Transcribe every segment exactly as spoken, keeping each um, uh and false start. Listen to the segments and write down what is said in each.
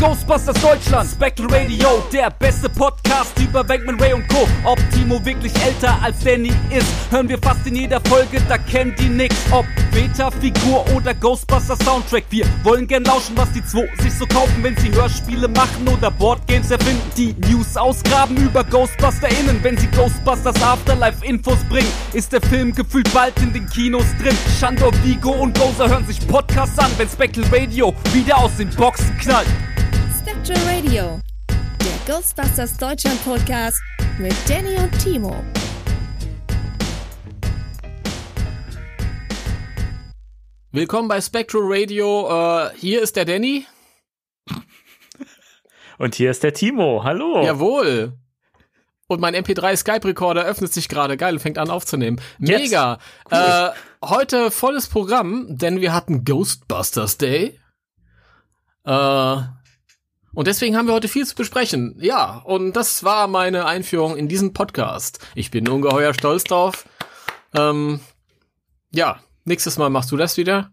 Ghostbusters Deutschland, Spectral Radio, der beste Podcast über Venkman, Ray und Co. Ob Timo wirklich älter als Danny ist, hören wir fast in jeder Folge, da kennen die nix. Ob Beta-Figur oder Ghostbusters Soundtrack, wir wollen gern lauschen, was die zwei sich so kaufen, wenn sie Hörspiele machen oder Boardgames erfinden. Die News ausgraben über GhostbusterInnen, wenn sie Ghostbusters Afterlife Infos bringen, ist der Film gefühlt bald in den Kinos drin. Shandor, Vigo und Gozer hören sich Podcasts an, wenn Spectral Radio wieder aus den Boxen knallt. Spectral Radio, der Ghostbusters Deutschland Podcast mit Danny und Timo. Willkommen bei Spectral Radio. Uh, hier ist der Danny. Und hier ist der Timo. Hallo. Jawohl. Und mein M P drei Skype-Recorder öffnet sich gerade. Geil, und fängt an aufzunehmen. Mega. Cool. Äh, heute volles Programm, denn wir hatten Ghostbusters Day. Äh, und deswegen haben wir heute viel zu besprechen. Ja, und das war meine Einführung in diesen Podcast. Ich bin ungeheuer stolz drauf. Ähm, ja, nächstes Mal machst du das wieder.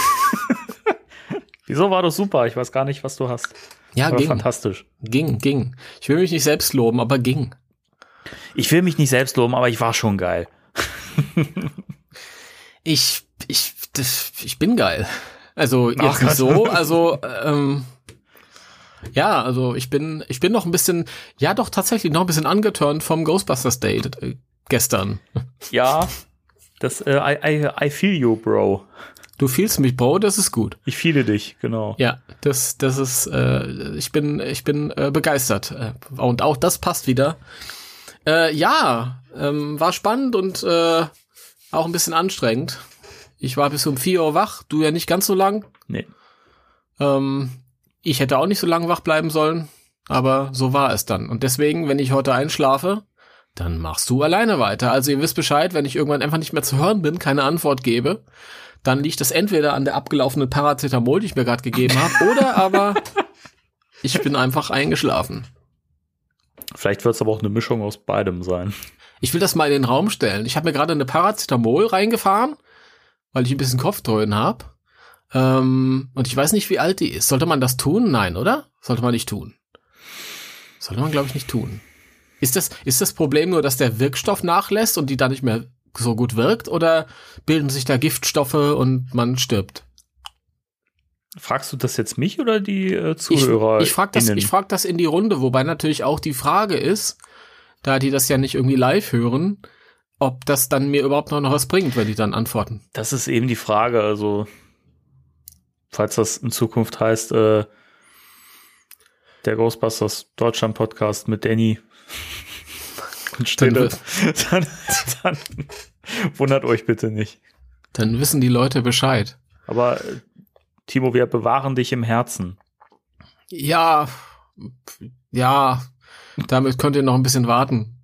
Wieso war das super? Ich weiß gar nicht, was du hast. Ja, aber ging. Fantastisch. Ging, ging. Ich will mich nicht selbst loben, aber ging. Ich will mich nicht selbst loben, aber ich war schon geil. ich, ich, das, ich bin geil. Also jetzt Ach, nicht so, also ähm, ja, also ich bin, ich bin noch ein bisschen, ja doch tatsächlich noch ein bisschen angeturnt vom Ghostbusters Day äh, gestern. Ja, das, äh, I, I, I feel you, Bro. Du feelst mich, Bro, das ist gut. Ich feele dich, genau. Ja, das, das ist, äh, ich bin, ich bin äh, begeistert. Und auch das passt wieder. Äh, ja, ähm, war spannend und äh, auch ein bisschen anstrengend. Ich war bis um vier Uhr wach, du ja nicht ganz so lang. Nee. Ähm, ich hätte auch nicht so lange wach bleiben sollen, aber so war es dann. Und deswegen, wenn ich heute einschlafe, dann machst du alleine weiter. Also ihr wisst Bescheid, wenn ich irgendwann einfach nicht mehr zu hören bin, keine Antwort gebe, dann liegt das entweder an der abgelaufenen Paracetamol, die ich mir gerade gegeben habe, oder aber ich bin einfach eingeschlafen. Vielleicht wird es aber auch eine Mischung aus beidem sein. Ich will das mal in den Raum stellen. Ich habe mir gerade eine Paracetamol reingefahren, weil ich ein bisschen Kopfdröhnen habe. Ähm, und ich weiß nicht, wie alt die ist. Sollte man das tun? Nein, oder? Sollte man nicht tun. Sollte man, glaube ich, nicht tun. Ist das, ist das Problem nur, dass der Wirkstoff nachlässt und die dann nicht mehr so gut wirkt, oder bilden sich da Giftstoffe und man stirbt? Fragst du das jetzt mich oder die äh, Zuhörer? Ich, ich frage das, ich frag das in die Runde, wobei natürlich auch die Frage ist, da die das ja nicht irgendwie live hören, ob das dann mir überhaupt noch was bringt, wenn die dann antworten. Das ist eben die Frage, also falls das in Zukunft heißt, äh, der Ghostbusters Deutschland Podcast mit Danny und Stille, dann, dann wundert euch bitte nicht. Dann wissen die Leute Bescheid. Aber äh, Timo, wir bewahren dich im Herzen. Ja, ja, damit könnt ihr noch ein bisschen warten.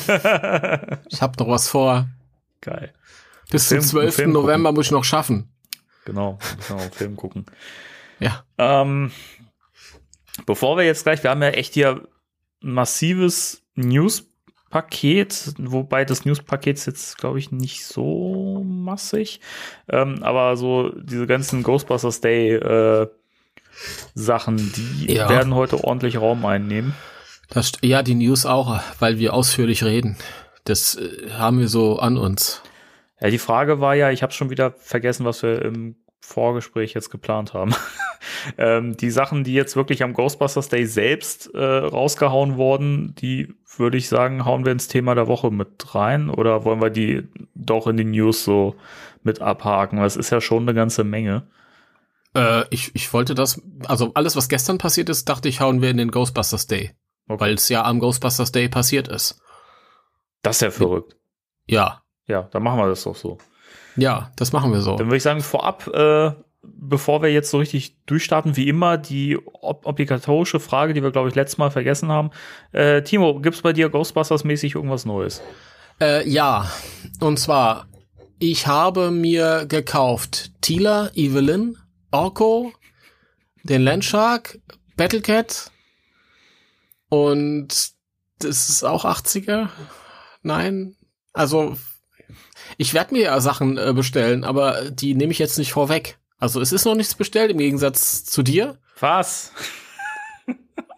Ich hab noch was vor. Geil. Bis zum zwölften November muss ich noch schaffen. Genau, müssen wir auch einen Film gucken. Ja. Ähm, bevor wir jetzt gleich, wir haben ja echt hier ein massives News-Paket, wobei das News-Paket ist jetzt, glaube ich, nicht so massig. Ähm, aber so diese ganzen Ghostbusters Day äh, Sachen, die ja. werden heute ordentlich Raum einnehmen. Das, ja, die News auch, weil wir ausführlich reden. Das äh, haben wir so an uns. Ja, die Frage war ja, ich habe schon wieder vergessen, was wir im Vorgespräch jetzt geplant haben. ähm, die Sachen, die jetzt wirklich am Ghostbusters Day selbst äh, rausgehauen wurden, die würde ich sagen, hauen wir ins Thema der Woche mit rein, oder wollen wir die doch in die News so mit abhaken? Weil es ist ja schon eine ganze Menge. Äh, ich, ich wollte das, also alles, was gestern passiert ist, dachte ich, hauen wir in den Ghostbusters Day. Okay. Weil es ja am Ghostbusters Day passiert ist. Das ist ja verrückt. Ja. Ja, dann machen wir das doch so. Ja, das machen wir so. Dann würde ich sagen, vorab, äh, bevor wir jetzt so richtig durchstarten, wie immer, die ob- obligatorische Frage, die wir, glaube ich, letztes Mal vergessen haben. Äh, Timo, gibt's bei dir Ghostbusters-mäßig irgendwas Neues? Äh, ja, und zwar, ich habe mir gekauft Teela, Evelyn, Orko, den Landshark, Battlecat und das ist auch achtziger. Nein, also ich werde mir ja Sachen äh, bestellen, aber die nehme ich jetzt nicht vorweg. Also es ist noch nichts bestellt, im Gegensatz zu dir. Was?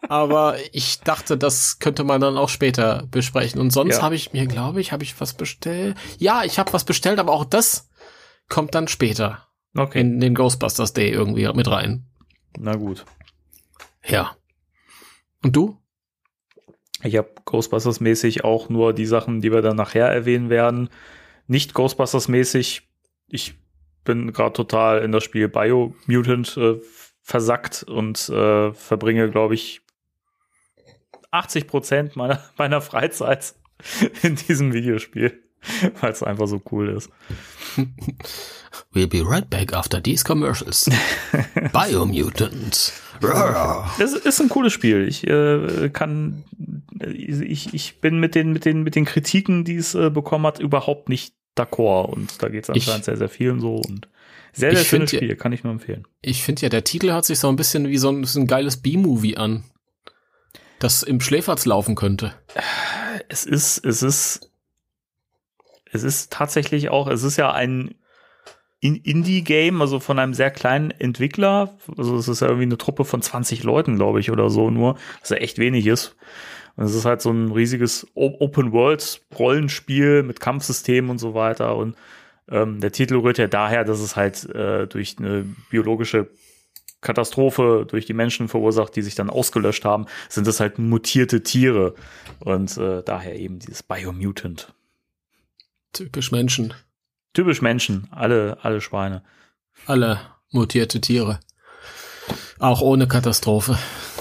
Aber ich dachte, das könnte man dann auch später besprechen. Und sonst Ja. habe ich mir, glaube ich, habe ich was bestellt. Ja, ich habe was bestellt, aber auch das kommt dann später Okay. in den Ghostbusters Day irgendwie mit rein. Na gut. Ja. Und du? Ich habe Ghostbusters-mäßig auch nur die Sachen, die wir dann nachher erwähnen werden. Nicht Ghostbusters-mäßig. Ich bin gerade total in das Spiel Biomutant äh, versackt und äh, verbringe, glaube ich, achtzig Prozent meiner, meiner Freizeit in diesem Videospiel, weil es einfach so cool ist. We'll be right back after these commercials. Biomutant. Es ist ein cooles Spiel. Ich äh, kann, ich, ich bin mit den, mit den, mit den Kritiken, die es äh, bekommen hat, überhaupt nicht d'accord. Und da geht es anscheinend Ich- sehr, sehr vielen so. Und sehr, sehr Ich schönes find ja- Spiel, kann ich nur empfehlen. Ich finde ja, der Titel hört sich so ein bisschen wie so ein, so ein geiles B-Movie an, das im Schläferz laufen könnte. Es ist, es ist, es ist tatsächlich auch, es ist ja ein In- Indie-Game, also von einem sehr kleinen Entwickler. Also es ist ja irgendwie eine Truppe von zwanzig Leuten, glaube ich, oder so nur, was ja echt wenig ist. Und es ist halt so ein riesiges O- Open-World-Rollenspiel mit Kampfsystemen und so weiter. Und ähm, der Titel rührt ja daher, dass es halt äh, durch eine biologische Katastrophe durch die Menschen verursacht, die sich dann ausgelöscht haben, sind das halt mutierte Tiere. Und äh, daher eben dieses Biomutant. Typisch Menschen. Typisch Menschen, alle, alle Schweine. Alle mutierte Tiere. Auch ohne Katastrophe.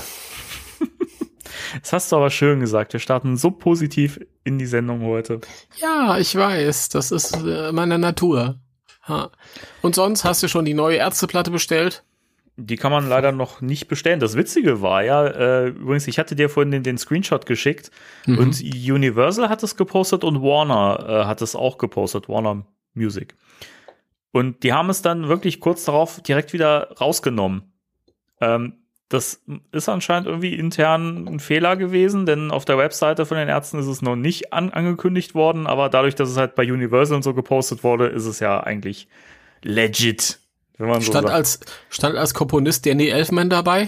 Das hast du aber schön gesagt. Wir starten so positiv in die Sendung heute. Ja, ich weiß, das ist äh, meine Natur. Ha. Und sonst hast du schon die neue Ärzteplatte bestellt? Die kann man leider noch nicht bestellen. Das Witzige war ja, äh, übrigens, ich hatte dir vorhin den, den Screenshot geschickt Mhm. und Universal hat es gepostet und Warner äh, hat es auch gepostet, Warner Music. Und die haben es dann wirklich kurz darauf direkt wieder rausgenommen. Ähm, das ist anscheinend irgendwie intern ein Fehler gewesen, denn auf der Webseite von den Ärzten ist es noch nicht an angekündigt worden, aber dadurch, dass es halt bei Universal und so gepostet wurde, ist es ja eigentlich legit. Wenn man so Stand, sagt. als, stand als Komponist Danny Elfman dabei?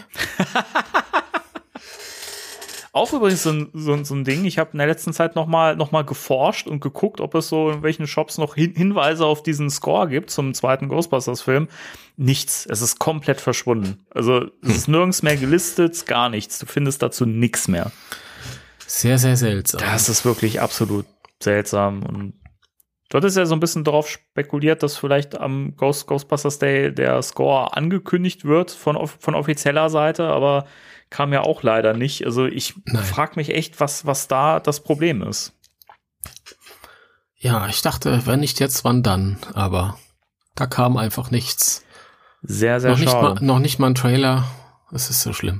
Auch übrigens so ein, so, ein- so ein Ding. Ich habe in der letzten Zeit noch mal, noch mal geforscht und geguckt, ob es so in welchen Shops noch Hin- Hinweise auf diesen Score gibt zum zweiten Ghostbusters-Film. Nichts. Es ist komplett verschwunden. Also es ist nirgends mehr gelistet, gar nichts. Du findest dazu nichts mehr. Sehr, sehr seltsam. Das ist wirklich absolut seltsam. Und dort ist ja so ein bisschen darauf spekuliert, dass vielleicht am Ghost, Ghostbusters Day der Score angekündigt wird von, off- von offizieller Seite, aber kam ja auch leider nicht. Also ich Nein. frage mich echt, was, was da das Problem ist. Ja, ich dachte, wenn nicht jetzt, wann dann? Aber da kam einfach nichts. Sehr, sehr Noch nicht, mal, schade. noch nicht mal ein Trailer. Es ist so schlimm.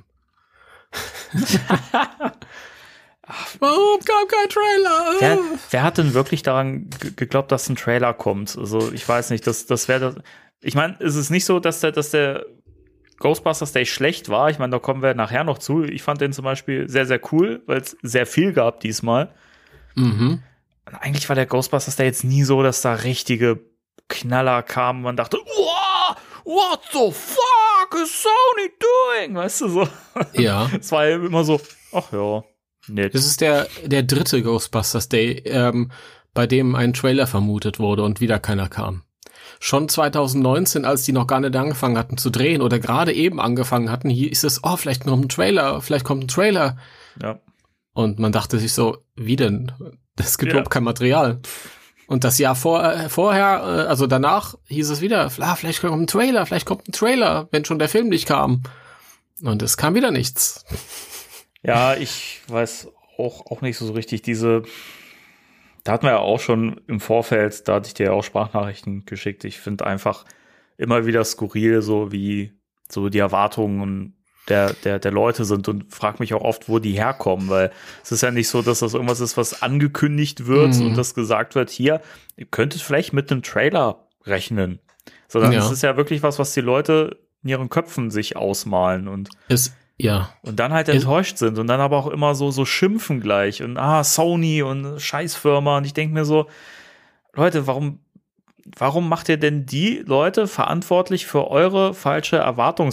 Warum kam kein Trailer? Wer, wer hat denn wirklich daran ge- geglaubt, dass ein Trailer kommt? Also ich weiß nicht, das, das wäre das. Ich meine, es ist nicht so, dass der, dass der Ghostbusters Day schlecht war. Ich meine, da kommen wir nachher noch zu. Ich fand den zum Beispiel sehr, sehr cool, weil es sehr viel gab diesmal. Mhm. Und eigentlich war der Ghostbusters Day jetzt nie so, dass da richtige Knaller kamen. Man dachte, wow, what the fuck is Sony doing? Weißt du so? Ja. Es war ja immer so, ach ja, nett. Das ist der, der dritte Ghostbusters Day, ähm, bei dem ein Trailer vermutet wurde und wieder keiner kam. Schon zwanzig neunzehn, als die noch gar nicht angefangen hatten zu drehen oder gerade eben angefangen hatten, hier ist es, oh, vielleicht kommt ein Trailer, vielleicht kommt ein Trailer. Ja. Und man dachte sich so, wie denn? Es gibt Ja. überhaupt kein Material. Und das Jahr vor, äh, vorher, äh, also danach, hieß es wieder, ah, vielleicht kommt ein Trailer, vielleicht kommt ein Trailer, wenn schon der Film nicht kam. Und es kam wieder nichts. Ja, ich weiß auch, auch nicht so richtig diese, da hatten wir ja auch schon im Vorfeld, da hatte ich dir ja auch Sprachnachrichten geschickt. Ich finde einfach immer wieder skurril, so wie so die Erwartungen der, der, der Leute sind und frage mich auch oft, wo die herkommen, weil es ist ja nicht so, dass das irgendwas ist, was angekündigt wird Mhm. und das gesagt wird, hier, ihr könntet vielleicht mit einem Trailer rechnen. Sondern Ja. es ist ja wirklich was, was die Leute in ihren Köpfen sich ausmalen und Es, ja. und dann halt Es- enttäuscht sind und dann aber auch immer so, so schimpfen gleich und ah, Sony und Scheißfirma und ich denke mir so, Leute, warum, warum macht ihr denn die Leute verantwortlich für eure falsche Erwartungshaltung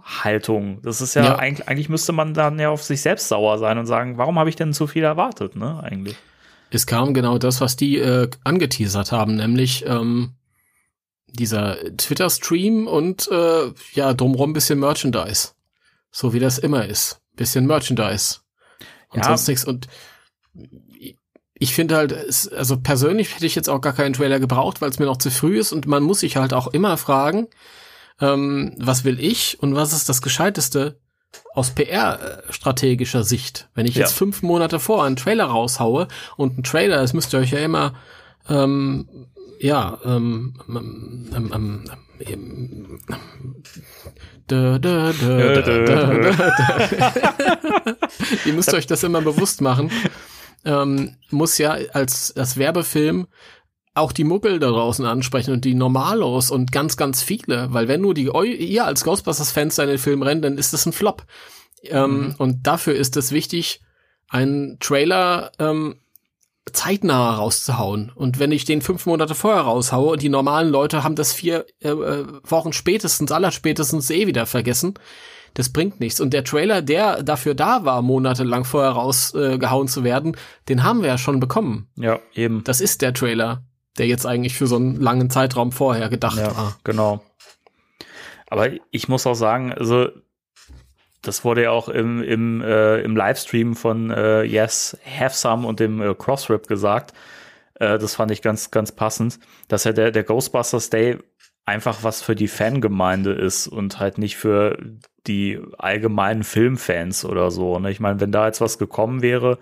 Haltung. Das ist ja, Ja. eigentlich, eigentlich müsste man dann ja auf sich selbst sauer sein und sagen, warum habe ich denn zu viel erwartet, ne, eigentlich? Es kam genau das, was die äh, angeteasert haben, nämlich ähm, dieser Twitter-Stream und äh, ja, drumherum ein bisschen Merchandise. So wie das immer ist. Bisschen Merchandise. Und Ja. sonst nichts. Und ich finde halt, es, also persönlich hätte ich jetzt auch gar keinen Trailer gebraucht, weil es mir noch zu früh ist und man muss sich halt auch immer fragen, ähm, was will ich und was ist das Gescheiteste aus P R-strategischer Sicht? Wenn ich Ja. jetzt fünf Monate vor einen Trailer raushaue und ein Trailer, das müsst ihr euch ja immer ähm, ja, ähm, ähm, ähm, ähm, ähm, dö, dö, dö, dö, dö, dö. Ihr müsst euch das immer bewusst machen. Ähm, muss ja als, als Werbefilm auch die Muggel da draußen ansprechen und die Normalos und ganz, ganz viele, weil wenn nur die eu, ihr als Ghostbusters-Fans in den Film rennt, dann ist das ein Flop. Ähm, Mhm. Und dafür ist es wichtig, einen Trailer ähm, zeitnah rauszuhauen. Und wenn ich den fünf Monate vorher raushaue, die normalen Leute haben das vier äh, Wochen spätestens, allerspätestens eh wieder vergessen, das bringt nichts. Und der Trailer, der dafür da war, monatelang vorher rausgehauen äh, zu werden, den haben wir ja schon bekommen. Ja, eben. Das ist der Trailer, der jetzt eigentlich für so einen langen Zeitraum vorher gedacht Ja, war. genau. Aber ich muss auch sagen, also das wurde ja auch im, im, äh, im Livestream von äh, Yes, Have Some und dem äh, Crossrip gesagt. Äh, das fand ich ganz, ganz passend, dass ja der, der Ghostbusters Day einfach was für die Fangemeinde ist und halt nicht für die allgemeinen Filmfans oder so. Ne? Ich meine, wenn da jetzt was gekommen wäre,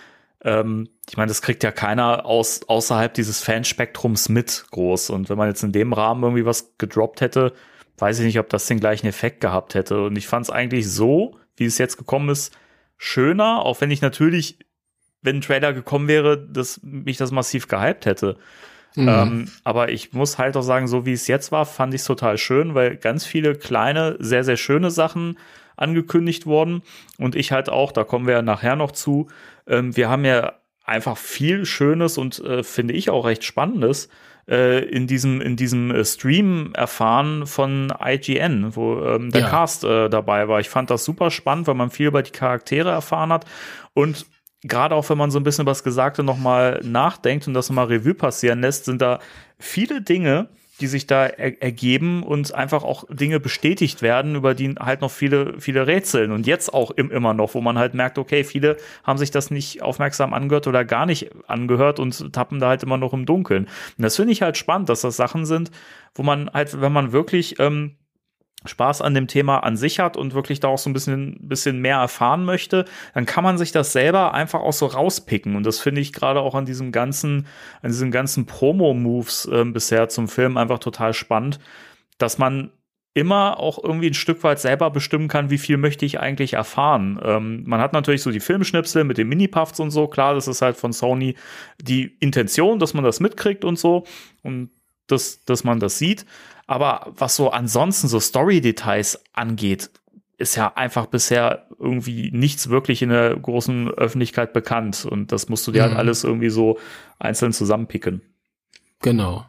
ähm, ich meine, das kriegt ja keiner aus, außerhalb dieses Fanspektrums mit groß. Und wenn man jetzt in dem Rahmen irgendwie was gedroppt hätte, weiß ich nicht, ob das den gleichen Effekt gehabt hätte. Und ich fand es eigentlich so, wie es jetzt gekommen ist, schöner, auch wenn ich natürlich, wenn ein Trailer gekommen wäre, dass mich das massiv gehypt hätte. Mhm. Ähm, aber ich muss halt auch sagen, so wie es jetzt war, fand ich es total schön, weil ganz viele kleine, sehr, sehr schöne Sachen angekündigt wurden. Und ich halt auch, da kommen wir ja nachher noch zu, ähm, wir haben ja einfach viel Schönes und äh, finde ich auch recht Spannendes äh, in diesem, in diesem äh, Stream erfahren von I G N, wo ähm, der Ja. Cast äh, dabei war. Ich fand das super spannend, weil man viel über die Charaktere erfahren hat und gerade auch, wenn man so ein bisschen über das Gesagte nochmal nachdenkt und das nochmal Revue passieren lässt, sind da viele Dinge, die sich da er- ergeben und einfach auch Dinge bestätigt werden, über die halt noch viele, viele rätseln. Und jetzt auch im, immer noch, wo man halt merkt, okay, viele haben sich das nicht aufmerksam angehört oder gar nicht angehört und tappen da halt immer noch im Dunkeln. Und das finde ich halt spannend, dass das Sachen sind, wo man halt, wenn man wirklich ähm, Spaß an dem Thema an sich hat und wirklich da auch so ein bisschen, bisschen mehr erfahren möchte, dann kann man sich das selber einfach auch so rauspicken. Und das finde ich gerade auch an diesem ganzen, an diesen ganzen Promo-Moves äh, bisher zum Film einfach total spannend, dass man immer auch irgendwie ein Stück weit selber bestimmen kann, wie viel möchte ich eigentlich erfahren. Ähm, man hat natürlich so die Filmschnipsel mit den Mini-Puffs und so. Klar, das ist halt von Sony die Intention, dass man das mitkriegt und so. Und dass, dass man das sieht. Aber was so ansonsten so Story-Details angeht, ist ja einfach bisher irgendwie nichts wirklich in der großen Öffentlichkeit bekannt. Und das musst du dir Mhm. halt alles irgendwie so einzeln zusammenpicken. Genau.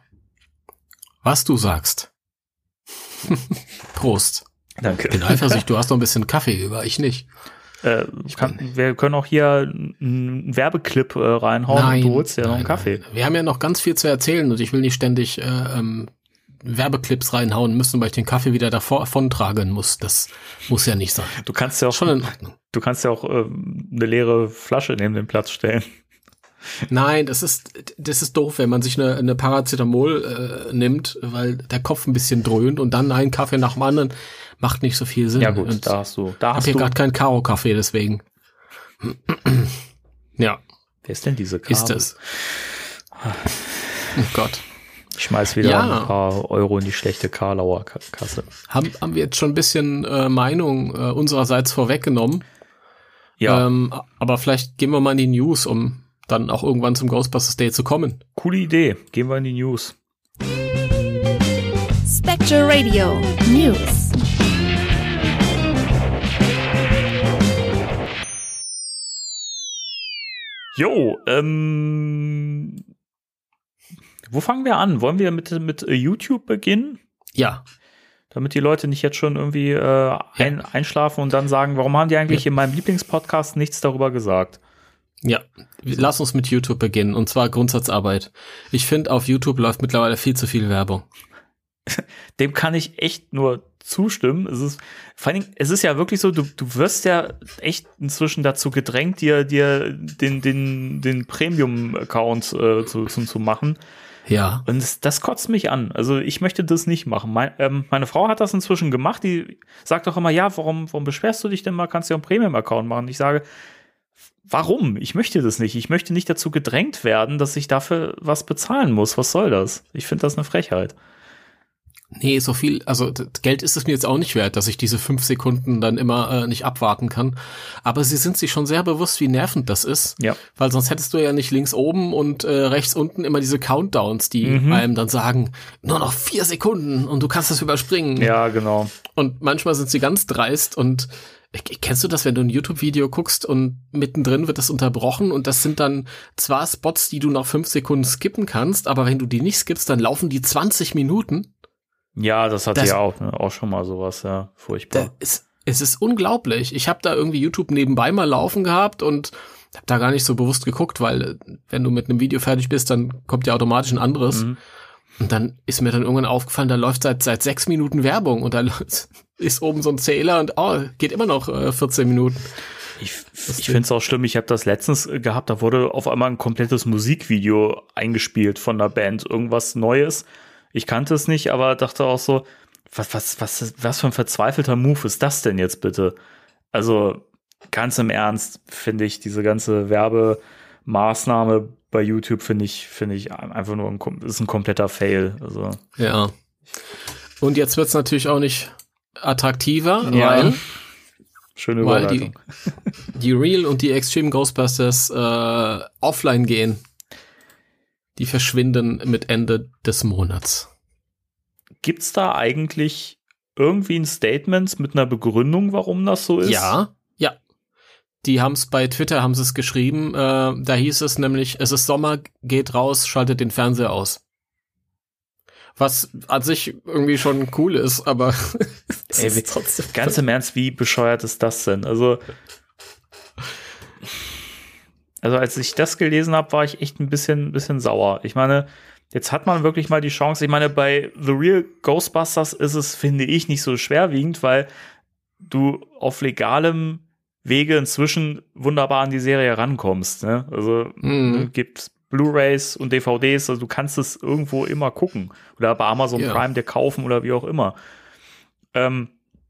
Was du sagst. Prost. Danke. Bin eifersüchtig, du hast noch ein bisschen Kaffee über, ich nicht. Äh, kann, wir können auch hier einen Werbeclip äh, reinhauen und du holst dir noch einen Kaffee. Nein. Wir haben ja noch ganz viel zu erzählen und ich will nicht ständig äh, ähm, Werbeclips reinhauen müssen, weil ich den Kaffee wieder davon tragen muss. Das muss ja nicht sein. Du kannst ja auch, Schon in Ordnung. du kannst ja auch äh, eine leere Flasche neben den Platz stellen. Nein, das ist das ist doof, wenn man sich eine, eine Paracetamol äh, nimmt, weil der Kopf ein bisschen dröhnt und dann einen Kaffee nach dem anderen macht nicht so viel Sinn. Ja gut, und da hast du, da ich hab hast hier du. gerade keinen Karo-Kaffee, deswegen. Ja, Wer ist denn diese Karte? ist es. Oh Gott. Ich schmeiß wieder Ja. ein paar Euro in die schlechte Karlauer Ka- Kasse. Haben, haben wir jetzt schon ein bisschen äh, Meinung äh, unsererseits vorweggenommen. Ja, Ähm, aber vielleicht gehen wir mal in die News, um dann auch irgendwann zum Ghostbusters Day zu kommen. coole Idee. Gehen wir in die News. Spectre Radio News. Jo, ähm, wo fangen wir an? Wollen wir mit, mit äh, YouTube beginnen? Ja, Damit die Leute nicht jetzt schon irgendwie äh, ein, ja. einschlafen und dann sagen, warum haben die eigentlich ja. in meinem Lieblingspodcast nichts darüber gesagt? Ja, lass uns mit YouTube beginnen, und zwar Grundsatzarbeit. Ich finde, auf YouTube läuft mittlerweile viel zu viel Werbung. Dem kann ich echt nur zustimmen. Es ist, vor allen Dingen, es ist ja wirklich so, du, du wirst ja echt inzwischen dazu gedrängt, dir, dir den, den, den Premium-Account äh, zu, zu, zu machen. Ja. Und das, das kotzt mich an. Also ich möchte das nicht machen. Mein, ähm, meine Frau hat das inzwischen gemacht. Die sagt auch immer, ja, warum, warum beschwerst du dich denn mal? Kannst du ja einen Premium-Account machen? Ich sage, warum? Ich möchte das nicht. Ich möchte nicht dazu gedrängt werden, dass ich dafür was bezahlen muss. Was soll das? Ich finde das eine Frechheit. Nee, so viel, also Geld ist es mir jetzt auch nicht wert, dass ich diese fünf Sekunden dann immer äh, nicht abwarten kann. Aber sie sind sich schon sehr bewusst, wie nervend das ist. Ja. Weil sonst hättest du ja nicht links oben und äh, rechts unten immer diese Countdowns, die mhm. einem dann sagen, nur noch vier Sekunden und du kannst das überspringen. Ja, genau. Und manchmal sind sie ganz dreist und kennst du das, wenn du ein YouTube-Video guckst und mittendrin wird das unterbrochen und das sind dann zwar Spots, die du nach fünf Sekunden skippen kannst, aber wenn du die nicht skippst, dann laufen die zwanzig Minuten. Ja, das hatte ja auch, auch schon mal sowas, ja, furchtbar. Ist, es ist unglaublich. Ich habe da irgendwie YouTube nebenbei mal laufen gehabt und habe da gar nicht so bewusst geguckt, weil wenn du mit einem Video fertig bist, dann kommt ja automatisch ein anderes. Mhm. Und dann ist mir dann irgendwann aufgefallen, da läuft seit seit sechs Minuten Werbung und da ist oben so ein Zähler und oh, geht immer noch äh, vierzehn Minuten. Ich, ich finde es auch schlimm, ich habe das letztens gehabt, da wurde auf einmal ein komplettes Musikvideo eingespielt von einer Band, irgendwas Neues. Ich kannte es nicht, aber dachte auch so, was, was, was, was für ein verzweifelter Move ist das denn jetzt bitte? Also ganz im Ernst finde ich diese ganze Werbemaßnahme bei YouTube finde ich, finde ich einfach nur ein, ist ein kompletter Fail. Also ja. Und jetzt wird es natürlich auch nicht attraktiver, ja. weil schöne Überleitung. Die, die Real und die Extreme Ghostbusters äh, offline gehen. Die verschwinden mit Ende des Monats. Gibt's da eigentlich irgendwie ein Statement mit einer Begründung, warum das so ist? Ja, ja. Die haben es bei Twitter, haben sie es geschrieben. Äh, da hieß es nämlich, es ist Sommer, geht raus, schaltet den Fernseher aus. Was an sich irgendwie schon cool ist, aber Ey, ist trotzdem ganz im Ernst, wie bescheuert ist das denn? Also Also als ich das gelesen habe, war ich echt ein bisschen, bisschen sauer. Ich meine, jetzt hat man wirklich mal die Chance. Ich meine, bei The Real Ghostbusters ist es, finde ich, nicht so schwerwiegend, weil du auf legalem Wege inzwischen wunderbar an die Serie rankommst. Ne? Also mhm. gibt Blu-rays und D V Ds, also du kannst es irgendwo immer gucken. Oder bei Amazon ja. Prime dir kaufen oder wie auch immer. Ähm,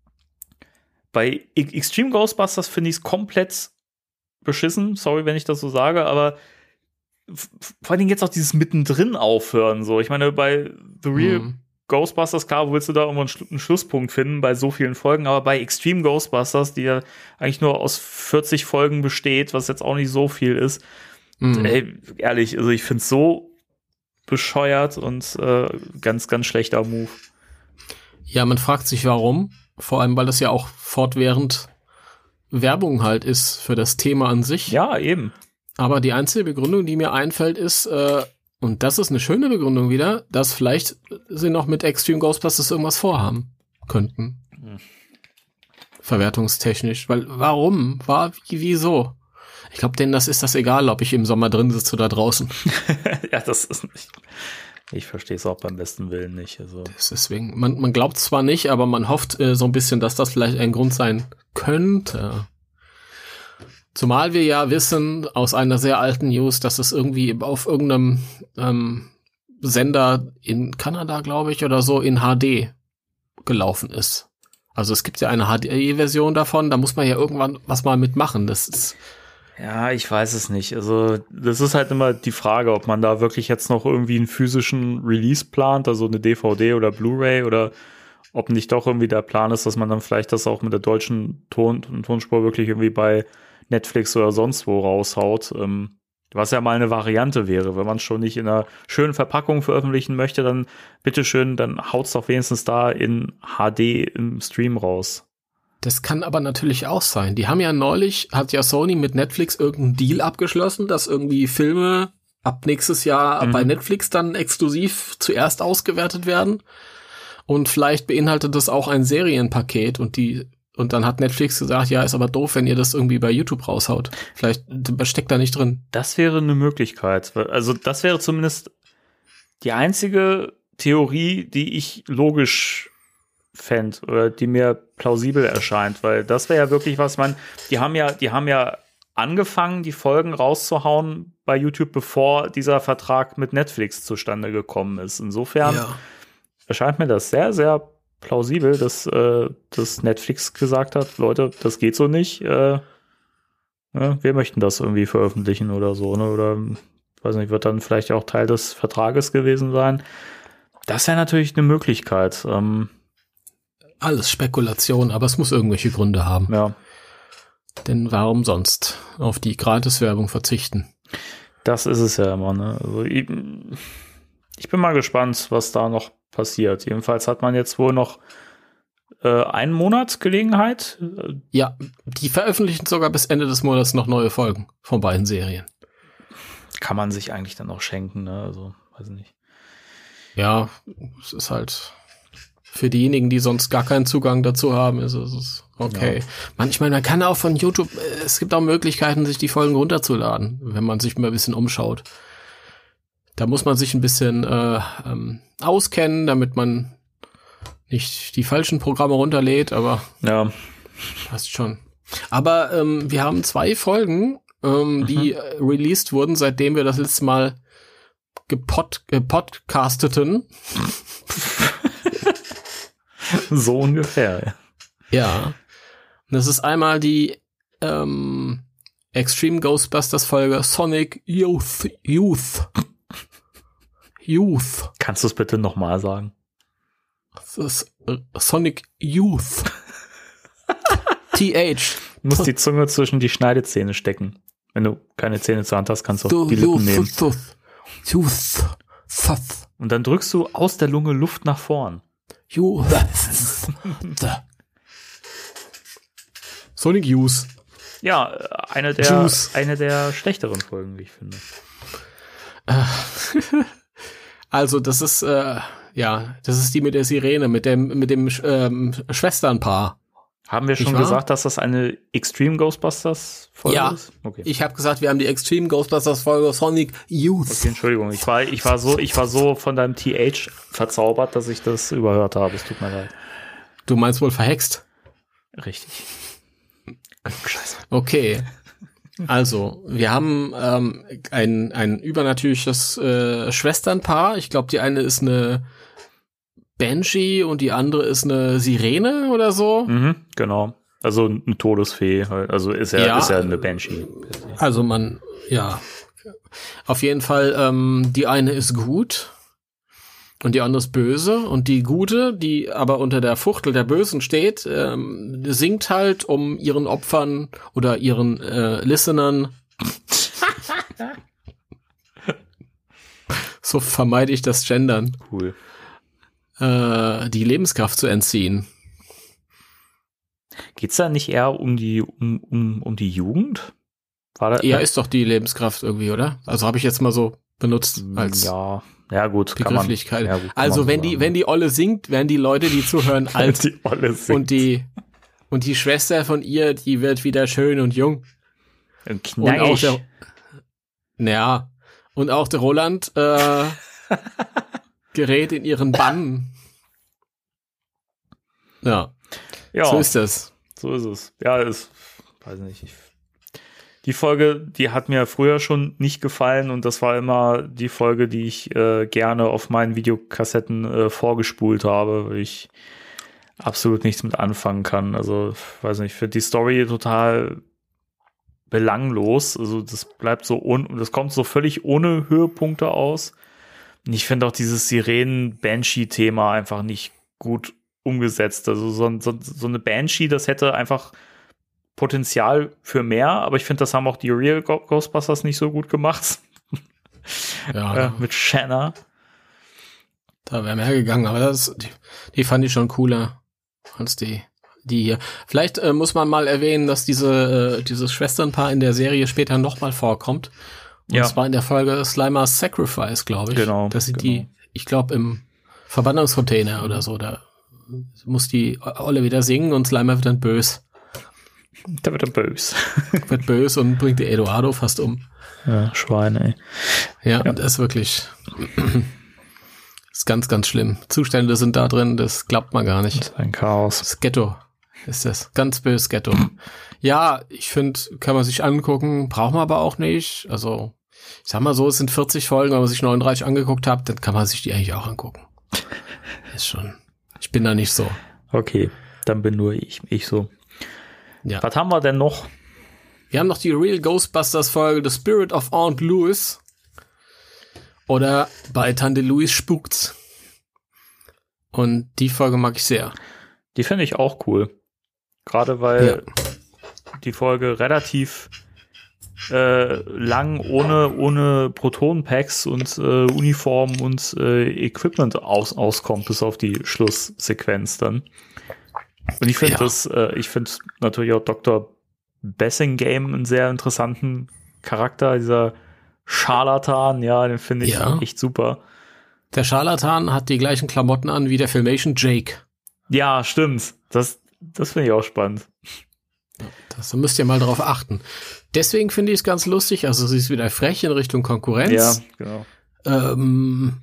bei Extreme Ghostbusters finde ich es komplett beschissen, sorry, wenn ich das so sage, aber f- vor allen Dingen jetzt auch dieses mittendrin aufhören, so. Ich meine, bei The Real mhm. Ghostbusters, klar, willst du da irgendwo einen, Schlu- einen Schlusspunkt finden bei so vielen Folgen, aber bei Extreme Ghostbusters, die ja eigentlich nur aus vierzig Folgen besteht, was jetzt auch nicht so viel ist, mhm. ey, ehrlich, also ich finde es so bescheuert und äh, ganz, ganz schlechter Move. Ja, man fragt sich, warum, vor allem, weil das ja auch fortwährend Werbung halt ist für das Thema an sich. Ja, eben. Aber die einzige Begründung, die mir einfällt, ist, äh, und das ist eine schöne Begründung wieder, dass vielleicht sie noch mit Extreme Ghostbusters irgendwas vorhaben könnten. Hm. Verwertungstechnisch. Weil, warum? War, wie, wieso? Ich glaube, denen das ist das egal, ob ich im Sommer drin sitze oder draußen. Ja, das ist nicht. Ich verstehe es auch beim besten Willen nicht. Also. Deswegen, man, man glaubt zwar nicht, aber man hofft äh, so ein bisschen, dass das vielleicht ein Grund sein könnte. Zumal wir ja wissen, aus einer sehr alten News, dass es irgendwie auf irgendeinem ähm, Sender in Kanada, glaube ich, oder so, in H D gelaufen ist. Also es gibt ja eine H D-Version davon, da muss man ja irgendwann was mal mitmachen. Das ist Ja, ich weiß es nicht. Also das ist halt immer die Frage, ob man da wirklich jetzt noch irgendwie einen physischen Release plant, also eine D V D oder Blu-ray, oder ob nicht doch irgendwie der Plan ist, dass man dann vielleicht das auch mit der deutschen Ton- Tonspur wirklich irgendwie bei Netflix oder sonst wo raushaut. Ähm, was ja mal eine Variante wäre. Wenn man es schon nicht in einer schönen Verpackung veröffentlichen möchte, dann bitteschön, dann haut's doch wenigstens da in H D im Stream raus. Das kann aber natürlich auch sein. Die haben ja neulich, hat ja Sony mit Netflix irgendeinen Deal abgeschlossen, dass irgendwie Filme ab nächstes Jahr mhm. bei Netflix dann exklusiv zuerst ausgewertet werden. Und vielleicht beinhaltet das auch ein Serienpaket und die und dann hat Netflix gesagt, ja, ist aber doof, wenn ihr das irgendwie bei YouTube raushaut. Vielleicht steckt da nicht drin. Das wäre eine Möglichkeit. Also das wäre zumindest die einzige Theorie, die ich logisch fände oder die mir plausibel erscheint, weil das wäre ja wirklich was, man, die haben ja, die haben ja angefangen, die Folgen rauszuhauen bei YouTube, bevor dieser Vertrag mit Netflix zustande gekommen ist. Insofern Ja. erscheint mir das sehr, sehr plausibel, dass, äh, dass Netflix gesagt hat, Leute, das geht so nicht. Äh, ne, wir möchten das irgendwie veröffentlichen oder so. Ne? Oder, weiß nicht, wird dann vielleicht auch Teil des Vertrages gewesen sein. Das wäre natürlich eine Möglichkeit. Ähm, Alles Spekulation, aber es muss irgendwelche Gründe haben. ja, Denn warum sonst auf die Gratiswerbung verzichten? das ist es ja immer. Ne? Also ich, ich bin mal gespannt, was da noch passiert. Jedenfalls hat man jetzt wohl noch äh, einen Monat Gelegenheit. Ja, die veröffentlichen sogar bis Ende des Monats noch neue Folgen von beiden Serien. Kann man sich eigentlich dann auch schenken. Ne? Also, weiß nicht. Ja, es ist halt für diejenigen, die sonst gar keinen Zugang dazu haben, ist es okay. Ja. Manchmal, man kann auch von YouTube, es gibt auch Möglichkeiten, sich die Folgen runterzuladen, wenn man sich mal ein bisschen umschaut. Da muss man sich ein bisschen äh, ähm, auskennen, damit man nicht die falschen Programme runterlädt, aber Ja, passt schon. Aber ähm, wir haben zwei Folgen, ähm, Mhm. die äh, released wurden, seitdem wir das letzte Mal gepod gepodcasteten. so ungefähr. Ja. Ja. Und das ist einmal die ähm, Extreme Ghostbusters Folge Sonic Youth. Youth. Youth. Kannst du es bitte nochmal sagen? Das ist äh, Sonic Youth. T H. Du musst die Zunge zwischen die Schneidezähne stecken. Wenn du keine Zähne zur Hand hast, kannst du auch die Youth. Lippen nehmen. Youth. Youth. Und dann drückst du aus der Lunge Luft nach vorn. Youth. Sonic Youth. Ja, eine der, Juice. eine der schlechteren Folgen, wie ich finde. Also das ist äh, ja, das ist die mit der Sirene, mit dem mit dem ähm, Schwesternpaar. Haben wir schon Nicht wahr? gesagt, dass das eine Extreme Ghostbusters Folge Ja. ist? Okay. Ich habe gesagt, wir haben die Extreme Ghostbusters Folge Sonic Youth. Okay, Entschuldigung, ich war, ich war so, ich war so von deinem T H verzaubert, dass ich das überhört habe. Es tut mir leid. Du meinst wohl verhext? Richtig. Scheiße. Okay. Also, wir haben ähm, ein ein übernatürliches äh, Schwesternpaar. Ich glaube, die eine ist eine Banshee und die andere ist eine Sirene oder so. Mhm, genau. Also eine Todesfee, halt. Also ist ja, Ja. ist ja eine Banshee. Also man, ja. Auf jeden Fall, ähm, die eine ist gut und die andere ist böse. Und die Gute, die aber unter der Fuchtel der Bösen steht, ähm, singt halt, um ihren Opfern oder ihren äh, Listenern so vermeide ich das Gendern, Cool. äh, die Lebenskraft zu entziehen. Geht's da nicht eher um die, um, um, um die Jugend? War da, Ja, ist doch die Lebenskraft irgendwie, oder? Also habe ich jetzt mal so benutzt als ja, ja gut, kann man. Begrifflichkeit. Ja, gut, kann also man wenn so die, sagen. wenn die Olle singt, werden die Leute, die zuhören, alt. die Olle singt. Und die, und die Schwester von ihr, die wird wieder schön und jung. Und Und auch knallig. der, ja, und auch der Roland äh, gerät in ihren Bann. Ja, ja, so ist das. so ist es. Ja, ist, weiß nicht. Ich, die Folge, die hat mir früher schon nicht gefallen und das war immer die Folge, die ich äh, gerne auf meinen Videokassetten äh, vorgespult habe, weil ich absolut nichts mit anfangen kann. Also, weiß nicht, ich finde die Story total belanglos. Also, das bleibt so un das kommt so völlig ohne Höhepunkte aus. Und ich finde auch dieses Sirenen-Banshee-Thema einfach nicht gut umgesetzt. Also, so, so, so eine Banshee, das hätte einfach Potenzial für mehr, aber ich finde, das haben auch die Real Ghostbusters nicht so gut gemacht. Ja, äh, mit Shanna. da wäre mehr gegangen, aber das, die, die fand ich schon cooler als die, die hier. Vielleicht äh, muss man mal erwähnen, dass diese, äh, dieses Schwesternpaar in der Serie später nochmal vorkommt. Und Ja. zwar in der Folge Slimer's Sacrifice, glaube ich. Genau, Das sind genau. die, ich glaube, im Verbannungscontainer oder so, da muss die Olle wieder singen und Slimer wird dann bös. Der wird dann bös. Wird bös und bringt die Eduardo fast um. Ja, Schwein, ey. Ja, ja. Das ist wirklich ist ganz, ganz schlimm. Zustände sind da drin, das glaubt man gar nicht. Das ist ein Chaos. Das Ghetto ist das. Ganz böses Ghetto. Ja, ich finde, kann man sich angucken, braucht man aber auch nicht. Also, ich sag mal so, es sind vierzig Folgen, wenn man sich neununddreißig angeguckt hat, dann kann man sich die eigentlich auch angucken. Ist schon. Ich bin da nicht so. Okay, dann bin nur ich, ich so. Ja. Was haben wir denn noch? Wir haben noch die Real Ghostbusters Folge The Spirit of Aunt Louise. Oder bei Tante Louise spukt's. Und die Folge mag ich sehr. Die finde ich auch cool. Gerade weil ja. die Folge relativ äh, lang ohne, ohne Proton-Packs und äh, Uniform und äh, Equipment aus, auskommt, bis auf die Schlusssequenz dann. Und ich finde ja. das, äh, ich finde natürlich auch Doktor Bessingame einen sehr interessanten Charakter, dieser Scharlatan, ja, den finde ich ja. echt super. Der Scharlatan hat die gleichen Klamotten an wie der Filmation Jake. Ja, stimmt. Das, das finde ich auch spannend. Das, da müsst ihr mal drauf achten. Deswegen finde ich es ganz lustig, also sie ist wieder frech in Richtung Konkurrenz. Ja, genau. Ähm,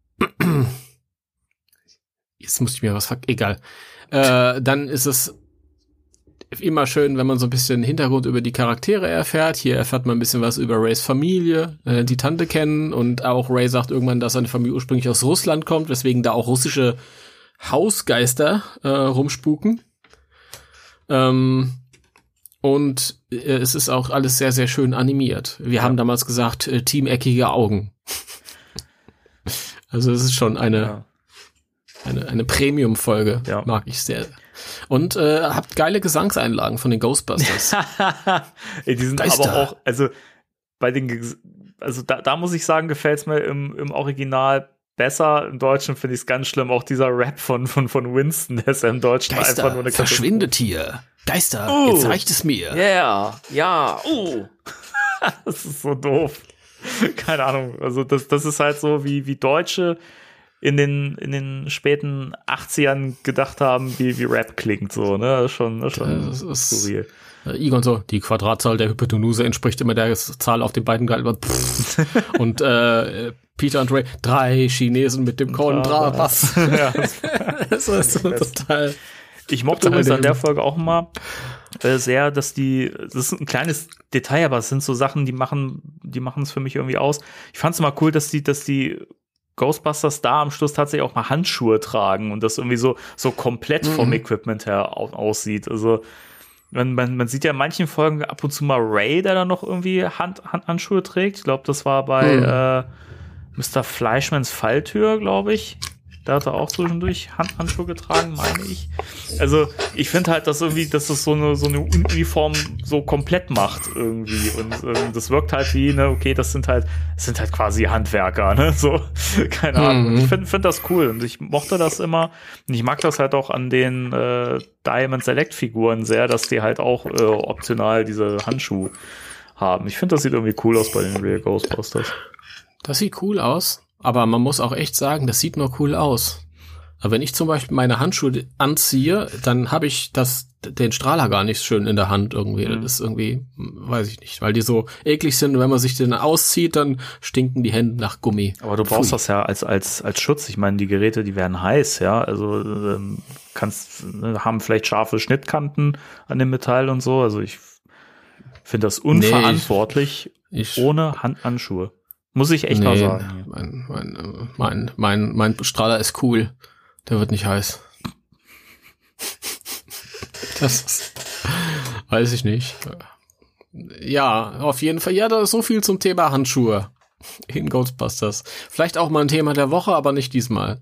jetzt muss ich mir was ver... Egal. Äh, dann ist es immer schön, wenn man so ein bisschen Hintergrund über die Charaktere erfährt. Hier erfährt man ein bisschen was über Rays Familie, äh, die Tante kennen und auch Ray sagt irgendwann, dass seine Familie ursprünglich aus Russland kommt, weswegen da auch russische Hausgeister äh, rumspuken. Ähm, und äh, es ist auch alles sehr, sehr schön animiert. Wir ja. haben damals gesagt, äh, teameckige Augen. Also es ist schon eine ja. eine, eine Premium-Folge, ja. mag ich sehr. Und äh, habt geile Gesangseinlagen von den Ghostbusters. Ey, die sind Geister. Aber auch, also bei den, Ges- also da, da muss ich sagen, gefällt es mir im, im Original besser. Im Deutschen finde ich es ganz schlimm. Auch dieser Rap von, von, von Winston, der ist ja im Deutschen Geister, einfach nur eine verschwindet hier. Geister, uh, jetzt reicht es mir. Yeah, ja, uh. Das ist so doof. Keine Ahnung. Also das, das ist halt so, wie, wie Deutsche in den, in den späten achtzigern gedacht haben, wie, wie Rap klingt, so, ne? Das ist schon, das ist schon das ist skurril. Äh, Egon so, die Quadratzahl der Hypotenuse entspricht immer der Zahl auf den beiden Galben. Und äh, Peter und Ray, drei Chinesen mit dem Kontrabass. Ja, das ist so total. Ich mochte übrigens an der Folge auch mal äh, sehr, dass die, das ist ein kleines Detail, aber es sind so Sachen, die machen, die machen es für mich irgendwie aus. Ich fand es mal cool, dass die, dass die Ghostbusters da am Schluss tatsächlich auch mal Handschuhe tragen und das irgendwie so, so komplett vom mhm. Equipment her au- aussieht. Also, man, man, man sieht ja in manchen Folgen ab und zu mal Ray, der dann noch irgendwie Hand, Hand, Handschuhe trägt. Ich glaube, das war bei mhm. äh, Mister Fleischmanns Falltür, glaube ich. Da hat er auch zwischendurch Hand, Handschuhe getragen, meine ich. Also, ich finde halt, dass irgendwie, dass das so eine, so eine Uniform so komplett macht irgendwie. Und ähm, das wirkt halt wie, ne, okay, das sind halt, das sind halt quasi Handwerker, ne, so, keine Ahnung. Mhm. Ich finde find das cool und ich mochte das immer. Und ich mag das halt auch an den äh, Diamond Select Figuren sehr, dass die halt auch äh, optional diese Handschuhe haben. Ich finde, das sieht irgendwie cool aus bei den Real Ghostbusters. Das sieht cool aus. Aber man muss auch echt sagen, das sieht nur cool aus. Aber wenn ich zum Beispiel meine Handschuhe anziehe, dann habe ich das, den Strahler gar nicht schön in der Hand irgendwie. Mhm. Das ist irgendwie, weiß ich nicht, weil die so eklig sind und wenn man sich den auszieht, dann stinken die Hände nach Gummi. Aber du brauchst Pfui. das ja als, als, als Schutz. Ich meine, die Geräte, die werden heiß, ja. Also ähm, kannst, haben vielleicht scharfe Schnittkanten an dem Metall und so. Also ich finde das unverantwortlich nee, ich, ich, ohne Handhandschuhe. Muss ich echt nee, mal sagen. Mein, mein, mein, mein, mein Strahler ist cool. Der wird nicht heiß. Das ist, weiß ich nicht. Ja, auf jeden Fall. Ja, da ist so viel zum Thema Handschuhe in Ghostbusters. Vielleicht auch mal ein Thema der Woche, aber nicht diesmal.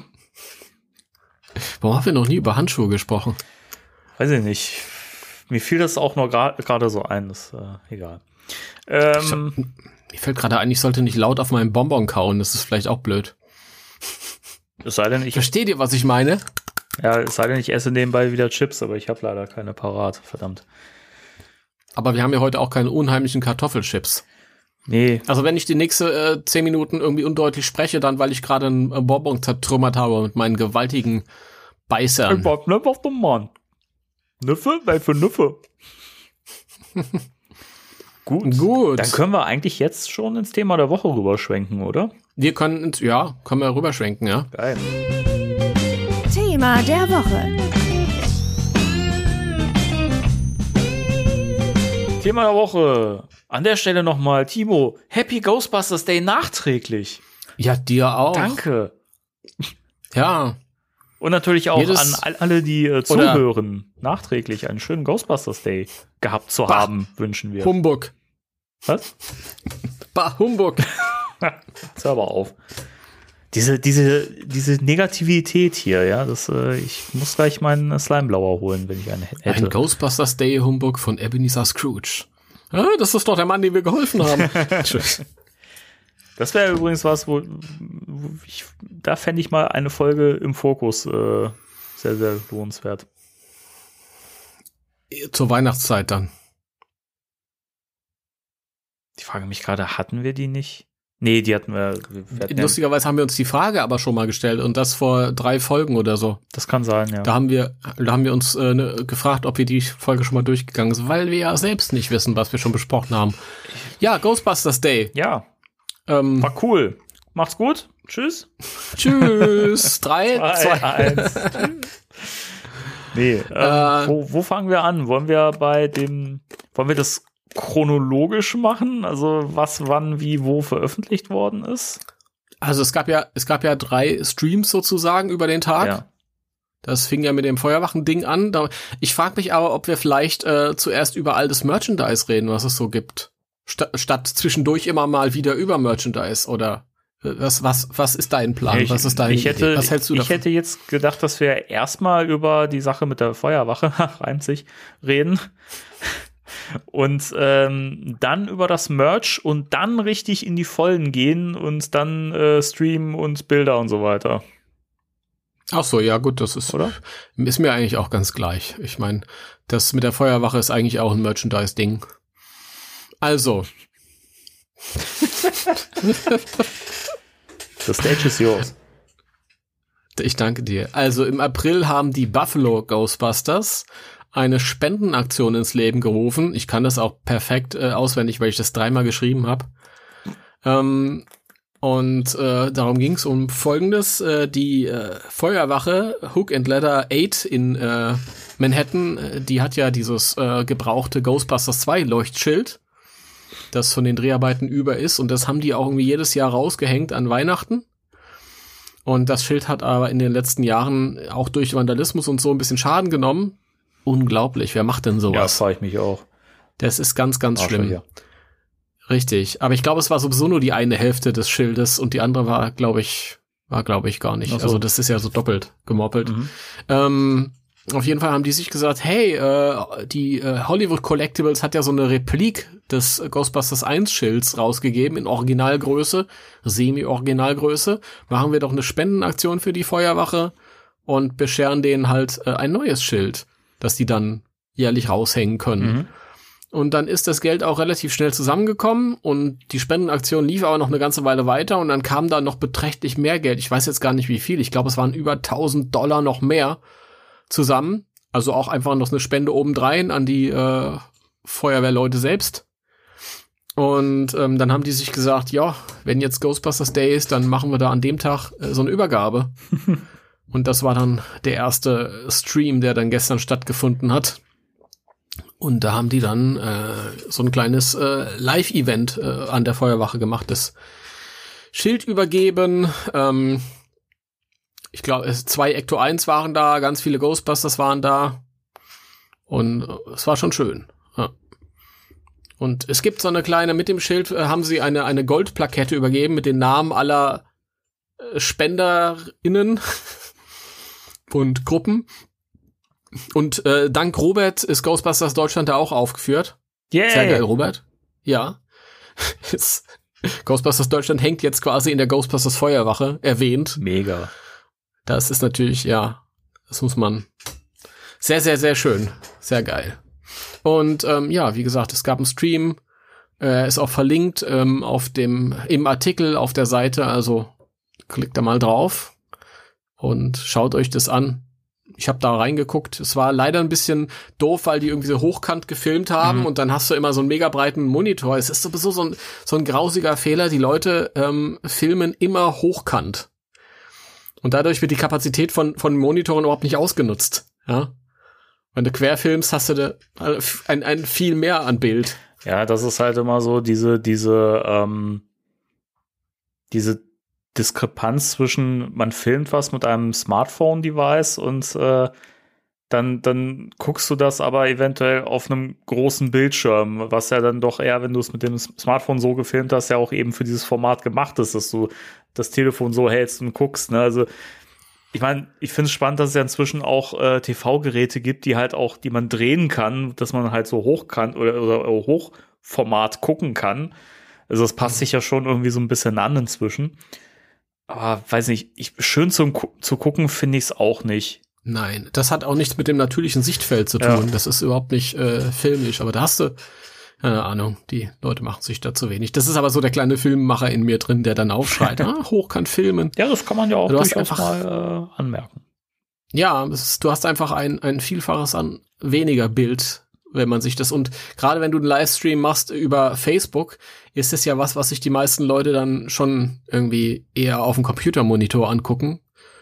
Warum haben wir noch nie über Handschuhe gesprochen? Weiß ich nicht. Mir fiel das auch nur gerade gra- so ein. Das ist äh, egal. Ähm, Mir fällt gerade ein, ich sollte nicht laut auf meinen Bonbon kauen. Das ist vielleicht auch blöd. Es sei denn, ich Versteht ihr, was ich meine? Ja, es sei denn, ich esse nebenbei wieder Chips, aber ich habe leider keine parat. Verdammt. Aber wir haben ja heute auch keine unheimlichen Kartoffelchips. Nee. Also wenn ich die nächste äh, zehn Minuten irgendwie undeutlich spreche, dann weil ich gerade einen äh, Bonbon zertrümmert habe mit meinen gewaltigen Beißern. Ich war nicht auf dem Mann. Nüffe? Weil für Nüffe. Gut. Gut. Dann können wir eigentlich jetzt schon ins Thema der Woche rüberschwenken, oder? Wir können, ins, ja, können wir rüberschwenken, ja. Geil. Thema der Woche. Thema der Woche. An der Stelle nochmal, Timo, Happy Ghostbusters Day nachträglich. Ja, dir auch. Danke. Ja. Und natürlich auch Jedes- an all- alle, die äh, zuhören, nachträglich einen schönen Ghostbusters Day gehabt zu Bah. haben, wünschen wir. Humbug. Was? Bah, Humbug. Hör aber auf. Diese, diese, diese Negativität hier, ja, das, äh, ich muss gleich meinen Slimeblauer holen, wenn ich einen hätte. Ein Ghostbusters Day Humbug von Ebenezer Scrooge. Ja, das ist doch der Mann, dem wir geholfen haben. Tschüss. Das wäre übrigens was, wo, wo ich, da fände ich mal eine Folge im Fokus äh, sehr, sehr lohnenswert. Zur Weihnachtszeit dann. Ich frage mich gerade, hatten wir die nicht? Nee, die hatten wir. wir hatten ja, Lustigerweise haben wir uns die Frage aber schon mal gestellt und das vor drei Folgen oder so. das kann sein, ja. Da haben wir, da haben wir uns äh, ne, gefragt, ob wir die Folge schon mal durchgegangen sind, weil wir ja selbst nicht wissen, was wir schon besprochen haben. Ja, Ghostbusters Day. Ja, Ähm, war cool. Macht's gut. Tschüss. tschüss. Drei, zwei. eins. Nee, ähm, Äh, wo, wo fangen wir an? Wollen wir bei dem, wollen wir das chronologisch machen? Also was, wann, wie, wo veröffentlicht worden ist? Also es gab ja, es gab ja drei Streams sozusagen über den Tag. Ja. Das fing ja mit dem Feuerwachen-Ding an. Da, ich frage mich aber, ob wir vielleicht äh, zuerst über all das Merchandise reden, was es so gibt. Sta statt zwischendurch immer mal wieder über Merchandise oder äh, was, was, was ist dein Plan? Ich, was ist deine ich hätte, Idee? Was hältst du ich davon? hätte jetzt gedacht, dass wir erstmal über die Sache mit der Feuerwache, reimt sich, reden. Und ähm, dann über das Merch und dann richtig in die Vollen gehen und dann äh, streamen und Bilder und so weiter. Ach so, ja gut, das ist, Oder? ist mir eigentlich auch ganz gleich. Ich meine, das mit der Feuerwache ist eigentlich auch ein Merchandise-Ding. Also, The stage is yours. ich danke dir. Also im April haben die Buffalo Ghostbusters eine Spendenaktion ins Leben gerufen. Ich kann das auch perfekt äh, auswendig, weil ich das dreimal geschrieben habe. Ähm, und äh, darum ging es um Folgendes. Äh, die äh, Feuerwache Hook and Ladder acht in äh, Manhattan, äh, die hat ja dieses äh, gebrauchte Ghostbusters zwei Leuchtschild, das von den Dreharbeiten über ist. Und das haben die auch irgendwie jedes Jahr rausgehängt an Weihnachten. Und das Schild hat aber in den letzten Jahren auch durch Vandalismus und so ein bisschen Schaden genommen. Unglaublich, wer macht denn Ja, sowas? frage ich mich auch. Das ist ganz, ganz schlimm. Arschlöcher. Richtig. Aber ich glaube, es war sowieso nur die eine Hälfte des Schildes und die andere war, glaube ich, war, glaube ich, gar nicht. Ach so. Also das ist ja so doppelt gemoppelt. Mhm. Ähm, auf jeden Fall haben die sich gesagt, hey, äh, die äh, Hollywood Collectibles hat ja so eine Replik des Ghostbusters eins Schilds rausgegeben in Originalgröße, Semi-Originalgröße. Machen wir doch eine Spendenaktion für die Feuerwache und bescheren denen halt äh, ein neues Schild, das die dann jährlich raushängen können. Mhm. Und dann ist das Geld auch relativ schnell zusammengekommen und die Spendenaktion lief aber noch eine ganze Weile weiter und dann kam da noch beträchtlich mehr Geld. Ich weiß jetzt gar nicht wie viel. Ich glaube, es waren über tausend Dollar noch mehr zusammen. Also auch einfach noch eine Spende obendrein an die äh, Feuerwehrleute selbst. Und ähm, dann haben die sich gesagt, ja, wenn jetzt Ghostbusters Day ist, dann machen wir da an dem Tag äh, so eine Übergabe. Und das war dann der erste Stream, der dann gestern stattgefunden hat. Und da haben die dann äh, so ein kleines äh, Live-Event äh, an der Feuerwache gemacht, das Schild übergeben. Ähm, ich glaube, zwei Ecto eins waren da, ganz viele Ghostbusters waren da. Und äh, es war schon schön. Ja. Und es gibt so eine kleine, mit dem Schild äh, haben sie eine, eine Goldplakette übergeben mit den Namen aller äh, SpenderInnen und Gruppen. Und äh, dank Robert ist Ghostbusters Deutschland da auch aufgeführt. Yay. Sehr geil, Robert. Ja. Jetzt, Ghostbusters Deutschland hängt jetzt quasi in der Ghostbusters Feuerwache erwähnt. Mega. Das ist natürlich, ja, das muss man. Sehr, sehr, sehr schön. Sehr geil. Und ähm, ja, wie gesagt, es gab einen Stream. Äh, ist auch verlinkt ähm, auf dem im Artikel auf der Seite, also klickt da mal drauf und schaut euch das an. Ich habe da reingeguckt. Es war leider ein bisschen doof, weil die irgendwie so hochkant gefilmt haben mhm. und dann hast du immer so einen mega breiten Monitor. Es ist sowieso so ein, so ein grausiger Fehler. Die Leute ähm, filmen immer hochkant. Und dadurch wird die Kapazität von von Monitoren überhaupt nicht ausgenutzt. Ja? Wenn du querfilmst, hast du da ein, ein viel mehr an Bild. Ja, das ist halt immer so diese diese ähm, diese Diskrepanz zwischen, man filmt was mit einem Smartphone-Device und äh, dann, dann guckst du das aber eventuell auf einem großen Bildschirm, was ja dann doch eher, wenn du es mit dem Smartphone so gefilmt hast, ja auch eben für dieses Format gemacht ist, dass du das Telefon so hältst und guckst. Ne? Also ich meine, ich finde es spannend, dass es ja inzwischen auch äh, T V-Geräte gibt, die halt auch, die man drehen kann, dass man halt so hochkant oder, oder Hochformat gucken kann. Also das passt sich ja schon irgendwie so ein bisschen an inzwischen. Aber weiß nicht, ich, schön zum zu gucken finde ich es auch nicht. Nein, das hat auch nichts mit dem natürlichen Sichtfeld zu tun. Ja. Das ist überhaupt nicht äh, filmisch. Aber da hast du, keine Ahnung, die Leute machen sich da zu wenig. Das ist aber so der kleine Filmemacher in mir drin, der dann aufschreit, ah, hochkant filmen. Ja, das kann man ja auch du durchaus einfach, mal äh, anmerken. Ja, das ist, du hast einfach ein, ein Vielfaches an weniger Bild, wenn man sich das, und gerade wenn du einen Livestream machst über Facebook, ist es ja was, was sich die meisten Leute dann schon irgendwie eher auf dem Computermonitor angucken.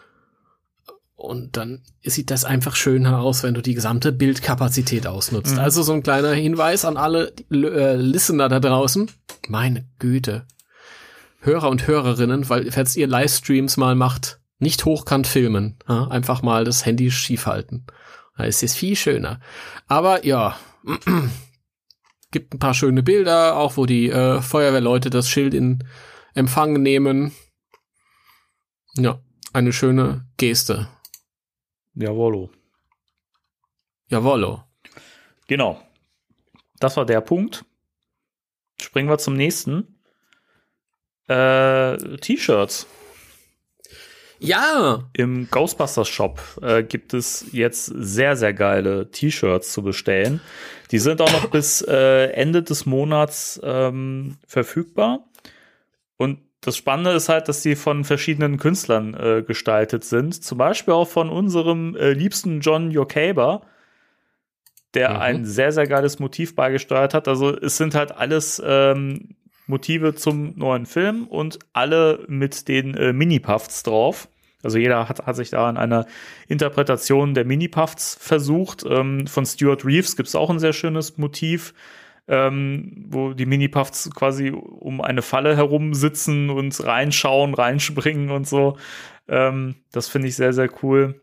Und dann sieht das einfach schöner aus, wenn du die gesamte Bildkapazität ausnutzt. Mhm. Also so ein kleiner Hinweis an alle äh, Listener da draußen. Meine Güte. Hörer und Hörerinnen, weil falls ihr Livestreams mal macht, nicht hochkant filmen. Ja, einfach mal das Handy schief halten. Da ist es viel schöner. Aber ja, gibt ein paar schöne Bilder, auch wo die äh, Feuerwehrleute das Schild in Empfang nehmen. Ja, eine schöne Geste. Jawollo. Jawollo. Genau. Das war der Punkt. Springen wir zum nächsten. Äh, T-Shirts. Ja! Im Ghostbusters Shop äh, gibt es jetzt sehr, sehr geile T-Shirts zu bestellen. Die sind auch noch bis äh, Ende des Monats ähm, verfügbar. Und das Spannende ist halt, dass die von verschiedenen Künstlern äh, gestaltet sind. Zum Beispiel auch von unserem äh, liebsten John Yokaber, der mhm. ein sehr, sehr geiles Motiv beigesteuert hat. Also es sind halt alles ähm, Motive zum neuen Film und alle mit den äh, Mini-Puffs drauf. Also jeder hat, hat sich da an einer Interpretation der Mini-Puffs versucht. Ähm, von Stuart Reeves gibt es auch ein sehr schönes Motiv, ähm, wo die Mini-Puffs quasi um eine Falle herum sitzen und reinschauen, reinspringen und so. Ähm, das finde ich sehr, sehr cool.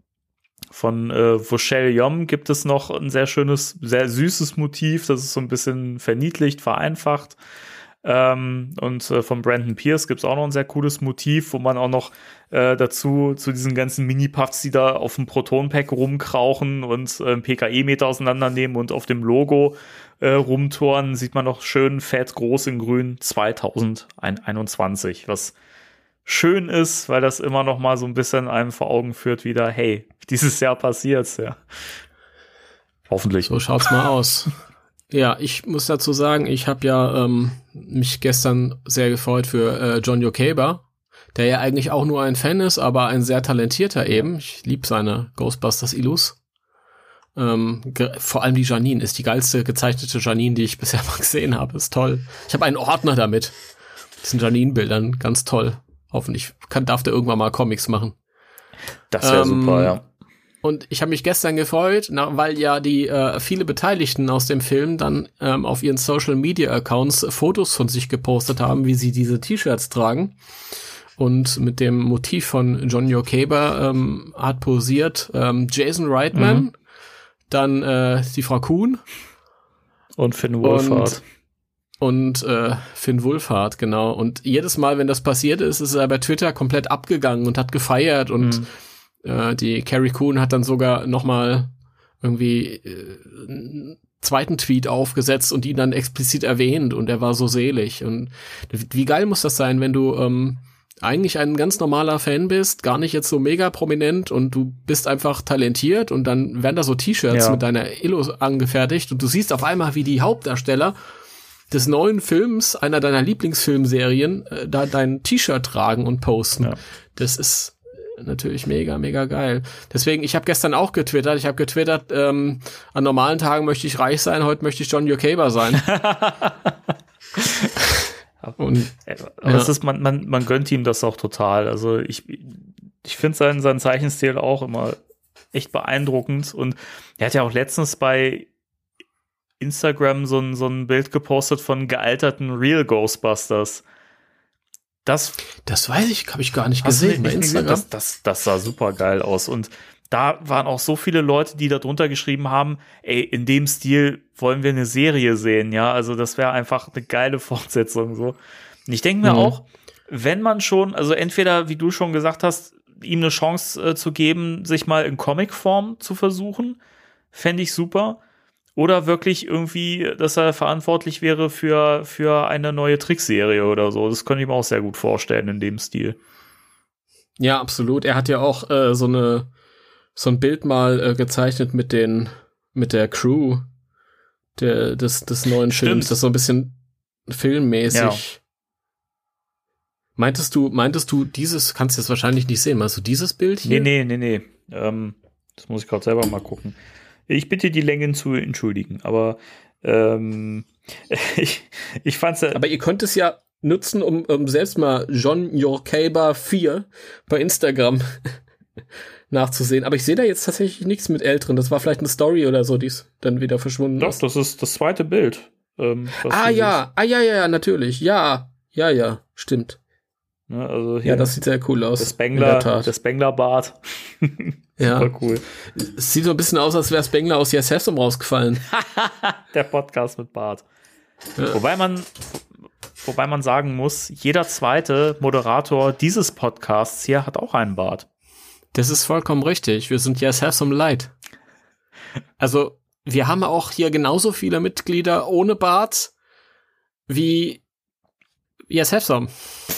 Von äh, Voshel Yom gibt es noch ein sehr schönes, sehr süßes Motiv. Das ist so ein bisschen verniedlicht, vereinfacht. Ähm, und äh, von Brandon Pierce gibt es auch noch ein sehr cooles Motiv, wo man auch noch äh, dazu zu diesen ganzen Mini-Puffs, die da auf dem Proton-Pack rumkrauchen und äh, P K E-Meter auseinandernehmen und auf dem Logo äh, rumtoren, sieht man noch schön fett groß in grün zwanzig einundzwanzig, was schön ist, weil das immer noch mal so ein bisschen einem vor Augen führt wieder, hey, dieses Jahr passiert's, ja. Hoffentlich. So schaut's mal aus. Ja, ich muss dazu sagen, ich habe ja ähm, mich gestern sehr gefreut für äh, John Yokaber, der ja eigentlich auch nur ein Fan ist, aber ein sehr talentierter eben. Ich liebe seine Ghostbusters-Illus. Ähm, ge- vor allem die Janine ist die geilste gezeichnete Janine, die ich bisher mal gesehen habe. Ist toll. Ich habe einen Ordner damit. Diesen Janine-Bildern, ganz toll. Hoffentlich kann, darf der irgendwann mal Comics machen. Das wäre ähm, super, ja. Und ich habe mich gestern gefreut, na, weil ja die äh, viele Beteiligten aus dem Film dann ähm, auf ihren Social-Media-Accounts Fotos von sich gepostet haben, wie sie diese T-Shirts tragen. Und mit dem Motiv von John Yokaber ähm, hat posiert ähm, Jason Reitman, mhm. dann äh, die Frau Kuhn und Finn Wolfhard. Und, und äh, Finn Wolfhard, genau. Und jedes Mal, wenn das passiert ist, ist er bei Twitter komplett abgegangen und hat gefeiert und mhm. die Carrie Coon hat dann sogar noch mal irgendwie äh, einen zweiten Tweet aufgesetzt und ihn dann explizit erwähnt und er war so selig. Und wie geil muss das sein, wenn du ähm, eigentlich ein ganz normaler Fan bist, gar nicht jetzt so mega prominent und du bist einfach talentiert und dann werden da so T-Shirts ja. mit deiner Illo angefertigt und du siehst auf einmal, wie die Hauptdarsteller des neuen Films, einer deiner Lieblingsfilmserien, äh, da dein T-Shirt tragen und posten. Ja. Das ist natürlich mega, mega geil. Deswegen, ich habe gestern auch getwittert. Ich habe getwittert, ähm, an normalen Tagen möchte ich reich sein, heute möchte ich John Yokaber sein. Und, aber ja. es ist, man, man, man gönnt ihm das auch total. Also ich, ich finde seinen, seinen Zeichenstil auch immer echt beeindruckend. Und er hat ja auch letztens bei Instagram so ein, so ein Bild gepostet von gealterten Real Ghostbusters. Das, das weiß ich, habe ich gar nicht gesehen bei Instagram. Das, das, das sah super geil aus. Und da waren auch so viele Leute, die da drunter geschrieben haben, ey, in dem Stil wollen wir eine Serie sehen, ja, also das wäre einfach eine geile Fortsetzung, so. Und ich denke mir mhm. auch, wenn man schon, also entweder, wie du schon gesagt hast, ihm eine Chance äh, zu geben, sich mal in Comicform zu versuchen, fände ich super, oder wirklich irgendwie, dass er verantwortlich wäre für, für eine neue Trickserie oder so, das könnte ich mir auch sehr gut vorstellen in dem Stil. Ja, absolut, er hat ja auch äh, so eine so ein Bild mal äh, gezeichnet mit den, mit der Crew der, des, des neuen Stimmt. Films. Das ist so ein bisschen filmmäßig. Ja. Meintest du, meintest du dieses, kannst du jetzt wahrscheinlich nicht sehen, meinst du dieses Bild hier? Nee, nee, nee, nee. Ähm, das muss ich gerade selber mal gucken. Ich bitte die Längen zu entschuldigen, aber ähm, ich, ich fand's ja. Aber ihr könnt es ja nutzen, um, um selbst mal John Yokaber vier bei Instagram nachzusehen. Aber ich sehe da jetzt tatsächlich nichts mit Älteren. Das war vielleicht eine Story oder so, die ist dann wieder verschwunden. Doch, ist. das ist das zweite Bild. Ähm, ah ja, ah ja, ja, ja, natürlich. Ja, ja, ja, stimmt. Ne, also hier ja, das sieht sehr cool aus. Der Spengler, der Spengler-Bart. Ja. Super cool. Es sieht so ein bisschen aus, als wäre Spengler aus Yes Have Some rausgefallen. Der Podcast mit Bart. Ja. Wobei man wobei man sagen muss, jeder zweite Moderator dieses Podcasts hier hat auch einen Bart. Das ist vollkommen richtig. Wir sind Yes Have Some Light. Also, wir haben auch hier genauso viele Mitglieder ohne Bart wie Yes Have Some.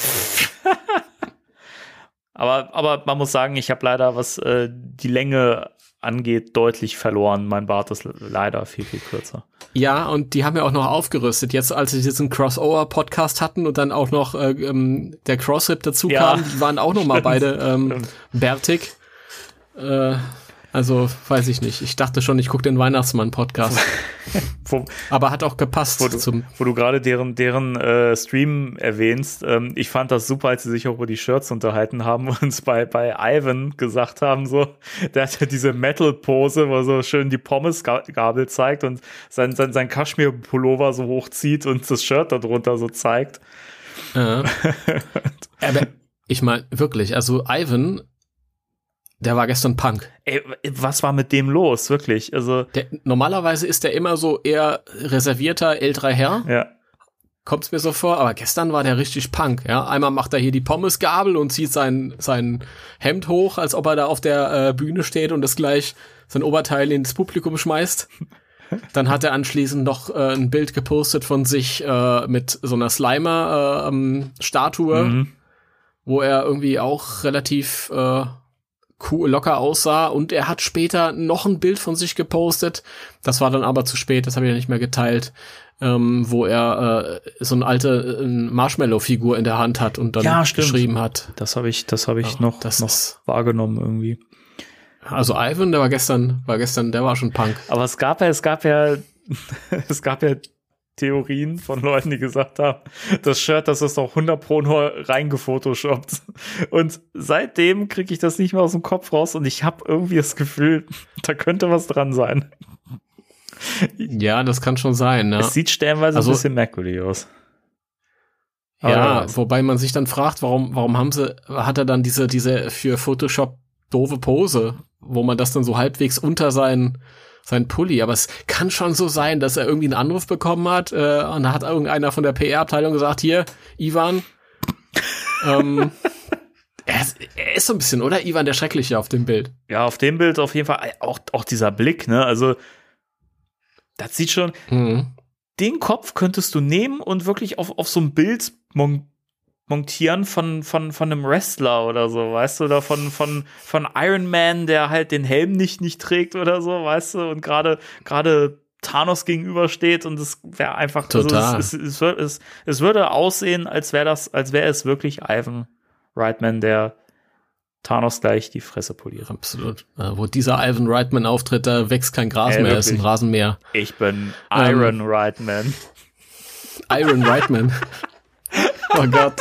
aber, aber man muss sagen, ich habe leider, was äh, die Länge angeht, deutlich verloren. Mein Bart ist leider viel, viel kürzer. Ja, und die haben ja auch noch aufgerüstet. Jetzt, als sie diesen Crossover-Podcast hatten und dann auch noch äh, ähm, der Crossrip dazu ja. kam, die waren auch noch mal beide ähm, bärtig. Äh, also, weiß ich nicht. Ich dachte schon, ich gucke den Weihnachtsmann-Podcast. wo, Aber hat auch gepasst. Wo du, zum wo du gerade deren, deren äh, Stream erwähnst. Ähm, ich fand das super, als sie sich auch über die Shirts unterhalten haben und uns bei, bei Ivan gesagt haben, so, der hat ja diese Metal-Pose, wo er so schön die Pommesgabel zeigt und sein, sein, sein Kaschmir-Pullover so hochzieht und das Shirt darunter so zeigt. Ja. Aber ich meine, wirklich, also Ivan, der war gestern Punk. Ey, was war mit dem los, wirklich? Also der, normalerweise ist der immer so eher reservierter, älterer Herr. Ja. Kommt's mir so vor, aber gestern war der richtig Punk, ja. Einmal macht er hier die Pommesgabel und zieht sein, sein Hemd hoch, als ob er da auf der äh, Bühne steht und das gleich sein Oberteil ins Publikum schmeißt. Dann hat er anschließend noch äh, ein Bild gepostet von sich äh, mit so einer Slimer-Statue, äh, mhm. wo er irgendwie auch relativ äh, cool, locker aussah, und er hat später noch ein Bild von sich gepostet, das war dann aber zu spät, das habe ich ja nicht mehr geteilt, ähm, wo er äh, so eine alte äh, Marshmallow-Figur in der Hand hat und dann ja, geschrieben hat. Das habe ich, das habe ich ja, noch, das noch ist, wahrgenommen irgendwie. Also Ivan, der war gestern, war gestern, der war schon Punk. Aber es gab ja, es gab ja, es gab ja Theorien von Leuten, die gesagt haben, das Shirt, das ist doch hundert Pro nur reingefotoshoppt. Und seitdem kriege ich das nicht mehr aus dem Kopf raus und ich habe irgendwie das Gefühl, da könnte was dran sein. Ja, das kann schon sein. Ne? Es sieht stellenweise also, ein bisschen merkwürdig aus. Ja, aber wobei man sich dann fragt, warum, warum haben sie, hat er dann diese, diese für Photoshop doofe Pose, wo man das dann so halbwegs unter seinen sein Pulli, aber es kann schon so sein, dass er irgendwie einen Anruf bekommen hat äh, und da hat irgendeiner von der P R-Abteilung gesagt, hier, Ivan, ähm, er, ist, er ist so ein bisschen, oder? Ivan der Schreckliche auf dem Bild. Ja, auf dem Bild auf jeden Fall, auch, auch dieser Blick, ne, also das sieht schon, mhm. den Kopf könntest du nehmen und wirklich auf, auf so ein Bild mon- montieren von, von, von einem Wrestler oder so, weißt du, oder von, von, von Iron Man, der halt den Helm nicht, nicht trägt oder so, weißt du, und gerade, gerade Thanos gegenübersteht und es wäre einfach, Total. Also es, es, es, es, es würde aussehen, als wäre das, als wäre es wirklich Ivan Reitman, der Thanos gleich die Fresse poliert. Absolut. Äh, wo dieser Ivan Reitman auftritt, da wächst kein Gras Ey, mehr, ist ein wirklich. Rasenmäher. Ich bin Iron ähm, Reitman. Iron Reitman. Oh Gott.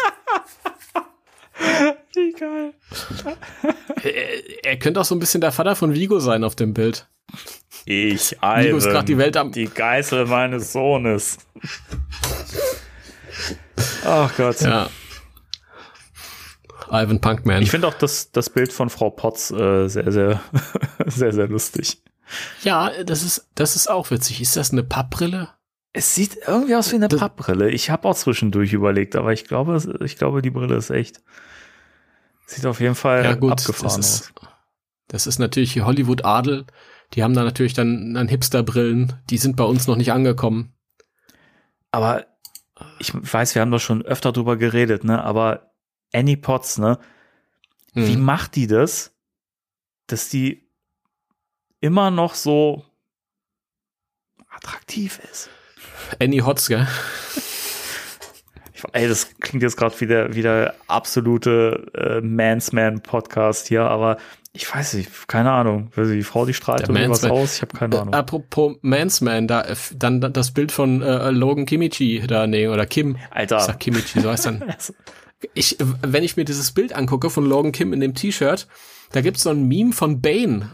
Wie geil. Er, er könnte auch so ein bisschen der Vater von Vigo sein auf dem Bild. Ich, Vigo ist gerade die Welt am... die Geißel meines Sohnes. Ach Gott. Ja. Ivan Punkman. Ich finde auch das, das Bild von Frau Potts äh, sehr, sehr, sehr, sehr lustig. Ja, das ist, das ist auch witzig. Ist das eine Pappbrille? Es sieht irgendwie aus wie eine Das- Pappbrille. Ich habe auch zwischendurch überlegt, aber ich glaube, ich glaube, die Brille ist echt. Sieht auf jeden Fall Ja gut, abgefahren das aus. ist, das ist natürlich hier Hollywood-Adel. Die haben da natürlich dann, dann Hipster-Brillen. Die sind bei uns noch nicht angekommen. Aber ich weiß, wir haben doch schon öfter drüber geredet, ne? Aber Annie Potts, ne? Hm. Wie macht die das, dass die immer noch so attraktiv ist? Annie Hotz, gell? Ich, ey, das klingt jetzt gerade wie der, wie der absolute äh, Mansman-Podcast hier, aber ich weiß nicht, keine Ahnung. Also die Frau, die strahlt Der irgendwie was Mansman. aus, ich habe keine Ahnung. Äh, apropos Mansman, da, äh, dann das Bild von äh, Logan Kimmichi da, nee, oder Kim. Alter. Ich sag Kimmichi, so heißt dann. Ich, wenn ich mir dieses Bild angucke von Logan Kim in dem T-Shirt, da gibt's so ein Meme von Bane.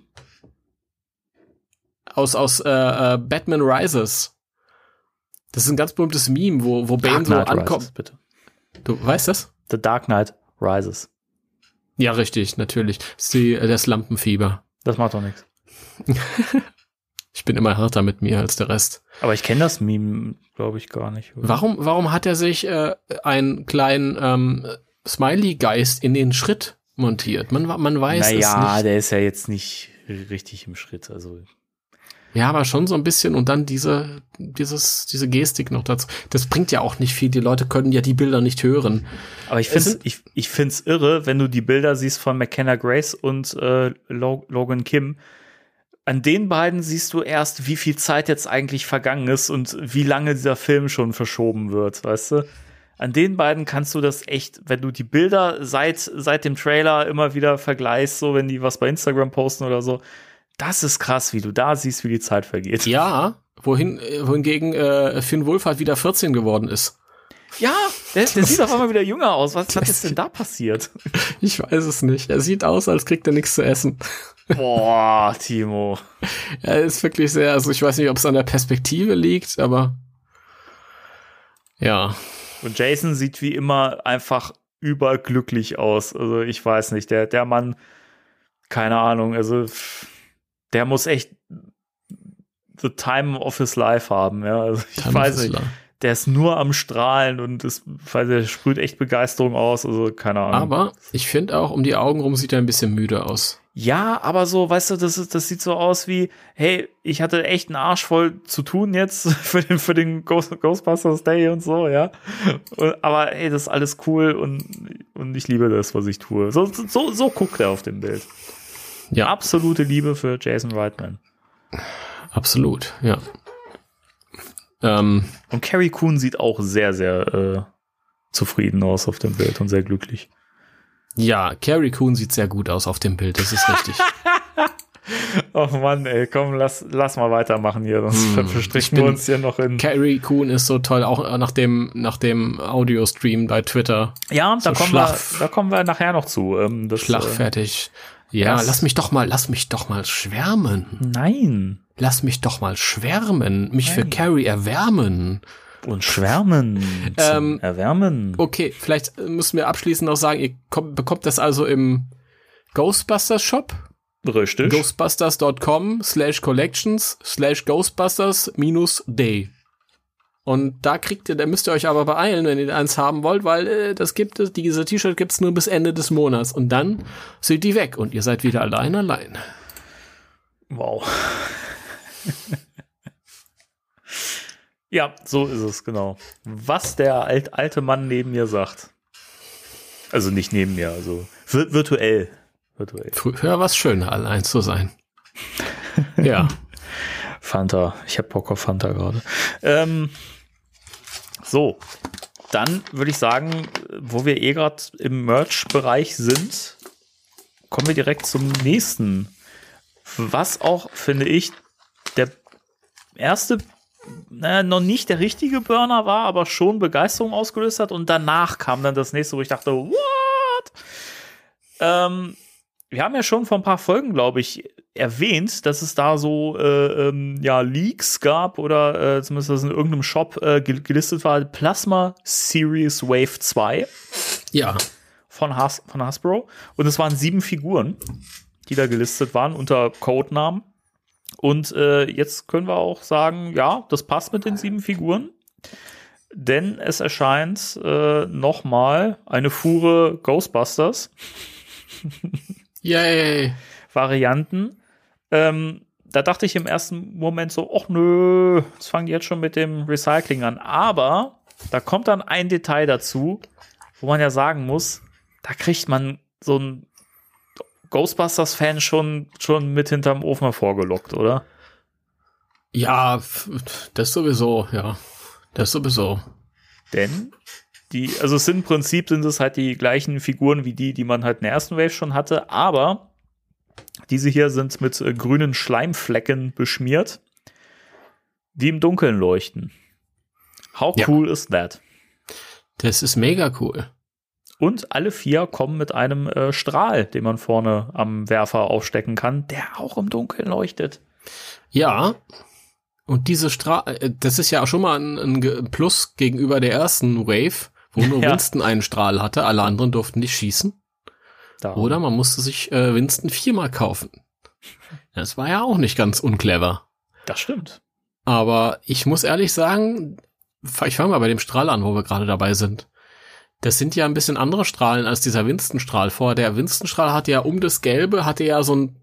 Aus, aus äh, äh, Batman Rises. Das ist ein ganz berühmtes Meme, wo, wo Bane Dark so Knight ankommt. Rises, bitte. Du weißt das? The Dark Knight Rises. Ja, richtig, natürlich. Das ist die, das Lampenfieber. Das macht doch nichts. Ich bin immer härter mit mir als der Rest. Aber ich kenne das Meme, glaube ich, gar nicht. Oder? Warum, warum hat er sich äh, einen kleinen ähm, Smiley-Geist in den Schritt montiert? Man, man weiß naja, es nicht. der ist ja jetzt nicht richtig im Schritt. Also Ja, aber schon so ein bisschen und dann diese, dieses, diese Gestik noch dazu. Das bringt ja auch nicht viel. Die Leute können ja die Bilder nicht hören. Aber ich Es finde sind- ich, ich find's irre, wenn du die Bilder siehst von McKenna Grace und äh, Lo- Logan Kim. An den beiden siehst du erst, wie viel Zeit jetzt eigentlich vergangen ist und wie lange dieser Film schon verschoben wird, weißt du? An den beiden kannst du das echt, wenn du die Bilder seit, seit dem Trailer immer wieder vergleichst, so wenn die was bei Instagram posten oder so, das ist krass, wie du da siehst, wie die Zeit vergeht. Ja, wohin, äh, wohingegen äh, Finn Wolfhard wieder vierzehn geworden ist. Ja, der, der sieht auf einmal wieder jünger aus. Was, was ist denn da passiert? Ich weiß es nicht. Er sieht aus, als kriegt er nichts zu essen. Boah, Timo. Er ist wirklich sehr, also ich weiß nicht, ob es an der Perspektive liegt, aber ja. Und Jason sieht wie immer einfach überglücklich aus. Also ich weiß nicht, der, der Mann, keine Ahnung, also der muss echt the time of his life haben, ja. Also ich Time weiß of his nicht. life. Der ist nur am Strahlen und ist, weil der sprüht echt Begeisterung aus, also keine Ahnung. Aber ich finde auch, um die Augen rum sieht er ein bisschen müde aus. Ja, aber so, weißt du, das, ist, das sieht so aus wie, hey, ich hatte echt einen Arsch voll zu tun jetzt für den, für den Ghost, Ghostbusters Day und so, ja. Und, aber hey, das ist alles cool und, und ich liebe das, was ich tue. So, so, so guckt er auf dem Bild. Ja, Absolute Liebe für Jason Reitman. absolut, ja. Ähm, Und Carrie Coon sieht auch sehr, sehr äh, zufrieden aus auf dem Bild und sehr glücklich. ja, Carrie Coon sieht sehr gut aus auf dem Bild, das ist richtig. Oh Mann, ey, komm, lass, lass mal weitermachen hier, sonst Hm, verstricken ich bin- wir uns hier noch in... Carrie Coon ist so toll, auch nach dem, nach dem Audio-Stream bei Twitter. Ja, da, so kommen wir, schlach- da kommen wir nachher noch zu. Ähm, das, Schlagfertig. Ja, das- lass mich doch mal, lass mich doch mal schwärmen. Äh, nein. Lass mich doch mal schwärmen, mich für Nein. Carrie erwärmen. Und schwärmen. zum Ähm, Erwärmen. Okay, vielleicht müssen wir abschließend noch sagen, ihr kommt, bekommt das also im Ghostbusters Shop. Richtig. Ghostbusters.com slash collections slash Ghostbusters minus day. Und da kriegt ihr, da müsst ihr euch aber beeilen, wenn ihr eins haben wollt, weil äh, das gibt es, diese T-Shirt gibt's nur bis Ende des Monats. Und dann sind die weg und ihr seid wieder allein allein. Wow. Ja, so ist es, genau. Was der alt, alte Mann neben mir sagt. Also nicht neben mir, also vir virtuell. Virtuell. Früher war es schöner, allein zu sein. Ja. Fanta. Ich hab Bock auf Fanta gerade. Ähm, so, dann würde ich sagen, wo wir eh gerade im Merch-Bereich sind, kommen wir direkt zum nächsten. Was auch, finde ich, der erste, naja, noch nicht der richtige Burner war, aber schon Begeisterung ausgelöst hat. Und danach kam dann das nächste, wo ich dachte, what? Ähm, wir haben ja schon vor ein paar Folgen, glaube ich, erwähnt, dass es da so äh, ähm, ja, Leaks gab oder äh, zumindest das in irgendeinem Shop äh, gelistet war. Plasma Series Wave zwei. Ja. Von, Has- von Hasbro. Und es waren sieben Figuren, die da gelistet waren unter Codenamen. Und äh, jetzt können wir auch sagen, ja, das passt mit den sieben Figuren. Denn es erscheint äh, nochmal eine Fuhre Ghostbusters. Yay. Varianten. Ähm, da dachte ich im ersten Moment so, ach nö, jetzt fangen die jetzt schon mit dem Recycling an. Aber da kommt dann ein Detail dazu, wo man ja sagen muss, da kriegt man so ein Ghostbusters-Fan schon, schon mit hinterm Ofen hervorgelockt, oder? Ja, das sowieso, ja. Das sowieso. Denn die, also es sind im Prinzip sind es halt die gleichen Figuren wie die, die man halt in der ersten Wave schon hatte, aber diese hier sind mit äh, grünen Schleimflecken beschmiert, die im Dunkeln leuchten. How cool ja. is that? Das ist mega cool. Und alle vier kommen mit einem äh, Strahl, den man vorne am Werfer aufstecken kann, der auch im Dunkeln leuchtet. Ja, und diese Strahl, das ist ja auch schon mal ein, ein Plus gegenüber der ersten Wave, wo nur ja. Winston einen Strahl hatte, alle anderen durften nicht schießen. Darum. Oder man musste sich äh, Winston viermal kaufen. Das war ja auch nicht ganz unclever. Das stimmt. Aber ich muss ehrlich sagen, ich fange mal bei dem Strahl an, wo wir gerade dabei sind. Das sind ja ein bisschen andere Strahlen als dieser Winston-Strahl. Vorher der Winston-Strahl hatte ja um das Gelbe, hatte ja so ein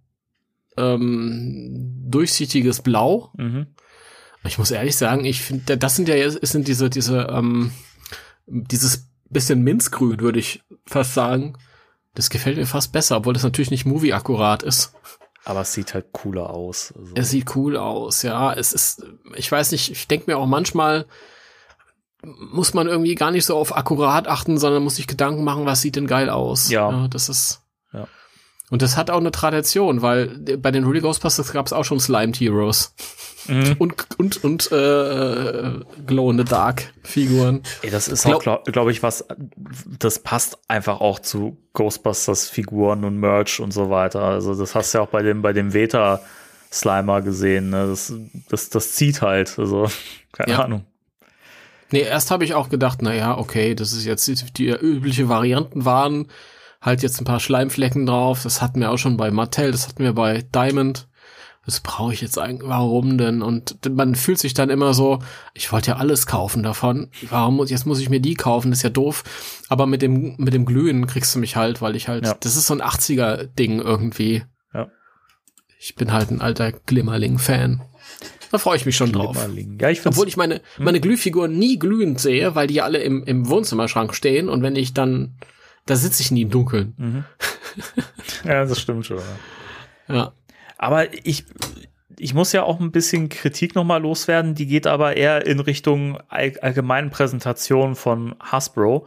ähm, durchsichtiges Blau. Mhm. Ich muss ehrlich sagen, ich finde, das sind ja es sind diese, diese, ähm, dieses bisschen Minzgrün, würde ich fast sagen. Das gefällt mir fast besser, obwohl das natürlich nicht movie-akkurat ist. Aber es sieht halt cooler aus. Also. Es sieht cool aus, ja. Es ist, ich weiß nicht, ich denke mir auch manchmal, muss man irgendwie gar nicht so auf akkurat achten, sondern muss sich Gedanken machen, was sieht denn geil aus. Ja. ja das ist. Ja. Und das hat auch eine Tradition, weil bei den Real Ghostbusters gab es auch schon Slimed Heroes. Mhm. Und, und, und äh, Glow-in-the-Dark-Figuren. Ey, das ist auch, glaube glaub ich, was, das passt einfach auch zu Ghostbusters-Figuren und Merch und so weiter. Also das hast du ja auch bei dem, bei dem Veta-Slimer gesehen. Ne? Das, das, das zieht halt. Also, keine ja. Ahnung. Nee, erst habe ich auch gedacht, na ja, okay, das ist jetzt die, die übliche Varianten waren. Halt jetzt ein paar Schleimflecken drauf. Das hatten wir auch schon bei Mattel, das hatten wir bei Diamond. Das brauche ich jetzt eigentlich, warum denn? Und man fühlt sich dann immer so, ich wollte ja alles kaufen davon. Warum muss, jetzt muss ich mir die kaufen? Das ist ja doof. Aber mit dem, mit dem Glühen kriegst du mich halt, weil ich halt, ja. das ist so ein achtziger-Ding irgendwie. Ja. Ich bin halt ein alter Glimmerling-Fan. Da freue ich mich schon drauf. Ja, ich Obwohl ich meine, hm? meine Glühfiguren nie glühend sehe, weil die alle im, im Wohnzimmerschrank stehen und wenn ich dann, da sitze ich nie im Dunkeln. Mhm. Ja, das stimmt schon. Ja. ja. Aber ich, ich muss ja auch ein bisschen Kritik nochmal loswerden, die geht aber eher in Richtung all, allgemeinen Präsentation von Hasbro.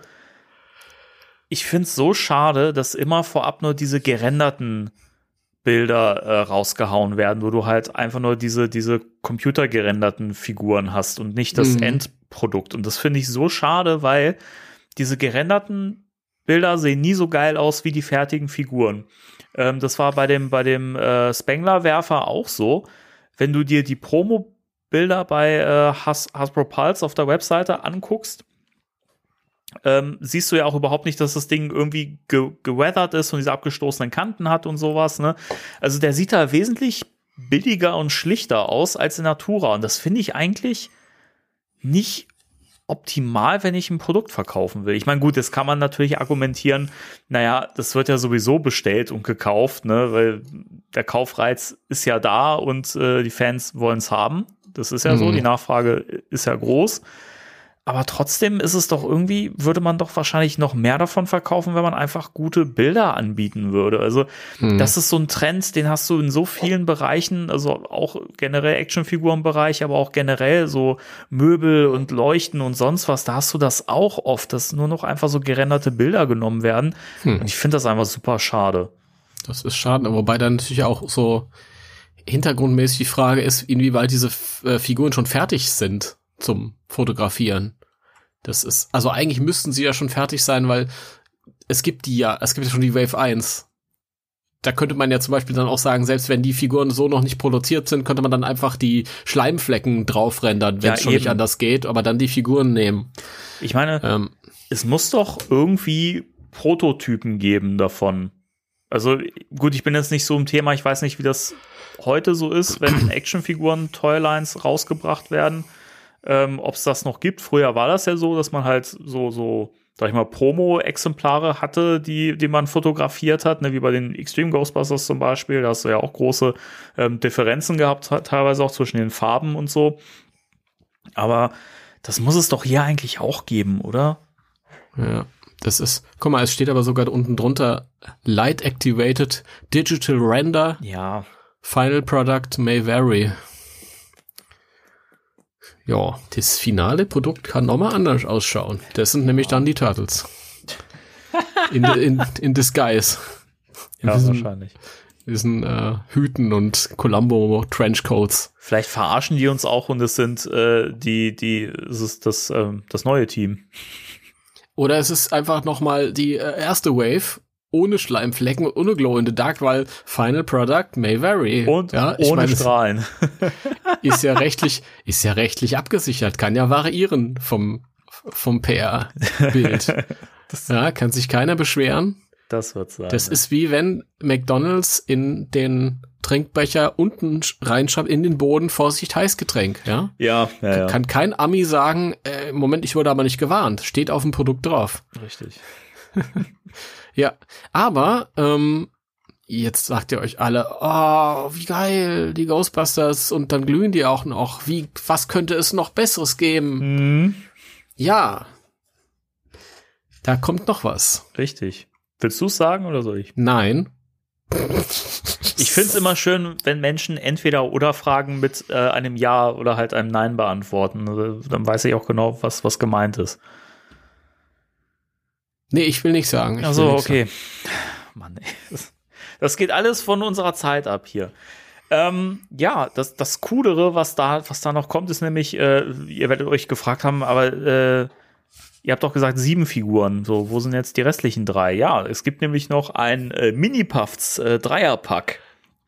Ich finde es so schade, dass immer vorab nur diese gerenderten Bilder äh, rausgehauen werden, wo du halt einfach nur diese, diese computergerenderten Figuren hast und nicht das mhm. Endprodukt. Und das finde ich so schade, weil diese gerenderten Bilder sehen nie so geil aus wie die fertigen Figuren. Ähm, das war bei dem, bei dem äh, Spengler-Werfer auch so. Wenn du dir die Promo-Bilder bei äh, Has- Hasbro Pulse auf der Webseite anguckst, ähm, siehst du ja auch überhaupt nicht, dass das Ding irgendwie ge- geweathert ist und diese abgestoßenen Kanten hat und sowas. Ne? Also der sieht da wesentlich billiger und schlichter aus als in Natura. Und das finde ich eigentlich nicht optimal, wenn ich ein Produkt verkaufen will. Ich meine, gut, das kann man natürlich argumentieren, naja, das wird ja sowieso bestellt und gekauft, ne, weil der Kaufreiz ist ja da und äh, die Fans wollen es haben. Das ist ja mhm. so, die Nachfrage ist ja groß. aber trotzdem ist es doch irgendwie, würde man doch wahrscheinlich noch mehr davon verkaufen, wenn man einfach gute Bilder anbieten würde. Also hm. das ist so ein Trend, den hast du in so vielen Bereichen, also auch generell Actionfigurenbereich, aber auch generell so Möbel und Leuchten und sonst was, da hast du das auch oft, dass nur noch einfach so gerenderte Bilder genommen werden. Hm. Und ich finde das einfach super schade. Das ist schade, wobei dann natürlich auch so hintergrundmäßig die Frage ist, inwieweit diese F- äh, Figuren schon fertig sind zum Fotografieren. Das ist, also eigentlich müssten sie ja schon fertig sein, weil es gibt die ja, es gibt ja schon die Wave eins. Da könnte man ja zum Beispiel dann auch sagen, selbst wenn die Figuren so noch nicht produziert sind, könnte man dann einfach die Schleimflecken drauf rendern, wenn es ja, schon eben. nicht anders geht, aber dann die Figuren nehmen. Ich meine, ähm, es muss doch irgendwie Prototypen geben davon. Also gut, ich bin jetzt nicht so im Thema, ich weiß nicht, wie das heute so ist, wenn Actionfiguren, Toylines rausgebracht werden. Ähm, ob es das noch gibt. Früher war das ja so, dass man halt so, so, sag ich mal, Promo-Exemplare hatte, die, die man fotografiert hat, ne, wie bei den Extreme Ghostbusters zum Beispiel. Da hast du ja auch große ähm, Differenzen gehabt, teilweise auch zwischen den Farben und so. Aber das muss es doch hier eigentlich auch geben, oder? Ja, das ist, guck mal, es steht aber sogar unten drunter Light Activated Digital Render. Ja. Final Product may vary. Ja, das finale Produkt kann nochmal anders ausschauen. Das sind nämlich dann die Turtles. In, in, in Disguise. In ja, diesen, wahrscheinlich. Diesen äh, Hüten und Columbo-Trenchcoats. Vielleicht verarschen die uns auch und es sind äh, die, die, es ist das, ähm, das neue Team. Oder es ist einfach nochmal die äh, erste Wave ohne Schleimflecken und ohne Glow in the Dark, weil Final Product may vary. Und ja, ich ohne meine, Strahlen. Ist ja rechtlich, ist ja rechtlich abgesichert, kann ja variieren vom, vom P R-Bild. Ja, kann sich keiner beschweren. Das wird sein. Das ja. ist wie wenn McDonald's in den Trinkbecher unten reinschreibt, in den Boden, Vorsicht, Heißgetränk, ja? Ja, ja, ja. Kann kein Ami sagen, äh, Moment, ich wurde aber nicht gewarnt. Steht auf dem Produkt drauf. Richtig. Ja, aber ähm, jetzt sagt ihr euch alle, oh, wie geil, die Ghostbusters, und dann glühen die auch noch. Wie, was könnte es noch Besseres geben? Mhm. Ja, da kommt noch was. Richtig. Willst du es sagen oder soll ich? Nein. Ich finde es immer schön, wenn Menschen entweder oder Fragen mit äh, einem Ja oder halt einem Nein beantworten. Also, dann weiß ich auch genau, was, was gemeint ist. Nee, ich will nicht sagen. Ach so, okay. Sagen. Mann, ey. Das geht alles von unserer Zeit ab hier. Ähm, ja, das, das Coolere, was da, was da noch kommt, ist nämlich, äh, ihr werdet euch gefragt haben, aber äh, ihr habt doch gesagt, sieben Figuren. So, wo sind jetzt die restlichen drei? Ja, es gibt nämlich noch ein äh, Mini-Puffs äh, Dreierpack.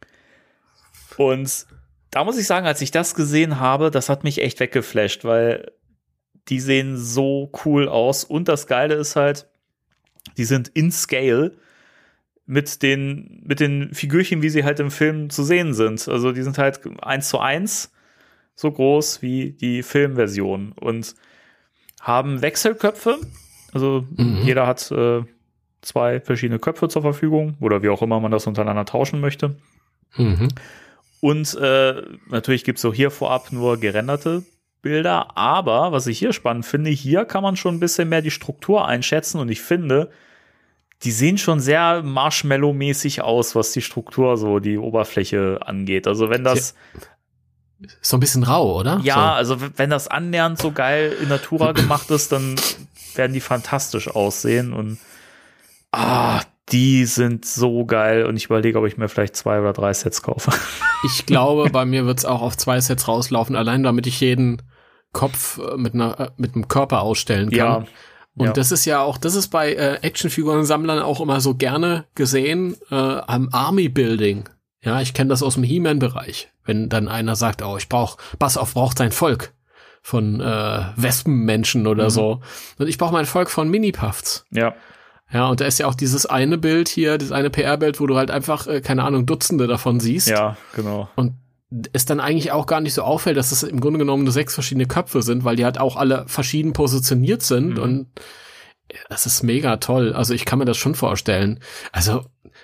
Und da muss ich sagen, als ich das gesehen habe, das hat mich echt weggeflasht, weil die sehen so cool aus. Und das Geile ist halt, die sind in Scale mit den, mit den Figürchen, wie sie halt im Film zu sehen sind. Also die sind halt eins zu eins so groß wie die Filmversion und haben Wechselköpfe. Also mhm. jeder hat äh, zwei verschiedene Köpfe zur Verfügung oder wie auch immer man das untereinander tauschen möchte. Mhm. Und äh, natürlich gibt es so hier vorab nur gerenderte Bilder, aber was ich hier spannend finde, hier kann man schon ein bisschen mehr die Struktur einschätzen und ich finde, die sehen schon sehr Marshmallow-mäßig aus, was die Struktur, so die Oberfläche angeht. Also wenn das so ein bisschen rau, oder? Ja, so. Also wenn das annähernd so geil in Natura gemacht ist, dann werden die fantastisch aussehen und ah, die sind so geil und ich überlege, ob ich mir vielleicht zwei oder drei Sets kaufe. Ich glaube, bei mir wird es auch auf zwei Sets rauslaufen, allein damit ich jeden Kopf mit einer mit einem Körper ausstellen kann. Ja. Und ja. das ist ja auch, das ist bei äh, Actionfiguren-Sammlern auch immer so gerne gesehen äh, am Army-Building. Ja, ich kenne das aus dem He-Man-Bereich. Wenn dann einer sagt, oh, ich brauch, Bassoff braucht sein Volk von äh, Wespenmenschen oder mhm. so. Und ich brauche mein Volk von Mini-Puffs. Ja. Ja, und da ist ja auch dieses eine Bild hier, das eine P R-Bild, wo du halt einfach, äh, keine Ahnung, Dutzende davon siehst. Ja, genau. Und es dann eigentlich auch gar nicht so auffällt, dass das im Grunde genommen nur sechs verschiedene Köpfe sind, weil die halt auch alle verschieden positioniert sind mhm. und das ist mega toll. Also ich kann mir das schon vorstellen. Also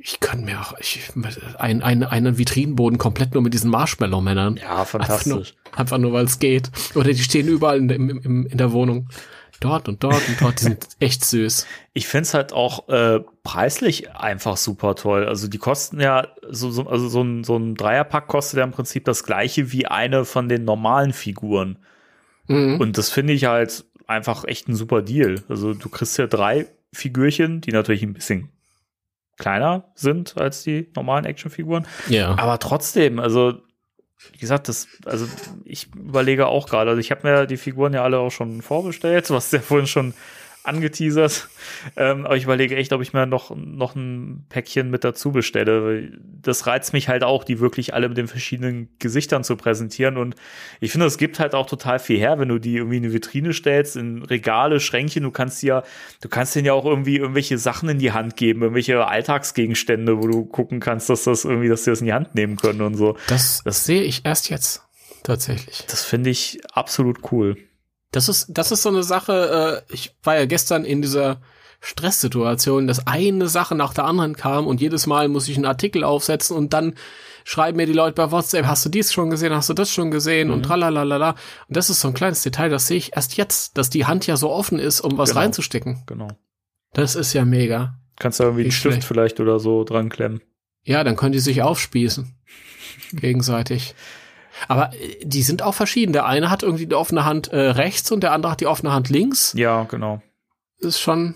ich kann mir auch ich, ein, ein, einen Vitrinenboden komplett nur mit diesen Marshmallow-Männern. Ja, fantastisch. Einfach nur, einfach nur weil es geht. Oder die stehen überall in, im, im, in der Wohnung. Dort und dort und dort, die sind echt süß. Ich find's halt auch äh, preislich einfach super toll. Also die kosten ja, so, so, also so ein, so ein Dreierpack kostet ja im Prinzip das gleiche wie eine von den normalen Figuren. Mhm. Und das finde ich halt einfach echt ein super Deal. Also du kriegst ja drei Figürchen, die natürlich ein bisschen kleiner sind als die normalen Actionfiguren. Ja. Aber trotzdem, also wie gesagt, das, also ich überlege auch gerade, also ich habe mir die Figuren ja alle auch schon vorbestellt, was ja vorhin schon angeteasert, ähm, aber ich überlege echt, ob ich mir noch, noch ein Päckchen mit dazu bestelle, weil das reizt mich halt auch, die wirklich alle mit den verschiedenen Gesichtern zu präsentieren und ich finde, es gibt halt auch total viel her, wenn du die irgendwie in eine Vitrine stellst, in Regale, Schränkchen, du kannst ja, du kannst denen ja auch irgendwie irgendwelche Sachen in die Hand geben, irgendwelche Alltagsgegenstände, wo du gucken kannst, dass das irgendwie, dass sie das in die Hand nehmen können und so. Das, das sehe ich erst jetzt, tatsächlich. Das finde ich absolut cool. Das ist, das ist so eine Sache, äh, ich war ja gestern in dieser Stresssituation, dass eine Sache nach der anderen kam und jedes Mal muss ich einen Artikel aufsetzen und dann schreiben mir die Leute bei WhatsApp, hast du dies schon gesehen, hast du das schon gesehen mhm. und tralalala. Und das ist so ein kleines Detail, das sehe ich erst jetzt, dass die Hand ja so offen ist, um was genau. reinzustecken. Genau. Das ist ja mega. Kannst du irgendwie einen Stift schlecht. vielleicht oder so dran klemmen. Ja, dann können die sich aufspießen. Gegenseitig. Aber die sind auch verschieden. Der eine hat irgendwie die offene Hand äh, rechts und der andere hat die offene Hand links. Ja, genau. Ist schon.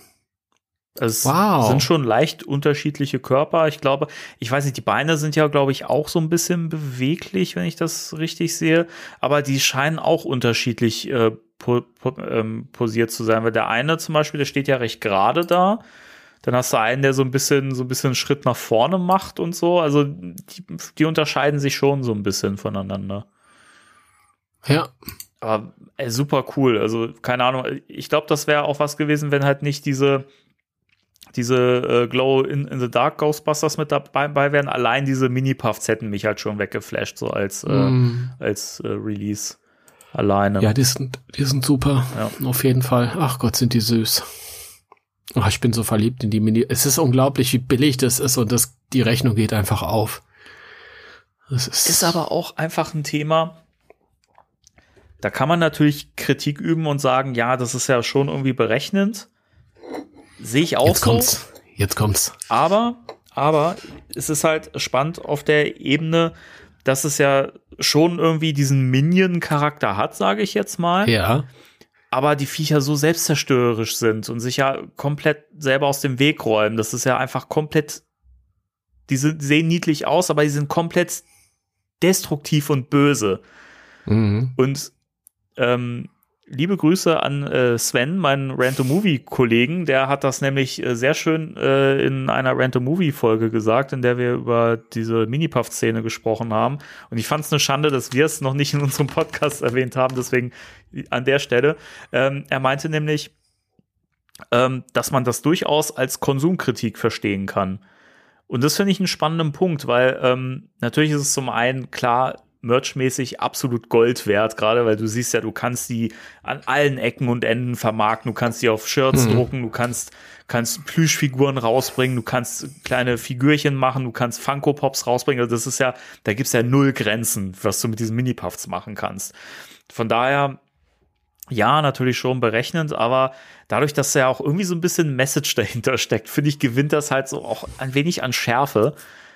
Es wow. sind schon leicht unterschiedliche Körper. Ich glaube, ich weiß nicht, die Beine sind ja, glaube ich, auch so ein bisschen beweglich, wenn ich das richtig sehe. Aber die scheinen auch unterschiedlich äh, po- po- ähm, posiert zu sein. Weil der eine zum Beispiel, der steht ja recht gerade da. Dann hast du einen, der so ein bisschen, so ein bisschen einen Schritt nach vorne macht und so. Also die, die unterscheiden sich schon so ein bisschen voneinander. Ja. Aber ey, super cool. Also keine Ahnung. Ich glaube, das wäre auch was gewesen, wenn halt nicht diese diese äh, Glow in, in the Dark Ghostbusters mit dabei wären. Allein diese Mini-Puffs hätten mich halt schon weggeflasht, so als äh, mm. als äh, Release alleine. Ja, die sind, die sind super. Ja. Auf jeden Fall. Ach Gott, sind die süß. Oh, ich bin so verliebt in die Mini. Es ist unglaublich, wie billig das ist und das, die Rechnung geht einfach auf. Das ist, ist aber auch einfach ein Thema. Da kann man natürlich Kritik üben und sagen, ja, das ist ja schon irgendwie berechnend. Sehe ich auch Jetzt so. kommt's. Jetzt kommt's. Aber, aber es ist halt spannend auf der Ebene, dass es ja schon irgendwie diesen Minion-Charakter hat, sage ich jetzt mal. Ja. Aber die Viecher so selbstzerstörerisch sind und sich ja komplett selber aus dem Weg räumen. Das ist ja einfach komplett, die sind, sehen niedlich aus, aber die sind komplett destruktiv und böse. Mhm. Und ähm, liebe Grüße an äh, Sven, meinen Rant-A-Movie-Kollegen. Der hat das nämlich äh, sehr schön äh, in einer Rant-A-Movie-Folge gesagt, in der wir über diese Mini-Puff-Szene gesprochen haben. Und ich fand es eine Schande, dass wir es noch nicht in unserem Podcast erwähnt haben. Deswegen an der Stelle. Ähm, er meinte nämlich, ähm, dass man das durchaus als Konsumkritik verstehen kann. Und das finde ich einen spannenden Punkt, weil ähm, natürlich ist es zum einen klar, merchmäßig absolut Gold wert, gerade weil du siehst ja, du kannst die an allen Ecken und Enden vermarkten, du kannst die auf Shirts mhm. drucken, du kannst kannst Plüschfiguren rausbringen, du kannst kleine Figürchen machen, du kannst Funko Pops rausbringen, also das ist ja, da gibt's ja null Grenzen, was du mit diesen Mini-Puffs machen kannst. Von daher, ja, natürlich schon berechnend, aber dadurch, dass ja auch irgendwie so ein bisschen Message dahinter steckt, finde ich, gewinnt das halt so auch ein wenig an Schärfe.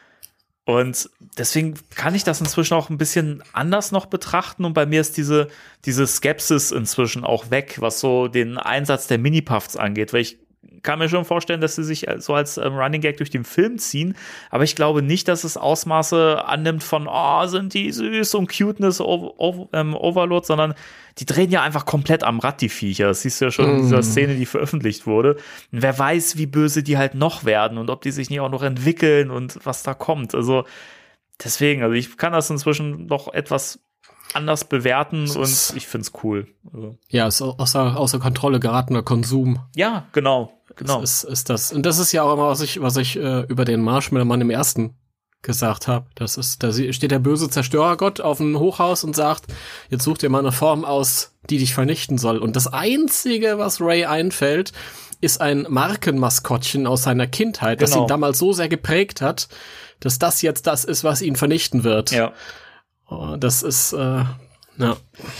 Und deswegen kann ich das inzwischen auch ein bisschen anders noch betrachten. Und bei mir ist diese, diese Skepsis inzwischen auch weg, was so den Einsatz der Mini-Puffs angeht. Weil ich kann mir schon vorstellen, dass sie sich so als ähm, Running Gag durch den Film ziehen. Aber ich glaube nicht, dass es Ausmaße annimmt von, oh, sind die süß und Cuteness over, over, ähm, Overload, sondern die drehen ja einfach komplett am Rad, die Viecher. Das siehst du ja schon mm. in dieser Szene, die veröffentlicht wurde. Und wer weiß, wie böse die halt noch werden und ob die sich nicht auch noch entwickeln und was da kommt. Also deswegen, also ich kann das inzwischen noch etwas anders bewerten das und ich find's cool. Also. Ja, ist außer, außer Kontrolle geratener Konsum. Ja, genau. Genau. Das ist, ist das. Und das ist ja auch immer, was ich, was ich äh, über den Marshmallow-Mann im ersten gesagt habe. Das ist, da steht der böse Zerstörergott auf einem Hochhaus und sagt, jetzt such dir mal eine Form aus, die dich vernichten soll. Und das Einzige, was Ray einfällt, ist ein Markenmaskottchen aus seiner Kindheit, genau. das ihn damals so sehr geprägt hat, dass das jetzt das ist, was ihn vernichten wird. Ja. Oh, das ist, äh, ja.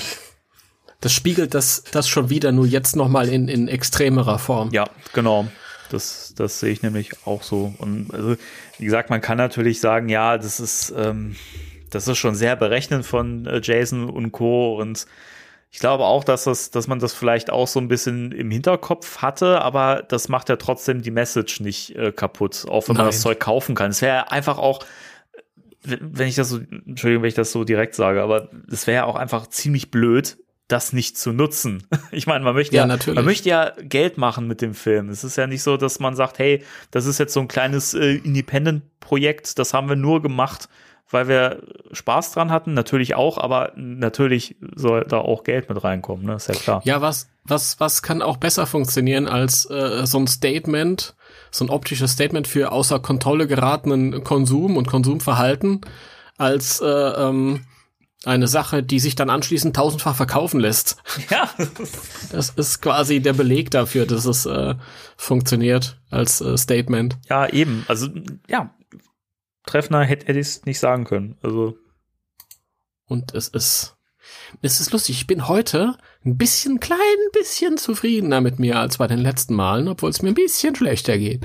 Das spiegelt das, das schon wieder, nur jetzt nochmal in, in extremerer Form. Ja, genau. Das, das sehe ich nämlich auch so. Und also, wie gesagt, man kann natürlich sagen, ja, das ist, ähm, das ist schon sehr berechnend von äh, Jason und Co. Und ich glaube auch, dass das, dass man das vielleicht auch so ein bisschen im Hinterkopf hatte, aber das macht ja trotzdem die Message nicht äh, kaputt, auch wenn man Nein. das Zeug kaufen kann. Es wäre einfach auch, wenn ich das so, Entschuldigung, wenn ich das so direkt sage, aber es wäre ja auch einfach ziemlich blöd, das nicht zu nutzen. Ich meine, man möchte ja, Ja, natürlich. man möchte ja Geld machen mit dem Film. Es ist ja nicht so, dass man sagt, hey, das ist jetzt so ein kleines äh, Independent-Projekt, das haben wir nur gemacht, weil wir Spaß dran hatten. Natürlich auch, aber natürlich soll da auch Geld mit reinkommen, ne? Ist ja klar. Ja, was, was, was kann auch besser funktionieren als äh, so ein Statement, so ein optisches Statement für außer Kontrolle geratenen Konsum und Konsumverhalten, als äh, ähm, eine Sache, die sich dann anschließend tausendfach verkaufen lässt. Ja. Das ist quasi der Beleg dafür, dass es äh, funktioniert als äh, Statement. Ja, eben. Also, ja, treffender hätte hätte ich es nicht sagen können. Also. Und es ist, es ist lustig. Ich bin heute ein bisschen, klein bisschen zufriedener mit mir als bei den letzten Malen, obwohl es mir ein bisschen schlechter geht.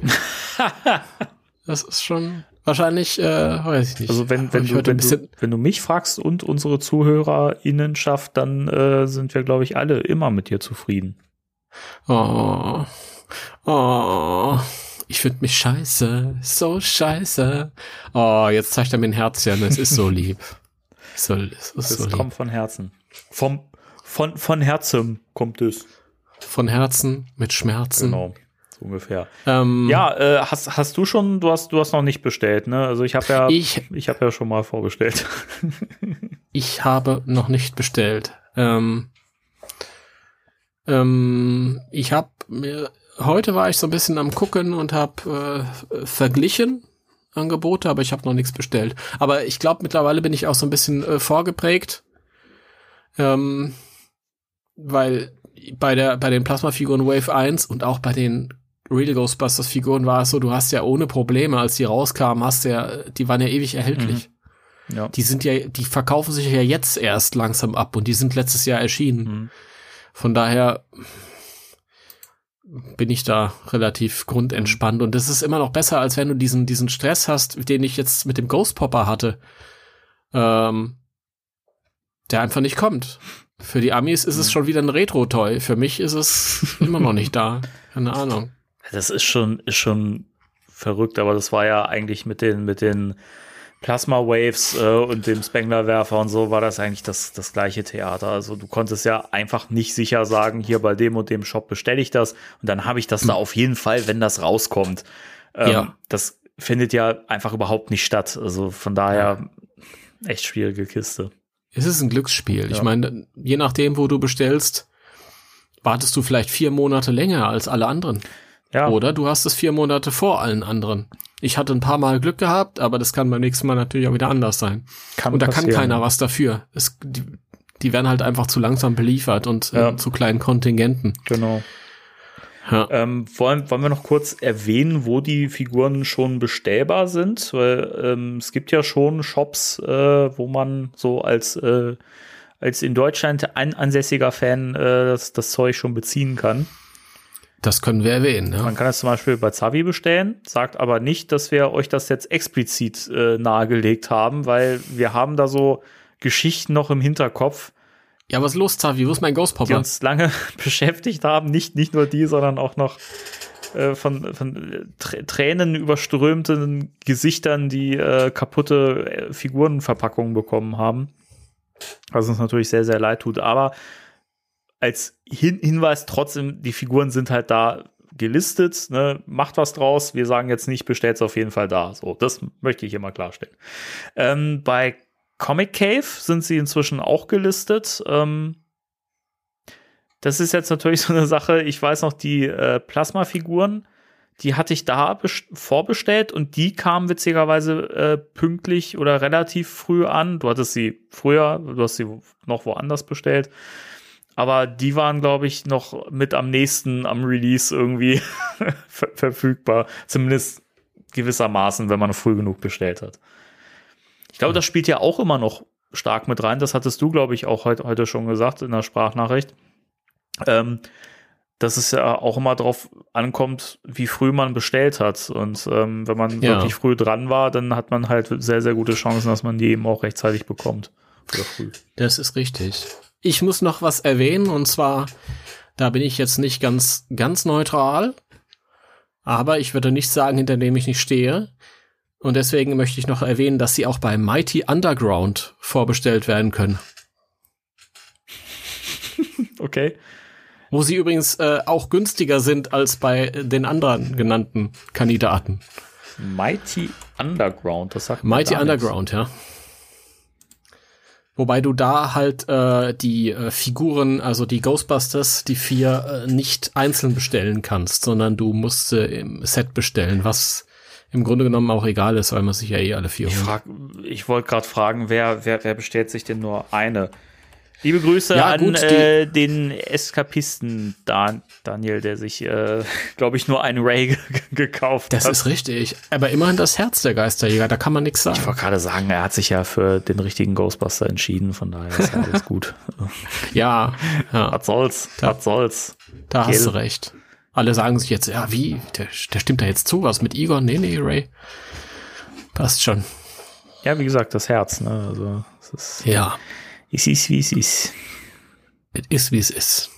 Das ist schon wahrscheinlich, äh, weiß ich nicht. Also wenn, wenn, du, wenn, du, wenn du mich fragst und unsere ZuhörerInnenschaft, dann äh, sind wir, glaube ich, alle immer mit dir zufrieden. Oh, oh, ich finde mich scheiße, so scheiße. Oh, jetzt zeigt er mir ein Herzchen, es ist so lieb. So, es ist das so kommt lieb. von Herzen. Vom, von, von Herzen kommt es. Von Herzen, mit Schmerzen. Genau, so ungefähr. Ähm, Ja, äh, hast, hast du schon, du hast, du hast noch nicht bestellt, ne? Also ich habe ja, Ich- ich habe ja schon mal vorbestellt. Ich habe noch nicht bestellt. Ähm, ähm, ich habe mir, heute war ich so ein bisschen am Gucken und habe äh, verglichen Angebote, aber ich habe noch nichts bestellt. Aber ich glaube, mittlerweile bin ich auch so ein bisschen äh, vorgeprägt, ähm, weil bei der bei den Plasma-Figuren Wave eins und auch bei den Real Ghostbusters-Figuren war es so, du hast ja ohne Probleme, als die rauskamen, hast ja, die waren ja ewig erhältlich. Ja. Die sind ja, die verkaufen sich ja jetzt erst langsam ab und die sind letztes Jahr erschienen. Mhm. Von daher bin ich da relativ grundentspannt und das ist immer noch besser, als wenn du diesen diesen Stress hast, den ich jetzt mit dem Ghost Popper hatte, ähm, der einfach nicht kommt. Für die Amis ist es schon wieder ein Retro-Toy. Für mich ist es immer noch nicht da. Keine Ahnung. Das ist schon, ist schon verrückt, aber das war ja eigentlich mit den, mit den Plasma Waves äh, und dem Spengler-Werfer und so war das eigentlich das, das gleiche Theater. Also du konntest ja einfach nicht sicher sagen, hier bei dem und dem Shop bestelle ich das und dann habe ich das da auf jeden Fall, wenn das rauskommt. Ähm, Ja. Das findet ja einfach überhaupt nicht statt. Also von daher echt schwierige Kiste. Es ist ein Glücksspiel. Ich Ja. meine, je nachdem, wo du bestellst, wartest du vielleicht vier Monate länger als alle anderen. Ja, Oder du hast es vier Monate vor allen anderen. Ich hatte ein paar Mal Glück gehabt, aber das kann beim nächsten Mal natürlich auch wieder anders sein. kann Und da kann passieren. keiner was dafür. Es, die, die werden halt einfach zu langsam beliefert und Ja. äh, zu kleinen Kontingenten. Genau. Ja. Ähm, wollen, wollen wir noch kurz erwähnen, wo die Figuren schon bestellbar sind? Weil ähm, es gibt ja schon Shops, äh, wo man so als, äh, als in Deutschland ein ansässiger Fan äh, das, das Zeug schon beziehen kann. Das können wir erwähnen. Ja. Man kann das zum Beispiel bei Zavi bestellen, sagt aber nicht, dass wir euch das jetzt explizit äh, nahegelegt haben, weil wir haben da so Geschichten noch im Hinterkopf, Ja, was ist los, Zavi? Wo ist mein Ghost die Popper? uns lange beschäftigt haben. Nicht, nicht nur die, sondern auch noch äh, von, von Tr- Tränen überströmten Gesichtern, die äh, kaputte äh, Figurenverpackungen bekommen haben. Was uns natürlich sehr, sehr leid tut. Aber als Hin- Hinweis trotzdem, die Figuren sind halt da gelistet. Ne? Macht was draus. Wir sagen jetzt nicht, bestellt's auf jeden Fall da. So, das möchte ich hier mal klarstellen. Ähm, bei Comic Cave sind sie inzwischen auch gelistet. Ähm, das ist jetzt natürlich so eine Sache, ich weiß noch, die äh, Plasma-Figuren, die hatte ich da best- vorbestellt und die kamen witzigerweise äh, pünktlich oder relativ früh an. Du hattest sie früher, du hast sie noch woanders bestellt. aber die waren, glaube ich, noch mit am nächsten am Release irgendwie ver- verfügbar. Zumindest gewissermaßen, wenn man früh genug bestellt hat. Ich glaube, das spielt ja auch immer noch stark mit rein. Das hattest du, glaube ich, auch heute, heute schon gesagt in der Sprachnachricht. Ähm, dass es ja auch immer drauf ankommt, wie früh man bestellt hat. Und ähm, wenn man Ja. wirklich früh dran war, dann hat man halt sehr, sehr gute Chancen, dass man die eben auch rechtzeitig bekommt. Oder früh. Das ist richtig. Ich muss noch was erwähnen, und zwar, da bin ich jetzt nicht ganz, ganz neutral, aber ich würde nicht sagen, hinter dem ich nicht stehe. Und deswegen möchte ich noch erwähnen, dass sie auch bei Mighty Underground vorbestellt werden können. Okay. Wo sie übrigens äh, auch günstiger sind als bei den anderen genannten Kandidaten. Mighty Underground, das sagt mir Mighty gar nichts. Underground, ja. Wobei du da halt äh, die äh, Figuren, also die Ghostbusters, die vier, äh, nicht einzeln bestellen kannst, sondern du musst äh, im Set bestellen, was im Grunde genommen auch egal ist, weil man sich ja eh alle vier Ich, holt. frag, ich wollte gerade fragen, wer, wer, wer bestellt sich denn nur eine? Liebe Grüße Ja, an gut, die- äh, den Eskapisten Dan, Daniel, der sich, äh, glaube ich, nur einen Ray ge- gekauft Das hat. ist richtig. Aber immerhin das Herz der Geisterjäger, da kann man nichts Ich sagen. wollte gerade sagen, er hat sich ja für den richtigen Ghostbuster entschieden, von daher ist ja alles gut. Ja, ja, Was soll's, Da- was soll's. da hast Gell? du recht. Alle sagen sich jetzt, ja, wie? Der, der stimmt da jetzt zu, was mit Igor? Nee, nee, Ray. Passt schon. Ja, wie gesagt, das Herz, ne, also, es ist, Ja, es ist, wie es ist. es ist, wie es ist.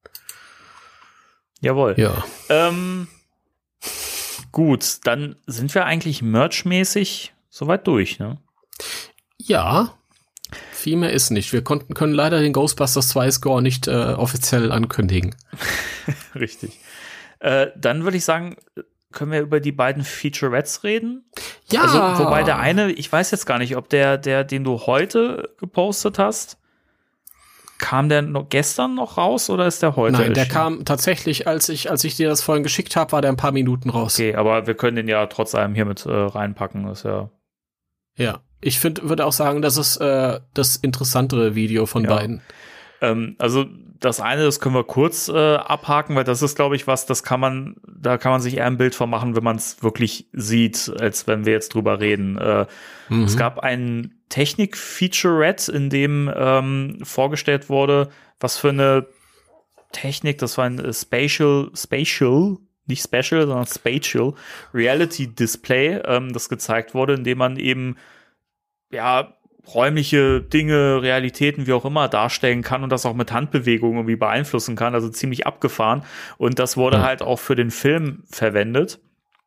Jawohl. Ja. Ähm, gut, dann sind wir eigentlich merchmäßig soweit durch, ne? Ja, viel mehr ist nicht. Wir konnten, können leider den Ghostbusters zwei Score nicht äh, offiziell ankündigen. Richtig. Äh, dann würde ich sagen, können wir über die beiden Featurettes reden? Ja, Also, wobei der eine, ich weiß jetzt gar nicht, ob der, der, den du heute gepostet hast, kam der noch gestern noch raus oder ist der heute? Nein, der erschienen? kam tatsächlich, als ich, als ich dir das vorhin geschickt habe, war der ein paar Minuten raus. Okay, aber wir können den ja trotz allem hier mit äh, reinpacken. Das ist ja. Ja, ich finde, würde auch sagen, das ist äh, das interessantere Video von Ja. beiden. Ähm, also das eine, das können wir kurz äh, abhaken, weil das ist, glaube ich, was, das kann man, da kann man sich eher ein Bild von machen, wenn man es wirklich sieht, als wenn wir jetzt drüber reden. Äh, Mhm. Es gab ein Technik-Featurette, in dem ähm, vorgestellt wurde, was für eine Technik, das war ein äh, Spatial, Spatial, nicht Special, sondern Spatial Reality Display, ähm, das gezeigt wurde, in dem man eben ja räumliche Dinge, Realitäten, wie auch immer, darstellen kann und das auch mit Handbewegungen irgendwie beeinflussen kann, also ziemlich abgefahren. Und das wurde Ja. halt auch für den Film verwendet.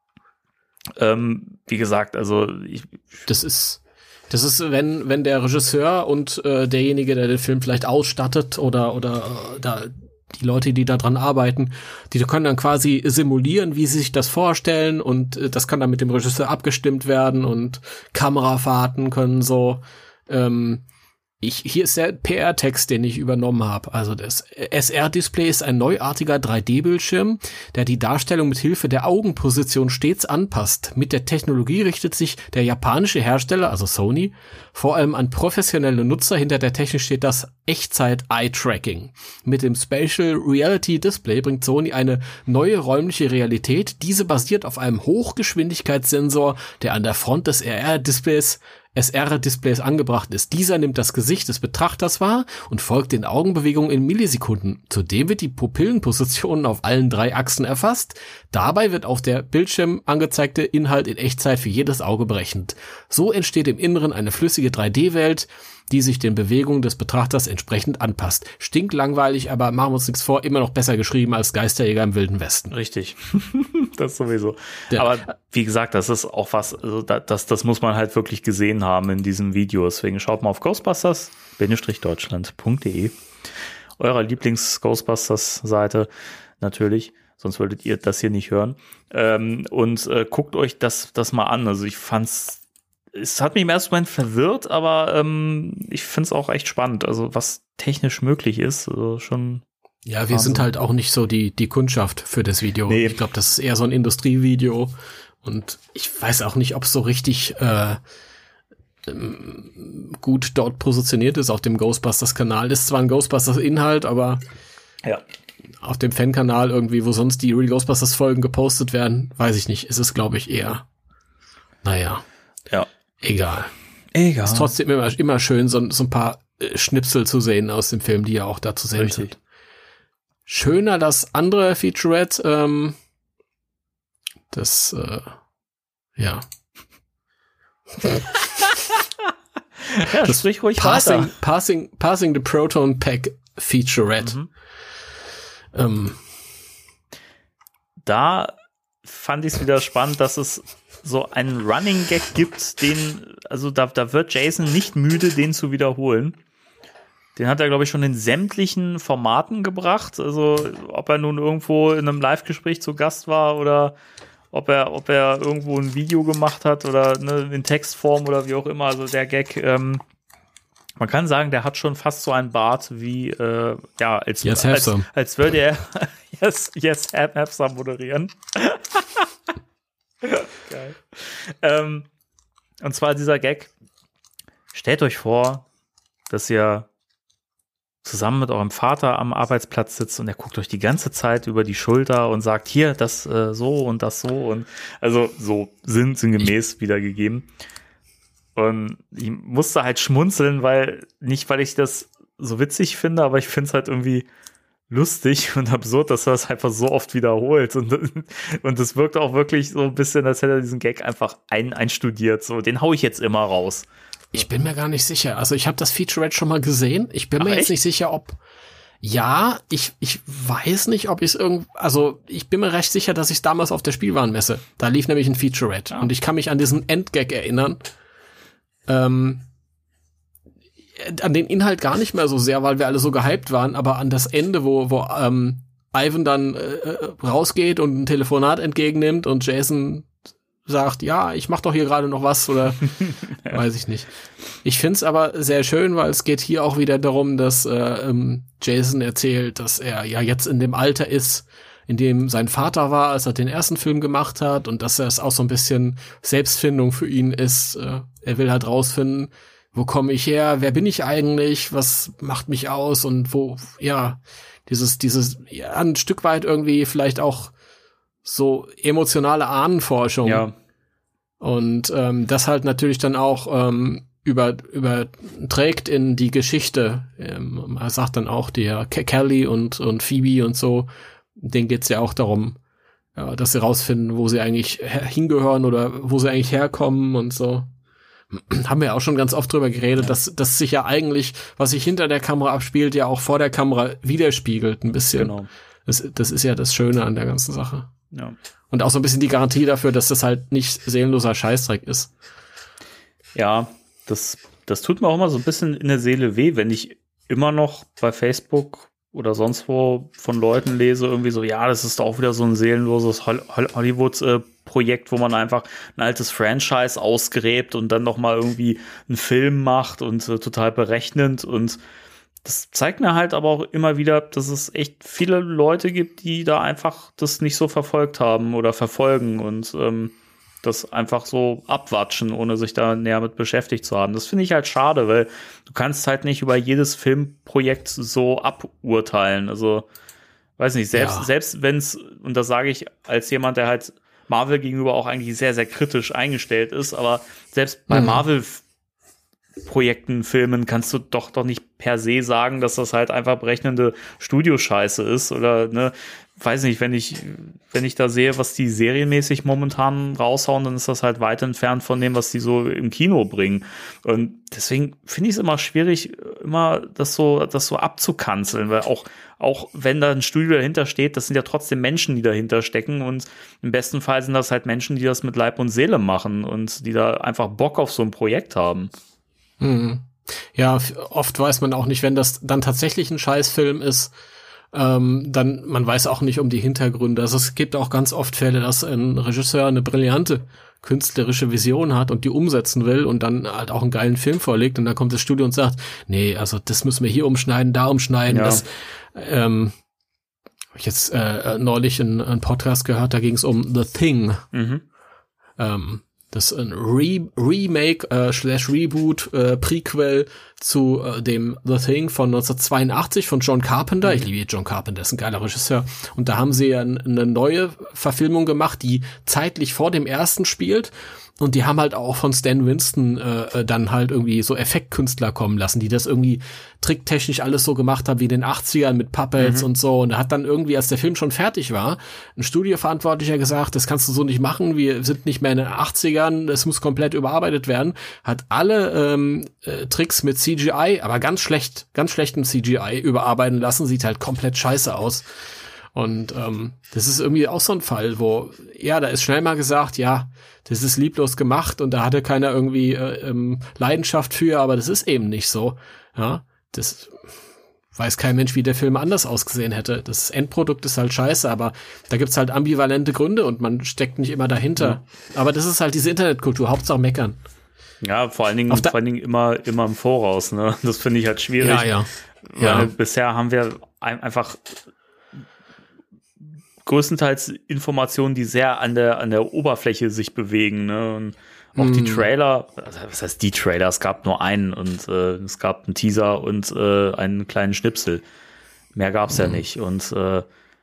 Ähm, wie gesagt, also ich, Das ist, das ist, wenn, wenn der Regisseur und äh, derjenige, der den Film vielleicht ausstattet oder, oder äh, da die Leute, die da dran arbeiten, die können dann quasi simulieren, wie sie sich das vorstellen und äh, das kann dann mit dem Regisseur abgestimmt werden und Kamerafahrten können so ähm, ich, hier ist der P R-Text, den ich übernommen habe. Also das S R-Display ist ein neuartiger drei D-Bildschirm, der die Darstellung mit Hilfe der Augenposition stets anpasst. Mit der Technologie richtet sich der japanische Hersteller, also Sony, vor allem an professionelle Nutzer. Hinter der Technik steht das Echtzeit-Eye-Tracking. Mit dem Spatial Reality Display bringt Sony eine neue räumliche Realität. Diese basiert auf einem Hochgeschwindigkeitssensor, der an der Front des R R-Displays S R-Displays angebracht ist. Dieser nimmt das Gesicht des Betrachters wahr und folgt den Augenbewegungen in Millisekunden. Zudem wird die Pupillenposition auf allen drei Achsen erfasst. Dabei wird auf der Bildschirm angezeigte Inhalt in Echtzeit für jedes Auge berechnet. So entsteht im Inneren eine flüssige drei D-Welt, die sich den Bewegungen des Betrachters entsprechend anpasst. Stinklangweilig, aber machen wir uns nichts vor, immer noch besser geschrieben als Geisterjäger im Wilden Westen. richtig. Das sowieso. Ja. Aber wie gesagt, das ist auch was, also da- das, das muss man halt wirklich gesehen haben in diesem Video. Deswegen schaut mal auf ghostbusters Deutschland punkt de, eurer Lieblings-Ghostbusters-Seite natürlich. Sonst würdet ihr das hier nicht hören. Ähm, und äh, guckt euch das, das mal an. Also ich fand's, es hat mich im ersten Moment verwirrt, aber ähm, ich find's auch echt spannend. Also was technisch möglich ist, also schon. Ja, wir Wahnsinn. sind halt auch nicht so die, die Kundschaft für das Video. Nee. Ich glaube, das ist eher so ein Industrievideo. Und ich weiß auch nicht, ob es so richtig äh, ähm, gut dort positioniert ist auf dem Ghostbusters-Kanal. Ist zwar ein Ghostbusters-Inhalt, aber ja. auf dem Fan-Kanal irgendwie, wo sonst die Real Ghostbusters-Folgen gepostet werden, weiß ich nicht, ist es, glaube ich, eher, naja, ja. egal. Egal. Ist trotzdem immer, immer schön, so, so ein paar äh, Schnipsel zu sehen aus dem Film, die ja auch da zu sehen Richtig. sind. Schöner das andere Featurette, ähm, das, äh, ja. ja, das sprich ruhig Passing, weiter. Passing, Passing the Proton Pack Featurette. Mhm. Ähm. Da fand ich es wieder spannend, dass es so einen Running Gag gibt, den, also da, da wird Jason nicht müde, den zu wiederholen. Den hat er, glaube ich, schon in sämtlichen Formaten gebracht. Also ob er nun irgendwo in einem Live-Gespräch zu Gast war oder ob er, ob er irgendwo ein Video gemacht hat oder ne, in Textform oder wie auch immer. Also der Gag, ähm, man kann sagen, der hat schon fast so einen Bart wie, äh, ja, als, yes, als, als würde er Yes, yes, have, have some moderieren. Geil. Ähm, und zwar dieser Gag. Stellt euch vor, dass ihr zusammen mit eurem Vater am Arbeitsplatz sitzt und er guckt euch die ganze Zeit über die Schulter und sagt, hier, das äh, so und das so und also so sinn, sinngemäß wiedergegeben. Und ich musste halt schmunzeln, weil, nicht weil ich das so witzig finde, aber ich finde es halt irgendwie lustig und absurd, dass er das einfach so oft wiederholt. Und, und das wirkt auch wirklich so ein bisschen, als hätte er diesen Gag einfach ein, einstudiert. So, den hau ich jetzt immer raus. Ich bin mir gar nicht sicher. Also ich habe das Featurette schon mal gesehen. Ich bin Ach, mir jetzt echt? nicht sicher, ob ja, ich ich weiß nicht, ob ich es irgend also ich bin mir recht sicher, dass ich es damals auf der Spielwarenmesse, da lief nämlich ein Featurette Ja. und ich kann mich an diesen Endgag erinnern. Ähm, an den Inhalt gar nicht mehr so sehr, weil wir alle so gehypt waren, aber an das Ende, wo wo ähm, Ivan dann äh, rausgeht und ein Telefonat entgegennimmt und Jason sagt, ja, ich mach doch hier gerade noch was oder ja. weiß ich nicht. Ich find's aber sehr schön, weil es geht hier auch wieder darum, dass äh, ähm, Jason erzählt, dass er ja jetzt in dem Alter ist, in dem sein Vater war, als er den ersten Film gemacht hat und dass es auch so ein bisschen Selbstfindung für ihn ist. Äh, er will halt rausfinden, wo komme ich her, wer bin ich eigentlich, was macht mich aus und wo, ja, dieses, dieses, ja, ein Stück weit irgendwie vielleicht auch so emotionale Ahnenforschung. Ja. Und ähm, das halt natürlich dann auch ähm, über überträgt in die Geschichte. Ähm, er sagt dann auch, der Ke- Kelly und und Phoebe und so, denen geht's ja auch darum, ja, dass sie rausfinden, wo sie eigentlich hingehören oder wo sie eigentlich herkommen und so. Haben wir auch schon ganz oft drüber geredet, ja. dass dass sich ja eigentlich, was sich hinter der Kamera abspielt, ja auch vor der Kamera widerspiegelt ein bisschen. Genau. Das, das ist ja das Schöne an der ganzen Sache. Ja. Und auch so ein bisschen die Garantie dafür, dass das halt nicht seelenloser Scheißdreck ist. Ja, das, das tut mir auch immer so ein bisschen in der Seele weh, wenn ich immer noch bei Facebook oder sonst wo von Leuten lese, irgendwie so, ja, das ist auch wieder so ein seelenloses Hol- Hol- Hollywood-Projekt, wo man einfach ein altes Franchise ausgräbt und dann noch mal irgendwie einen Film macht und äh, total berechnend. Und das zeigt mir halt aber auch immer wieder, dass es echt viele Leute gibt, die da einfach das nicht so verfolgt haben oder verfolgen und ähm, das einfach so abwatschen, ohne sich da näher mit beschäftigt zu haben. Das finde ich halt schade, weil du kannst halt nicht über jedes Filmprojekt so aburteilen. Also, weiß nicht, selbst, Ja. selbst wenn es, und das sage ich als jemand, der halt Marvel gegenüber auch eigentlich sehr, sehr kritisch eingestellt ist, aber selbst bei Mhm. Marvel Projekten, Filmen kannst du doch doch nicht per se sagen, dass das halt einfach berechnende Studioscheiße ist oder ne, weiß nicht, wenn ich wenn ich da sehe, was die serienmäßig momentan raushauen, dann ist das halt weit entfernt von dem, was die so im Kino bringen. Und deswegen finde ich es immer schwierig, immer das so das so abzukanzeln, weil auch auch wenn da ein Studio dahinter steht, das sind ja trotzdem Menschen, die dahinter stecken und im besten Fall sind das halt Menschen, die das mit Leib und Seele machen und die da einfach Bock auf so ein Projekt haben. Mhm. Ja, f- oft weiß man auch nicht, wenn das dann tatsächlich ein Scheißfilm ist, ähm, dann, man weiß auch nicht um die Hintergründe. Also es gibt auch ganz oft Fälle, dass ein Regisseur eine brillante künstlerische Vision hat und die umsetzen will und dann halt auch einen geilen Film vorlegt und dann kommt das Studio und sagt, nee, also das müssen wir hier umschneiden, da umschneiden. Ja. Das, ähm, hab ich jetzt äh, neulich einen, einen Podcast gehört, da ging es um The Thing. Mhm. Ähm, Das ist ein Re- Remake äh, slash Reboot äh, Prequel zu äh, dem The Thing von neunzehnhundertzweiundachtzig von John Carpenter. Ich liebe John Carpenter, ist ein geiler Regisseur. Und da haben sie ja eine neue Verfilmung gemacht, die zeitlich vor dem ersten spielt. Und die haben halt auch von Stan Winston äh, dann halt irgendwie so Effektkünstler kommen lassen, die das irgendwie tricktechnisch alles so gemacht haben wie in den achtzigern mit Puppets mhm. und so. Und da hat dann irgendwie, als der Film schon fertig war, ein Studioverantwortlicher gesagt, das kannst du so nicht machen, wir sind nicht mehr in den achtzigern, das muss komplett überarbeitet werden. Hat alle ähm, äh, Tricks mit C G I, aber ganz schlecht, ganz schlechtem C G I überarbeiten lassen, sieht halt komplett scheiße aus. Und ähm, das ist irgendwie auch so ein Fall, wo, ja, da ist schnell mal gesagt, ja, das ist lieblos gemacht und da hatte keiner irgendwie äh, ähm, Leidenschaft für, aber das ist eben nicht so. Ja, das weiß kein Mensch, wie der Film anders ausgesehen hätte. Das Endprodukt ist halt scheiße, aber da gibt's halt ambivalente Gründe und man steckt nicht immer dahinter. Ja. Aber das ist halt diese Internetkultur, Hauptsache meckern. Ja, vor allen Dingen, vor allen Dingen immer, immer im Voraus, ne? Das finde ich halt schwierig. Ja, ja. Weil ja. bisher haben wir ein, einfach größtenteils Informationen, die sehr an der an der Oberfläche sich bewegen, ne? Und auch mm. die Trailer, also was heißt die Trailer? Es gab nur einen und äh, es gab einen Teaser und äh, einen kleinen Schnipsel. Mehr gab's mm. ja nicht. Und äh,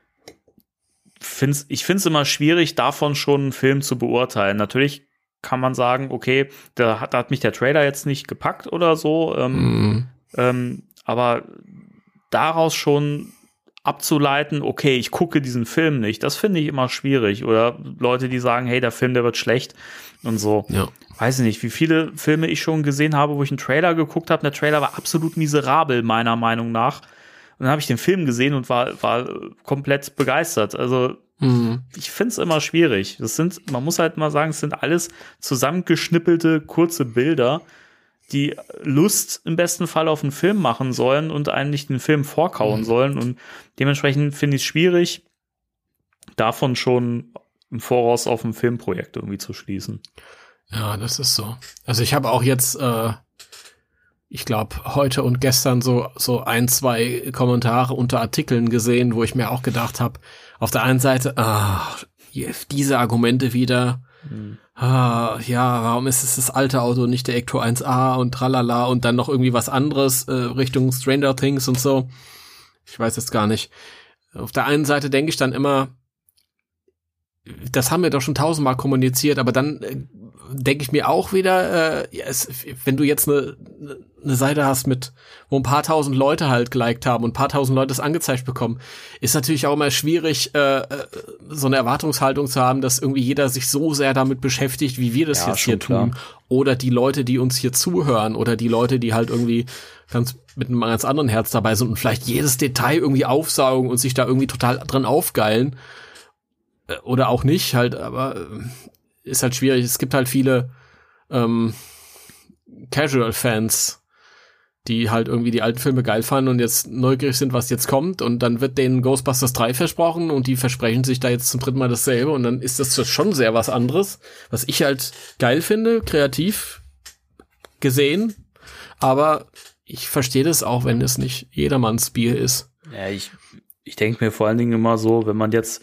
find's, ich finde es immer schwierig, davon schon einen Film zu beurteilen. Natürlich kann man sagen, okay, da hat, da hat mich der Trailer jetzt nicht gepackt oder so, ähm, mm. ähm, aber daraus schon abzuleiten, okay, ich gucke diesen Film nicht, das finde ich immer schwierig. Oder Leute, die sagen, hey, der Film, der wird schlecht und so. Ja. Weiß ich nicht, wie viele Filme ich schon gesehen habe, wo ich einen Trailer geguckt habe. Der Trailer war absolut miserabel, meiner Meinung nach. Und dann habe ich den Film gesehen und war, war komplett begeistert. Also mhm. ich finde es immer schwierig. Das sind, man muss halt mal sagen, es sind alles zusammengeschnippelte, kurze Bilder, die Lust im besten Fall auf einen Film machen sollen und eigentlich den Film vorkauen mhm. sollen. Und dementsprechend finde ich es schwierig, davon schon im Voraus auf ein Filmprojekt irgendwie zu schließen. Ja, das ist so. Also ich habe auch jetzt, äh, ich glaube, heute und gestern so so ein, zwei Kommentare unter Artikeln gesehen, wo ich mir auch gedacht habe, auf der einen Seite, ah, diese Argumente wieder, mhm. Ah, ja, warum ist es das alte Auto, nicht der Ecto eins A und tralala und dann noch irgendwie was anderes äh, Richtung Stranger Things und so. Ich weiß jetzt gar nicht. Auf der einen Seite denke ich dann immer, das haben wir doch schon tausendmal kommuniziert, aber dann äh, denke ich mir auch wieder, äh, ja, es, wenn du jetzt eine eine Seite hast mit, wo ein paar tausend Leute halt geliked haben und ein paar tausend Leute es angezeigt bekommen, ist natürlich auch immer schwierig, äh, so eine Erwartungshaltung zu haben, dass irgendwie jeder sich so sehr damit beschäftigt, wie wir das ja, jetzt hier tun. Klar. Oder die Leute, die uns hier zuhören oder die Leute, die halt irgendwie ganz mit einem ganz anderen Herz dabei sind und vielleicht jedes Detail irgendwie aufsaugen und sich da irgendwie total dran aufgeilen. Oder auch nicht, halt, aber ist halt schwierig. Es gibt halt viele ähm, Casual-Fans, die halt irgendwie die alten Filme geil fanden und jetzt neugierig sind, was jetzt kommt, und dann wird denen Ghostbusters drei versprochen und die versprechen sich da jetzt zum dritten Mal dasselbe und dann ist das schon sehr was anderes, was ich halt geil finde, kreativ gesehen, aber ich verstehe das auch, wenn es nicht jedermanns Bier ist. Ja, ich, ich denke mir vor allen Dingen immer so, wenn man jetzt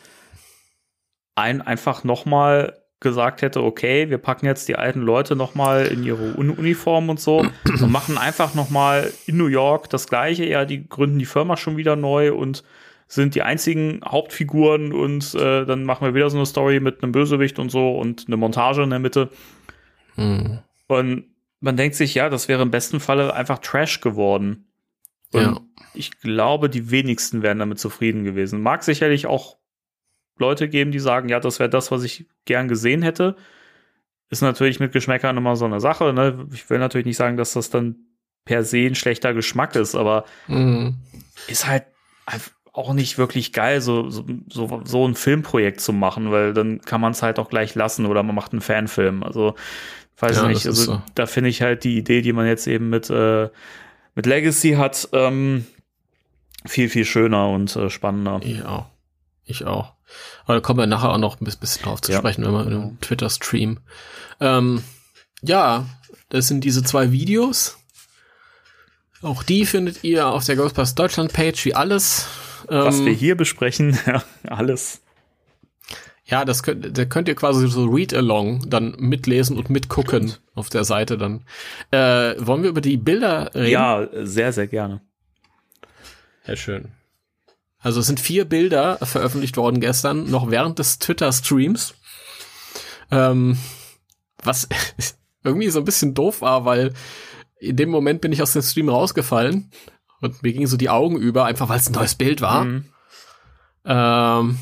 ein einfach nochmal gesagt hätte, okay, wir packen jetzt die alten Leute nochmal in ihre Un- Uniform und so und machen einfach nochmal in New York das Gleiche. Ja, die gründen die Firma schon wieder neu und sind die einzigen Hauptfiguren und äh, dann machen wir wieder so eine Story mit einem Bösewicht und so und eine Montage in der Mitte. Mhm. Und man denkt sich, ja, das wäre im besten Falle einfach Trash geworden. Und ja. ich glaube, die wenigsten wären damit zufrieden gewesen. Mag sicherlich auch Leute geben, die sagen, ja, das wäre das, was ich gern gesehen hätte. Ist natürlich mit Geschmäckern immer so eine Sache, ne? Ich will natürlich nicht sagen, dass das dann per se ein schlechter Geschmack ist, aber mhm. ist halt auch nicht wirklich geil, so, so, so, so ein Filmprojekt zu machen, weil dann kann man es halt auch gleich lassen oder man macht einen Fanfilm. Also, weiß ja, nicht, also so. Da finde ich halt die Idee, die man jetzt eben mit, äh, mit Legacy hat, ähm, viel, viel schöner und äh, spannender. Ich auch. Ich auch. Aber da kommen wir nachher auch noch ein bisschen drauf zu ja. sprechen, wenn wir in einem Twitter-Stream. Ähm, ja, das sind diese zwei Videos. Auch die findet ihr auf der Ghostbusters Deutschland-Page, wie alles. Was ähm, wir hier besprechen, ja, alles. Ja, das könnt, da könnt ihr quasi so Read-Along dann mitlesen und mitgucken Stimmt. auf der Seite dann. Äh, wollen wir über die Bilder reden? Ja, sehr, sehr gerne. Ja, schön. Also es sind vier Bilder veröffentlicht worden gestern, noch während des Twitter-Streams. Ähm, was irgendwie so ein bisschen doof war, weil in dem Moment bin ich aus dem Stream rausgefallen und mir gingen so die Augen über, einfach weil es ein neues Bild war. Mhm. Ähm,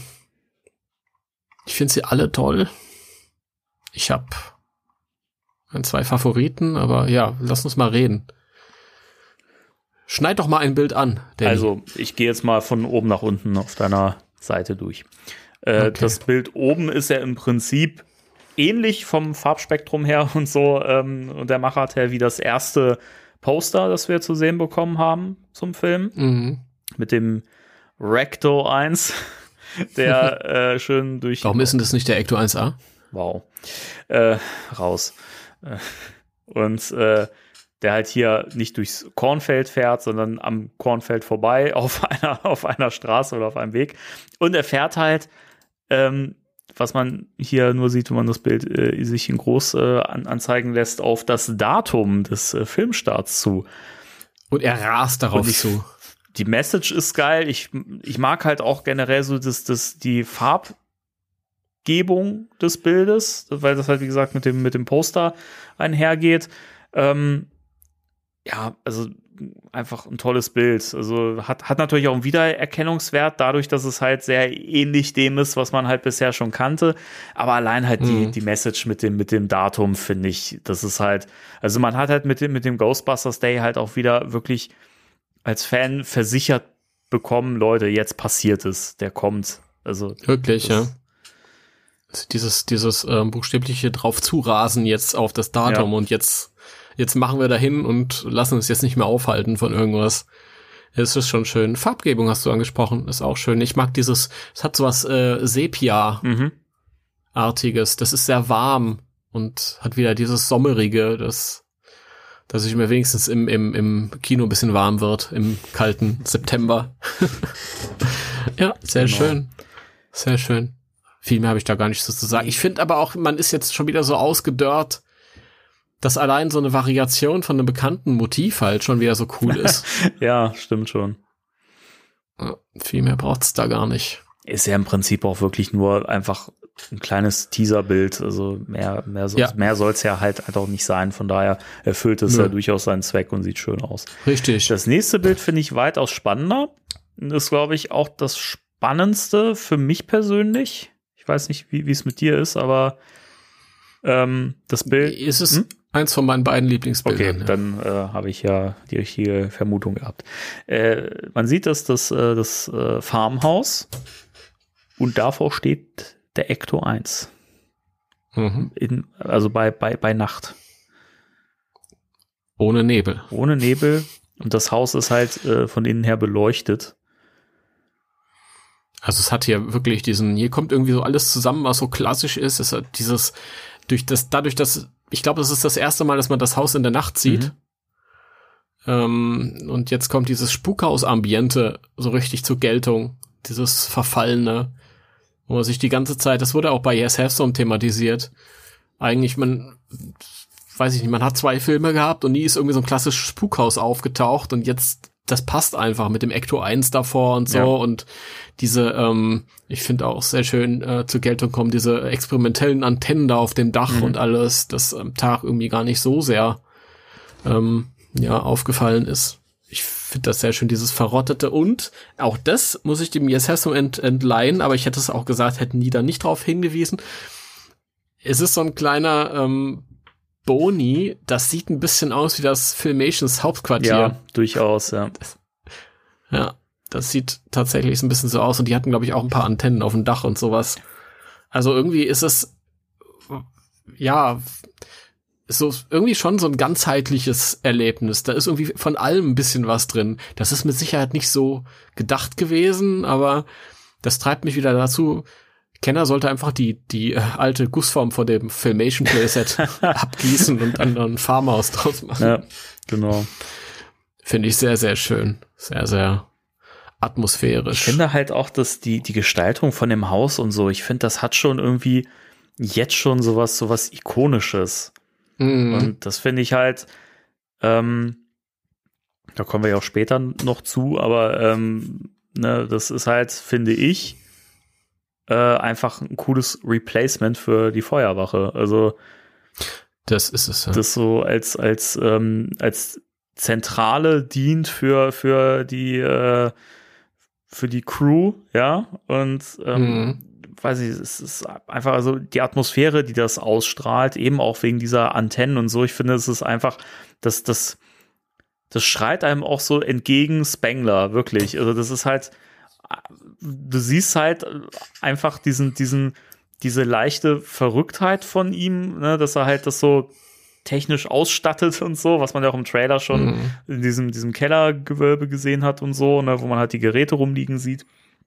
ich finde sie alle toll. Ich habe ein, zwei Favoriten, aber ja, lass uns mal reden. Schneid doch mal ein Bild an, Danny. Also, ich gehe jetzt mal von oben nach unten auf deiner Seite durch. Äh, okay. Das Bild oben ist ja im Prinzip ähnlich vom Farbspektrum her und so ähm, und der Machart her wie das erste Poster, das wir zu sehen bekommen haben zum Film. Mhm. Mit dem Recto eins, der äh, schön durch... Warum ist denn das nicht der Ecto eins A? Wow. Äh, raus. Äh, und äh, der halt hier nicht durchs Kornfeld fährt, sondern am Kornfeld vorbei auf einer, auf einer Straße oder auf einem Weg. Und er fährt halt, ähm, was man hier nur sieht, wenn man das Bild äh, sich in groß äh, an, anzeigen lässt, auf das Datum des äh, Filmstarts zu. Und er rast darauf ich, zu. Die Message ist geil. Ich, ich mag halt auch generell so das, das, die Farbgebung des Bildes, weil das halt, wie gesagt, mit dem, mit dem Poster einhergeht. Ähm, Ja, also einfach ein tolles Bild. Also hat, hat natürlich auch einen Wiedererkennungswert, dadurch, dass es halt sehr ähnlich dem ist, was man halt bisher schon kannte. Aber allein halt mhm. die, die Message mit dem, mit dem Datum, finde ich, das ist halt, also man hat halt mit dem, mit dem Ghostbusters Day halt auch wieder wirklich als Fan versichert bekommen, Leute, jetzt passiert es, der kommt. Also wirklich, ja. Also dieses, dieses ähm, buchstäbliche drauf zurasen jetzt auf das Datum ja. und jetzt Jetzt machen wir dahin und lassen uns jetzt nicht mehr aufhalten von irgendwas. Es ist schon schön. Farbgebung hast du angesprochen, ist auch schön. Ich mag dieses, es hat sowas äh, Sepia-artiges. Das ist sehr warm und hat wieder dieses Sommerige, das, dass ich mir wenigstens im, im, im Kino ein bisschen warm wird, im kalten September. Ja, sehr genau. schön. Sehr schön. Viel mehr habe ich da gar nicht so zu sagen. Ich finde aber auch, man ist jetzt schon wieder so ausgedörrt, dass allein so eine Variation von einem bekannten Motiv halt schon wieder so cool ist. Ja, stimmt schon. Ja, viel mehr braucht's da gar nicht. Ist ja im Prinzip auch wirklich nur einfach ein kleines Teaserbild. Also mehr, mehr, so, ja. mehr soll's ja halt auch nicht sein. Von daher erfüllt es ja. ja durchaus seinen Zweck und sieht schön aus. Richtig. Das nächste Bild finde ich weitaus spannender. Das ist, glaube ich, auch das Spannendste für mich persönlich. Ich weiß nicht, wie es mit dir ist, aber ähm, das Bild... Ist es... Hm? Eins von meinen beiden Lieblingsbildern. Okay, ja. dann äh, habe ich ja die richtige Vermutung gehabt. Äh, man sieht, dass das, äh, das äh, Farmhaus und davor steht der Ecto eins. Mhm. In, also bei, bei, bei Nacht. Ohne Nebel. Ohne Nebel. Und das Haus ist halt äh, von innen her beleuchtet. Also es hat hier wirklich diesen, hier kommt irgendwie so alles zusammen, was so klassisch ist. Es hat dieses, durch das, dadurch, dass ich glaube, das ist das erste Mal, dass man das Haus in der Nacht sieht. Mhm. Ähm, und jetzt kommt dieses Spukhaus-Ambiente so richtig zur Geltung. Dieses Verfallene, wo man sich die ganze Zeit, das wurde auch bei Yes Have Some thematisiert. Eigentlich, man, weiß ich nicht, man hat zwei Filme gehabt und nie ist irgendwie so ein klassisches Spukhaus aufgetaucht und jetzt, das passt einfach mit dem Ecto eins davor und so ja. und diese, ähm, ich finde auch sehr schön äh, zur Geltung kommen, diese experimentellen Antennen da auf dem Dach mhm. und alles, das am Tag irgendwie gar nicht so sehr ähm, ja aufgefallen ist. Ich finde das sehr schön, dieses Verrottete und auch das muss ich dem Yes Have Some ent- entleihen, aber ich hätte es auch gesagt, hätten die da nicht drauf hingewiesen. Es ist so ein kleiner ähm, Boni, das sieht ein bisschen aus wie das Filmations Hauptquartier. Ja, durchaus, ja. Das, ja, das sieht tatsächlich so ein bisschen so aus und die hatten, glaube ich, auch ein paar Antennen auf dem Dach und sowas. Also irgendwie ist es, ja, so irgendwie schon so ein ganzheitliches Erlebnis. Da ist irgendwie von allem ein bisschen was drin. Das ist mit Sicherheit nicht so gedacht gewesen, aber das treibt mich wieder dazu, Kenner sollte einfach die die äh, alte Gussform von dem Filmation Playset abgießen und dann ein Farmhaus draus machen. Ja, genau. Finde ich sehr, sehr schön. Sehr, sehr atmosphärisch. Ich finde halt auch, dass die, die Gestaltung von dem Haus und so, ich finde, das hat schon irgendwie jetzt schon sowas, sowas Ikonisches. Mhm. Und das finde ich halt, ähm, da kommen wir ja auch später noch zu, aber ähm, ne, das ist halt, finde ich, äh, einfach ein cooles Replacement für die Feuerwache. Also das ist es. Ja. Das so als als ähm, als Zentrale dient für für die äh, für die Crew, ja, und ähm, mhm. weiß ich, es ist einfach, also die Atmosphäre, die das ausstrahlt, eben auch wegen dieser Antennen und so, ich finde, es ist einfach, das, das, das schreit einem auch so entgegen Spengler, wirklich, also das ist halt, du siehst halt einfach diesen, diesen, diese leichte Verrücktheit von ihm, ne, dass er halt das so technisch ausstattet und so, was man ja auch im Trailer schon mhm. in diesem, diesem Kellergewölbe gesehen hat und so, ne, wo man halt die Geräte rumliegen sieht.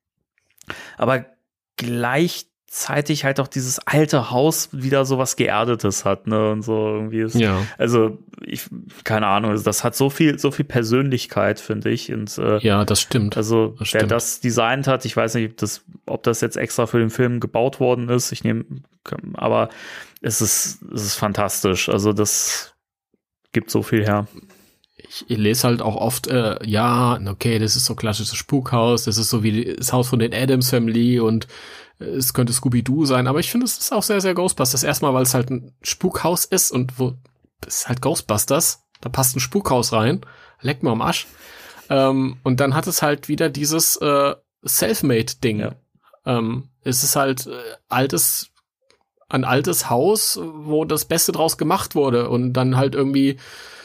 Aber gleichzeitig halt auch dieses alte Haus wieder so was Geerdetes hat, ne, und so irgendwie ist, ja. Also ich, keine Ahnung, also das hat so viel, so viel Persönlichkeit, finde ich, und äh, ja, das stimmt. Also das wer stimmt. das designt hat, ich weiß nicht, ob das, ob das jetzt extra für den Film gebaut worden ist, ich nehme, aber es ist, es ist fantastisch, also das gibt so viel her. Ich, ich lese halt auch oft, äh, ja, okay, das ist so ein klassisches Spukhaus, das ist so wie das Haus von den Addams Family und äh, es könnte Scooby-Doo sein, aber ich finde, es ist auch sehr, sehr Ghostbusters. Erstmal, weil es halt ein Spukhaus ist und wo es ist halt Ghostbusters, da passt ein Spukhaus rein, leck mir am Arsch. Ähm, und dann hat es halt wieder dieses äh, Selfmade-Ding. Ja. Ähm, es ist halt äh, altes, ein altes Haus, wo das Beste draus gemacht wurde und dann halt irgendwie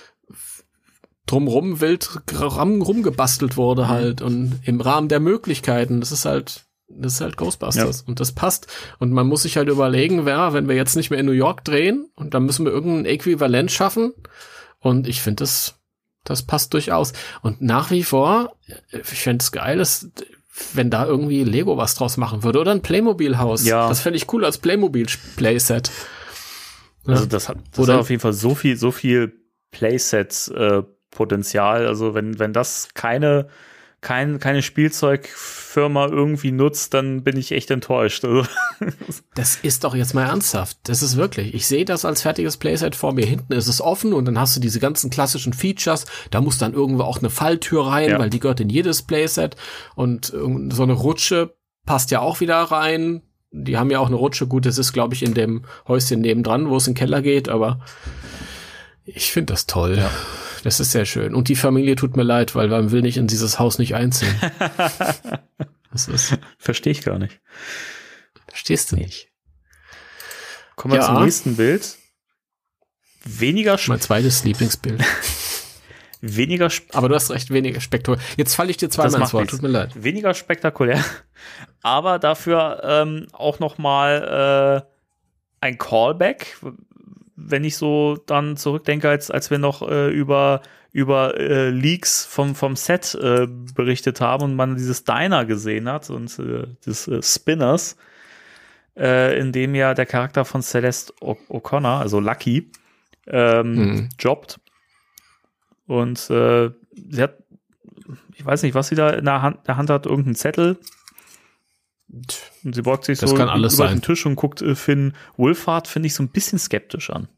drumrum wild rum, rumgebastelt wurde halt und im Rahmen der Möglichkeiten. Das ist halt, das ist halt Ghostbusters. Ja. Und das passt. Und man muss sich halt überlegen, wer, wenn wir jetzt nicht mehr in New York drehen und dann müssen wir irgendein Äquivalent schaffen. Und ich finde, das, das passt durchaus. Und nach wie vor, ich fände es geil, dass, wenn da irgendwie Lego was draus machen würde oder ein Playmobil-Haus. Ja. Das fände ich cool als Playmobil-Playset. Ja. Also das hat, das hat auf jeden Fall so viel, so viel Playsets, äh, Potenzial, also wenn, wenn das keine, kein, keine Spielzeugfirma irgendwie nutzt, dann bin ich echt enttäuscht. Also. Das ist doch jetzt mal ernsthaft. Das ist wirklich, ich sehe das als fertiges Playset vor mir. Hinten ist es offen und dann hast du diese ganzen klassischen Features. Da muss dann irgendwo auch eine Falltür rein, ja. Weil die gehört in jedes Playset und so eine Rutsche passt ja auch wieder rein. Die haben ja auch eine Rutsche. Gut, das ist, glaube ich, in dem Häuschen nebendran, wo es in den Keller geht, aber ich finde das toll. Ja. Das ist sehr schön. Und die Familie tut mir leid, weil man will nicht in dieses Haus nicht einziehen. Das ist. Verstehe ich gar nicht. Verstehst du nicht. Kommen wir ja. zum nächsten Bild. Weniger Mein zweites Lieblingsbild. Weniger. Aber du hast recht, weniger spektakulär. Jetzt falle ich dir zweimal ins Wort. Tut mir leid. Weniger spektakulär. Aber dafür ähm, auch noch mal äh, ein Callback. Wenn ich so dann zurückdenke, als als wir noch äh, über über äh, Leaks vom vom Set äh, berichtet haben und man dieses Diner gesehen hat und äh, des äh, Spinners, äh, in dem ja der Charakter von Celeste O'Connor, also Lucky, ähm, mhm. jobbt. Und äh, sie hat, ich weiß nicht, was sie da in der Hand, der Hand hat, irgendeinen Zettel. Und sie beugt sich das so kann alles über sein. den Tisch und guckt äh, Finn Wolfhard, finde ich, so ein bisschen skeptisch an.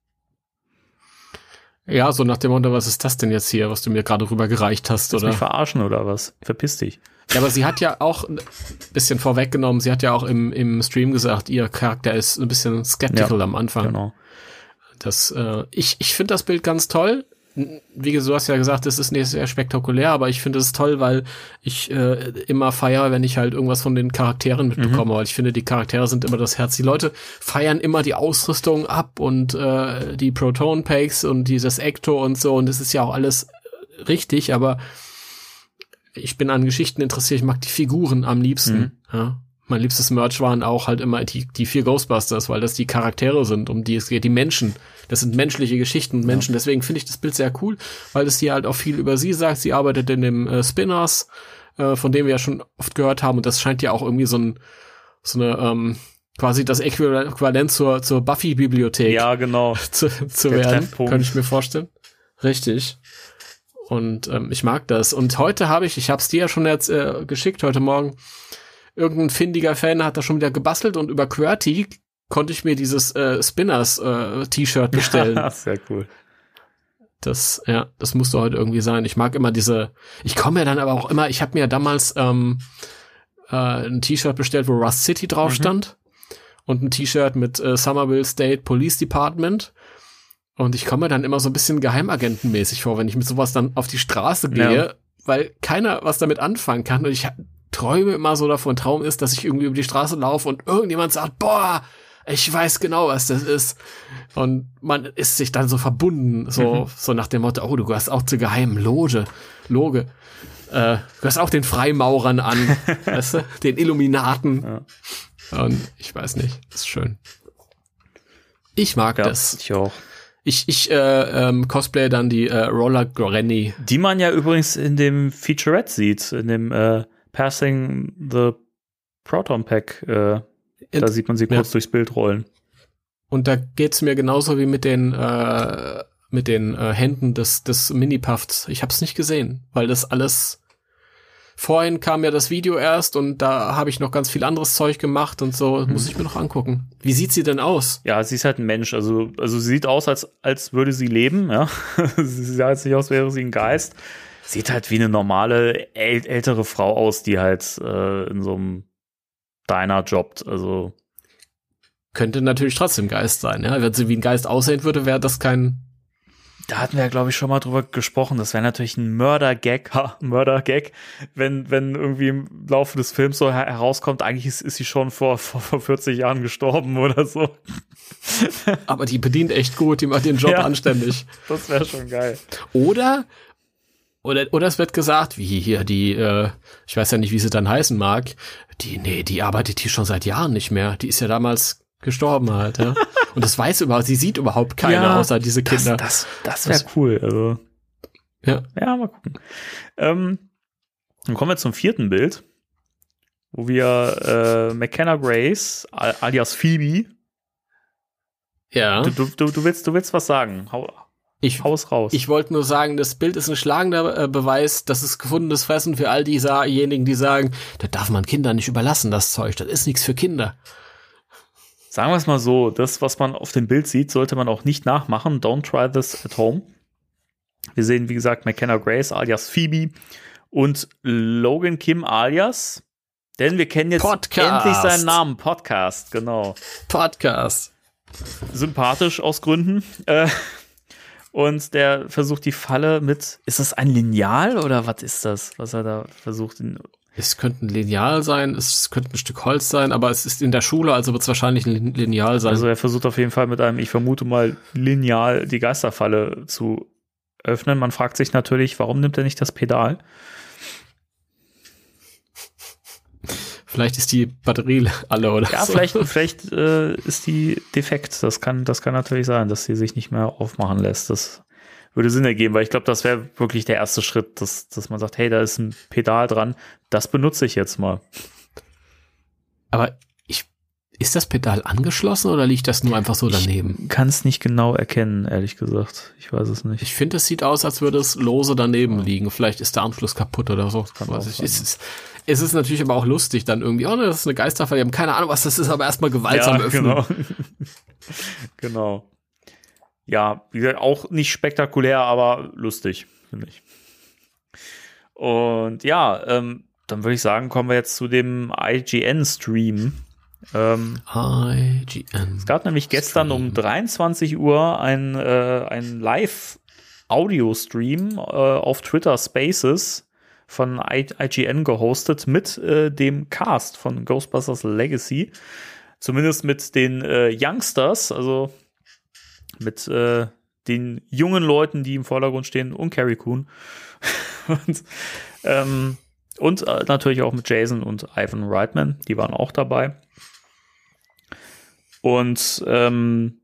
Ja, so nach dem Motto, was ist das denn jetzt hier, was du mir gerade rübergereicht hast, Willst oder? Mich verarschen oder was? Verpiss dich. Ja, aber sie hat ja auch ein bisschen vorweggenommen, sie hat ja auch im, im Stream gesagt, ihr Charakter ist ein bisschen skeptical ja, am Anfang. Genau. Das, äh, ich, ich finde das Bild ganz toll. Wie gesagt, du hast ja gesagt, es ist nicht sehr spektakulär, aber ich finde es toll, weil ich äh, immer feiere, wenn ich halt irgendwas von den Charakteren mitbekomme, mhm. weil ich finde, die Charaktere sind immer das Herz. Die Leute feiern immer die Ausrüstung ab und äh, die Proton Packs und dieses Ecto und so und das ist ja auch alles richtig, aber ich bin an Geschichten interessiert, ich mag die Figuren am liebsten, mhm. ja. Mein liebstes Merch waren auch halt immer die, die vier Ghostbusters, weil das die Charaktere sind, um die es geht, die Menschen. Das sind menschliche Geschichten und Menschen. Ja. Deswegen finde ich das Bild sehr cool, weil es hier halt auch viel über sie sagt. Sie arbeitet in dem äh, Spinners, äh, von dem wir ja schon oft gehört haben. Und das scheint ja auch irgendwie so ein, so eine, ähm, quasi das Äquivalent zur, zur Buffy-Bibliothek. Ja, genau. zu, zu werden. Könnte ich mir vorstellen. Richtig. Und ähm, ich mag das. Und heute habe ich, ich habe es dir ja schon jetzt äh, geschickt, heute Morgen, irgendein findiger Fan hat da schon wieder gebastelt und über QWERTY konnte ich mir dieses äh, Spinners-T-Shirt äh, bestellen. Sehr cool. Das, ja, das musste heute irgendwie sein. Ich mag immer diese, ich komme ja dann aber auch immer, ich habe mir damals ähm, äh, ein T-Shirt bestellt, wo Rust City drauf Mhm. stand und ein T-Shirt mit äh, Somerville State Police Department. Und ich komme mir dann immer so ein bisschen geheimagentenmäßig vor, wenn ich mit sowas dann auf die Straße gehe, Ja. weil keiner was damit anfangen kann. Und ich träume immer so davon, Traum ist, dass ich irgendwie über die Straße laufe und irgendjemand sagt, boah, ich weiß genau, was das ist. Und man ist sich dann so verbunden, so, Mhm. so nach dem Motto, oh, du gehörst auch zur geheimen Loge, Loge. Äh, du gehörst auch den Freimaurern an, weißt du, den Illuminaten. Ja. Und ich weiß nicht, ist schön. Ich mag Ja, das. ich auch. Ich, ich äh, ähm, cosplay dann die äh, Roller Granny. Die man ja übrigens in dem Featurette sieht, in dem äh, Passing the Proton Pack. Äh, da sieht man sie kurz ja. durchs Bild rollen. Und da geht's mir genauso wie mit den äh, mit den äh, Händen des des Mini-Puffs. Ich hab's nicht gesehen, weil das alles vorhin kam ja das Video erst und da habe ich noch ganz viel anderes Zeug gemacht und so, muss ich mir noch angucken. Wie sieht sie denn aus? Ja, sie ist halt ein Mensch. Also, also sie sieht aus, als, als würde sie leben. Ja? Sie sieht halt nicht aus, wäre sie ein Geist. Sieht halt wie eine normale, äl- ältere Frau aus, die halt äh, in so einem Diner jobbt. Also Könnte natürlich trotzdem Geist sein, ja. Wenn sie wie ein Geist aussehen würde, wäre das kein. da hatten wir ja, glaube ich, schon mal drüber gesprochen. Das wäre natürlich ein Mörder-Gag, ha, Mörder-Gag, wenn, wenn irgendwie im Laufe des Films so her- herauskommt, eigentlich ist, ist sie schon vor, vor, vor vierzig Jahren gestorben oder so. Aber die bedient echt gut, die macht ihren Job Ja. anständig. Das wäre schon geil. Oder, oder, oder es wird gesagt, wie hier die, äh, ich weiß ja nicht, wie sie dann heißen mag, die, nee, die arbeitet hier schon seit Jahren nicht mehr. Die ist ja damals gestorben halt, ja. Und das weiß überhaupt, sie sieht überhaupt keiner, Ja, außer diese Kinder. Das, das, das wäre cool. Also, Ja. ja, mal gucken. Ähm, dann kommen wir zum vierten Bild, wo wir äh, McKenna Grace, al- alias Phoebe. Ja. Du, du, du, du, willst, du willst was sagen. Hau, Ich, hau's raus. ich wollte nur sagen, das Bild ist ein schlagender äh, Beweis, dass es gefundenes Fressen für all diejenigen, die sagen, das darf man Kindern nicht überlassen, das Zeug, das ist nichts für Kinder. Sagen wir es mal so, das, was man auf dem Bild sieht, sollte man auch nicht nachmachen. Don't try this at home. Wir sehen, wie gesagt, McKenna Grace alias Phoebe und Logan Kim alias, denn wir kennen jetzt Podcast. endlich seinen Namen, Podcast, genau. Podcast. Sympathisch aus Gründen. Äh, und der versucht die Falle mit, ist das ein Lineal oder was ist das, was er da versucht? In, Es könnte ein Lineal sein, es könnte ein Stück Holz sein, aber es ist in der Schule, also wird es wahrscheinlich ein Lineal sein. also er versucht auf jeden Fall mit einem, ich vermute mal, Lineal die Geisterfalle zu öffnen. Man fragt sich natürlich, warum nimmt er nicht das Pedal? Vielleicht ist die Batterie alle oder Ja, so. vielleicht, vielleicht äh, ist die defekt. Das kann, das kann natürlich sein, dass sie sich nicht mehr aufmachen lässt. Das würde Sinn ergeben, weil ich glaube, das wäre wirklich der erste Schritt, dass, dass man sagt, hey, da ist ein Pedal dran, das benutze ich jetzt mal. Aber ich, ist das Pedal angeschlossen oder liegt das nur einfach so daneben? Kann es nicht genau erkennen, ehrlich gesagt. Ich weiß es nicht. Ich finde, es sieht aus, als würde es lose daneben liegen. Vielleicht ist der Anschluss kaputt oder so. kann Weiß auch ich. sein. Es, ist, es ist natürlich aber auch lustig dann irgendwie, oh ne, das ist eine Geisterfalle, wir haben keine Ahnung, was das ist, aber erstmal gewaltsam öffnen. genau. Genau. Ja, wie gesagt, auch nicht spektakulär, aber lustig, finde ich. Und ja, ähm, dann würde ich sagen, kommen wir jetzt zu dem I G N-Stream. Ähm, I G N. es gab nämlich gestern um dreiundzwanzig Uhr ein, äh, ein Live-Audio-Stream äh, auf Twitter Spaces von I G N gehostet mit äh, dem Cast von Ghostbusters Legacy. Zumindest mit den äh, Youngsters, also mit äh, den jungen Leuten, die im Vordergrund stehen, und Carrie Coon. und ähm, und äh, natürlich auch mit Jason und Ivan Reitman, die waren auch dabei. Und ähm,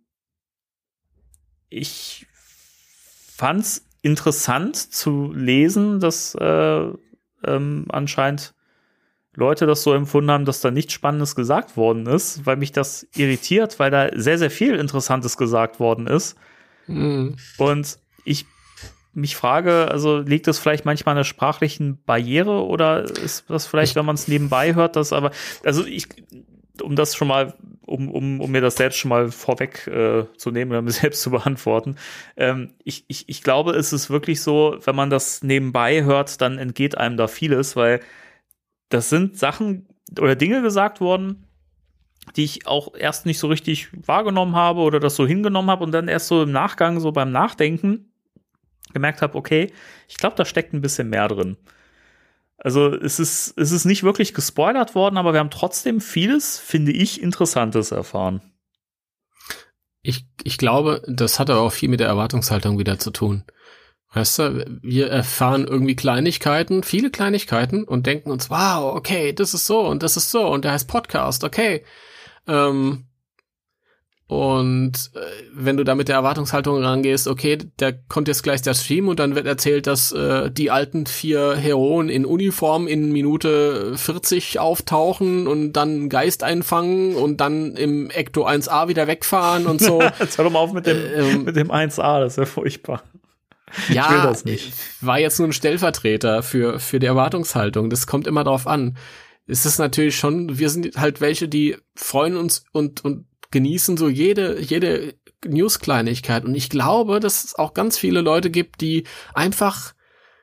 ich fand's interessant zu lesen, dass äh, ähm, anscheinend Leute das so empfunden haben, dass da nichts Spannendes gesagt worden ist, weil mich das irritiert, weil da sehr, sehr viel Interessantes gesagt worden ist. Mhm. Und ich mich frage, also liegt das vielleicht manchmal an einer sprachlichen Barriere oder ist das vielleicht, wenn man es nebenbei hört, das aber, also ich, um das schon mal, um, um, um mir das selbst schon mal vorweg äh, zu nehmen oder mir selbst zu beantworten, ähm, ich, ich, ich glaube, es ist wirklich so, wenn man das nebenbei hört, dann entgeht einem da vieles, weil das sind Sachen oder Dinge gesagt worden, die ich auch erst nicht so richtig wahrgenommen habe oder das so hingenommen habe und dann erst so im Nachgang, so beim Nachdenken gemerkt habe, okay, ich glaube, da steckt ein bisschen mehr drin. Also es ist, es ist nicht wirklich gespoilert worden, aber wir haben trotzdem vieles, finde ich, Interessantes erfahren. Ich, ich glaube, das hat aber auch viel mit der Erwartungshaltung wieder zu tun. Weißt du, wir erfahren irgendwie Kleinigkeiten, viele Kleinigkeiten und denken uns, wow, okay, das ist so und das ist so und der heißt Podcast, okay. Ähm, und äh, wenn du da mit der Erwartungshaltung rangehst, okay, da kommt jetzt gleich der Stream und dann wird erzählt, dass äh, die alten vier Heroen in Uniform in Minute vierzig auftauchen und dann einen Geist einfangen und dann im Ecto eins a wieder wegfahren und so. Jetzt hör doch mal auf mit dem, ähm, mit dem eins a, das ist ja furchtbar. Ja, ich will das nicht. War jetzt nur ein Stellvertreter für für die Erwartungshaltung. Das kommt immer drauf an. Es ist natürlich schon, wir sind halt welche, die freuen uns und und genießen so jede jede News-Kleinigkeit. Und ich glaube, dass es auch ganz viele Leute gibt, die einfach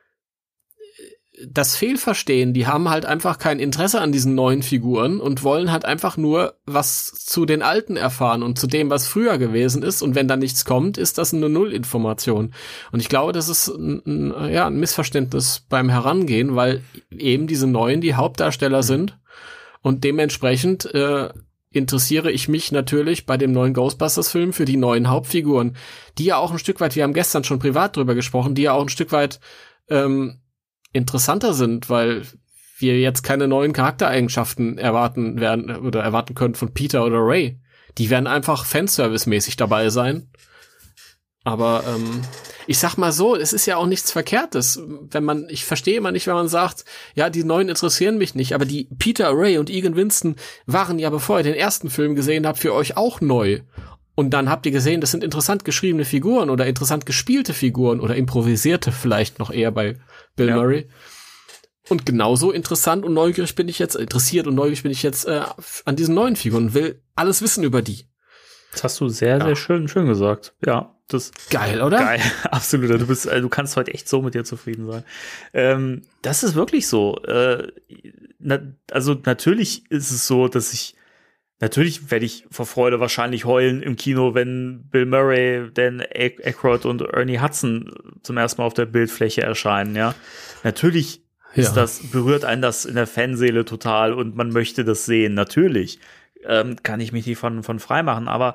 das Fehlverstehen, die haben halt einfach kein Interesse an diesen neuen Figuren und wollen halt einfach nur was zu den Alten erfahren und zu dem, was früher gewesen ist. Und wenn da nichts kommt, ist das eine Nullinformation. Und ich glaube, das ist ein, ein, ja, ein Missverständnis beim Herangehen, weil eben diese Neuen die Hauptdarsteller sind und dementsprechend äh, interessiere ich mich natürlich bei dem neuen Ghostbusters-Film für die neuen Hauptfiguren, die ja auch ein Stück weit, wir haben gestern schon privat drüber gesprochen, die ja auch ein Stück weit ähm, interessanter sind, weil wir jetzt keine neuen Charaktereigenschaften erwarten werden oder erwarten können von Peter oder Ray. Die werden einfach Fanservice-mäßig dabei sein. Aber ähm, ich sag mal so, es ist ja auch nichts Verkehrtes, wenn man, ich verstehe immer nicht, wenn man sagt, ja, die Neuen interessieren mich nicht, aber die Peter, Ray und Egan Winston waren ja, bevor ihr den ersten Film gesehen habt, für euch auch neu. Und dann habt ihr gesehen, das sind interessant geschriebene Figuren oder interessant gespielte Figuren oder improvisierte vielleicht noch eher bei Bill ja. Murray. Und genauso interessant und neugierig bin ich jetzt, interessiert und neugierig bin ich jetzt äh, an diesen neuen Figuren und will alles wissen über die. Das hast du sehr, ja. sehr schön, schön gesagt. Ja, das geil, oder? Geil, absolut. Du bist, du kannst heute echt so mit dir zufrieden sein. Ähm, das ist wirklich so. Äh, na, also natürlich ist es so, dass ich Natürlich werde ich vor Freude wahrscheinlich heulen im Kino, wenn Bill Murray, Dan Aykroyd und Ernie Hudson zum ersten Mal auf der Bildfläche erscheinen, ja. Natürlich ja. ist das, berührt einen das in der Fanseele total und man möchte das sehen. Natürlich ähm, kann ich mich nicht von, von frei machen, aber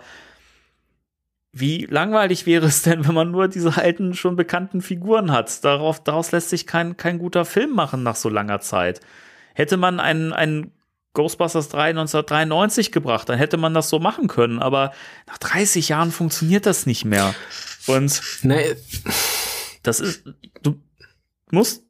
wie langweilig wäre es denn, wenn man nur diese alten, schon bekannten Figuren hat? Darauf, daraus lässt sich kein, kein guter Film machen nach so langer Zeit. Hätte man einen, einen Ghostbusters drei neunzehnhundertdreiundneunzig gebracht, dann hätte man das so machen können, aber nach dreißig Jahren funktioniert das nicht mehr. Und nee. das ist, du musst,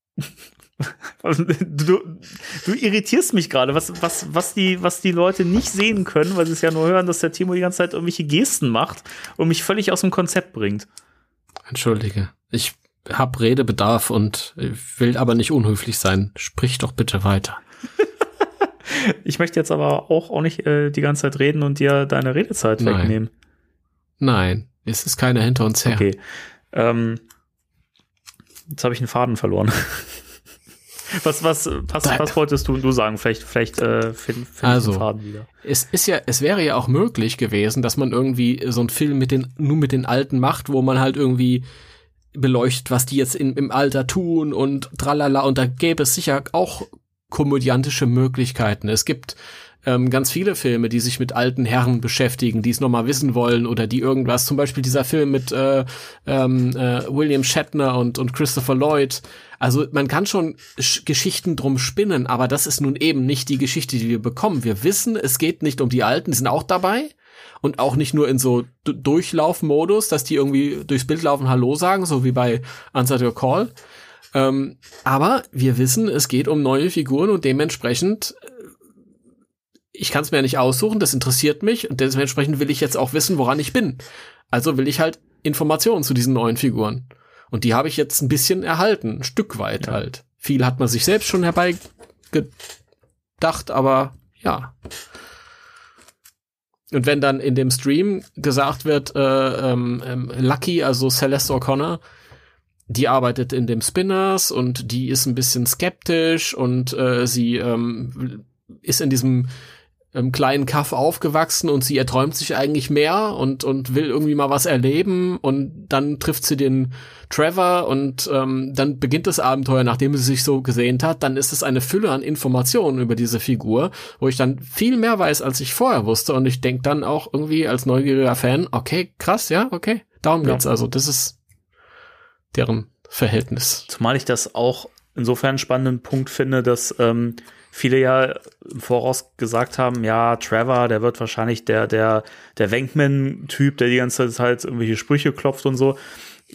du, du irritierst mich gerade, was, was, was die, was die Leute nicht sehen können, weil sie es ja nur hören, dass der Timo die ganze Zeit irgendwelche Gesten macht und mich völlig aus dem Konzept bringt. Entschuldige, ich hab Redebedarf und will aber nicht unhöflich sein. Sprich doch bitte weiter. Ich möchte jetzt aber auch, auch nicht äh, die ganze Zeit reden und dir deine Redezeit Nein. wegnehmen. Nein, es ist keiner hinter uns her. Okay. Ähm, jetzt habe ich einen Faden verloren. was, was, was, was wolltest du, du sagen? Vielleicht, vielleicht äh, finden find also, ich den Faden wieder. Es ist ja, es wäre ja auch möglich gewesen, dass man irgendwie so einen Film mit den, nur mit den Alten macht, wo man halt irgendwie beleuchtet, was die jetzt in, im Alter tun und tralala, und da gäbe es sicher auch komödiantische Möglichkeiten. Es gibt ähm, ganz viele Filme, die sich mit alten Herren beschäftigen, die es nochmal wissen wollen oder die irgendwas, zum Beispiel dieser Film mit äh, ähm, äh, William Shatner und, und Christopher Lloyd. Also man kann schon Sch- Geschichten drum spinnen, aber das ist nun eben nicht die Geschichte, die wir bekommen. Wir wissen, es geht nicht um die Alten, die sind auch dabei und auch nicht nur in so D- Durchlaufmodus, dass die irgendwie durchs Bild laufen, Hallo sagen, so wie bei Answer Your Call. Ähm, aber wir wissen, es geht um neue Figuren und dementsprechend, ich kann es mir ja nicht aussuchen, das interessiert mich und dementsprechend will ich jetzt auch wissen, woran ich bin. Also will ich halt Informationen zu diesen neuen Figuren. Und die habe ich jetzt ein bisschen erhalten, ein Stück weit ja. halt. Viel hat man sich selbst schon herbeigedacht, aber ja. Und wenn dann in dem Stream gesagt wird, äh, ähm, ähm, Lucky, also Celeste O'Connor, die arbeitet in dem Spinners und die ist ein bisschen skeptisch und äh, sie ähm, ist in diesem ähm, kleinen Kaff aufgewachsen und sie erträumt sich eigentlich mehr und und will irgendwie mal was erleben und dann trifft sie den Trevor und ähm, dann beginnt das Abenteuer, nachdem sie sich so gesehnt hat, dann ist es eine Fülle an Informationen über diese Figur, wo ich dann viel mehr weiß, als ich vorher wusste und ich denke dann auch irgendwie als neugieriger Fan, okay, krass, ja, okay, darum geht's, ja. Also das ist deren Verhältnis. Zumal ich das auch insofern einen spannenden Punkt finde, dass ähm, viele ja im Voraus gesagt haben, ja, Trevor, der wird wahrscheinlich der der der Venkman-Typ, der die ganze Zeit irgendwelche Sprüche klopft und so.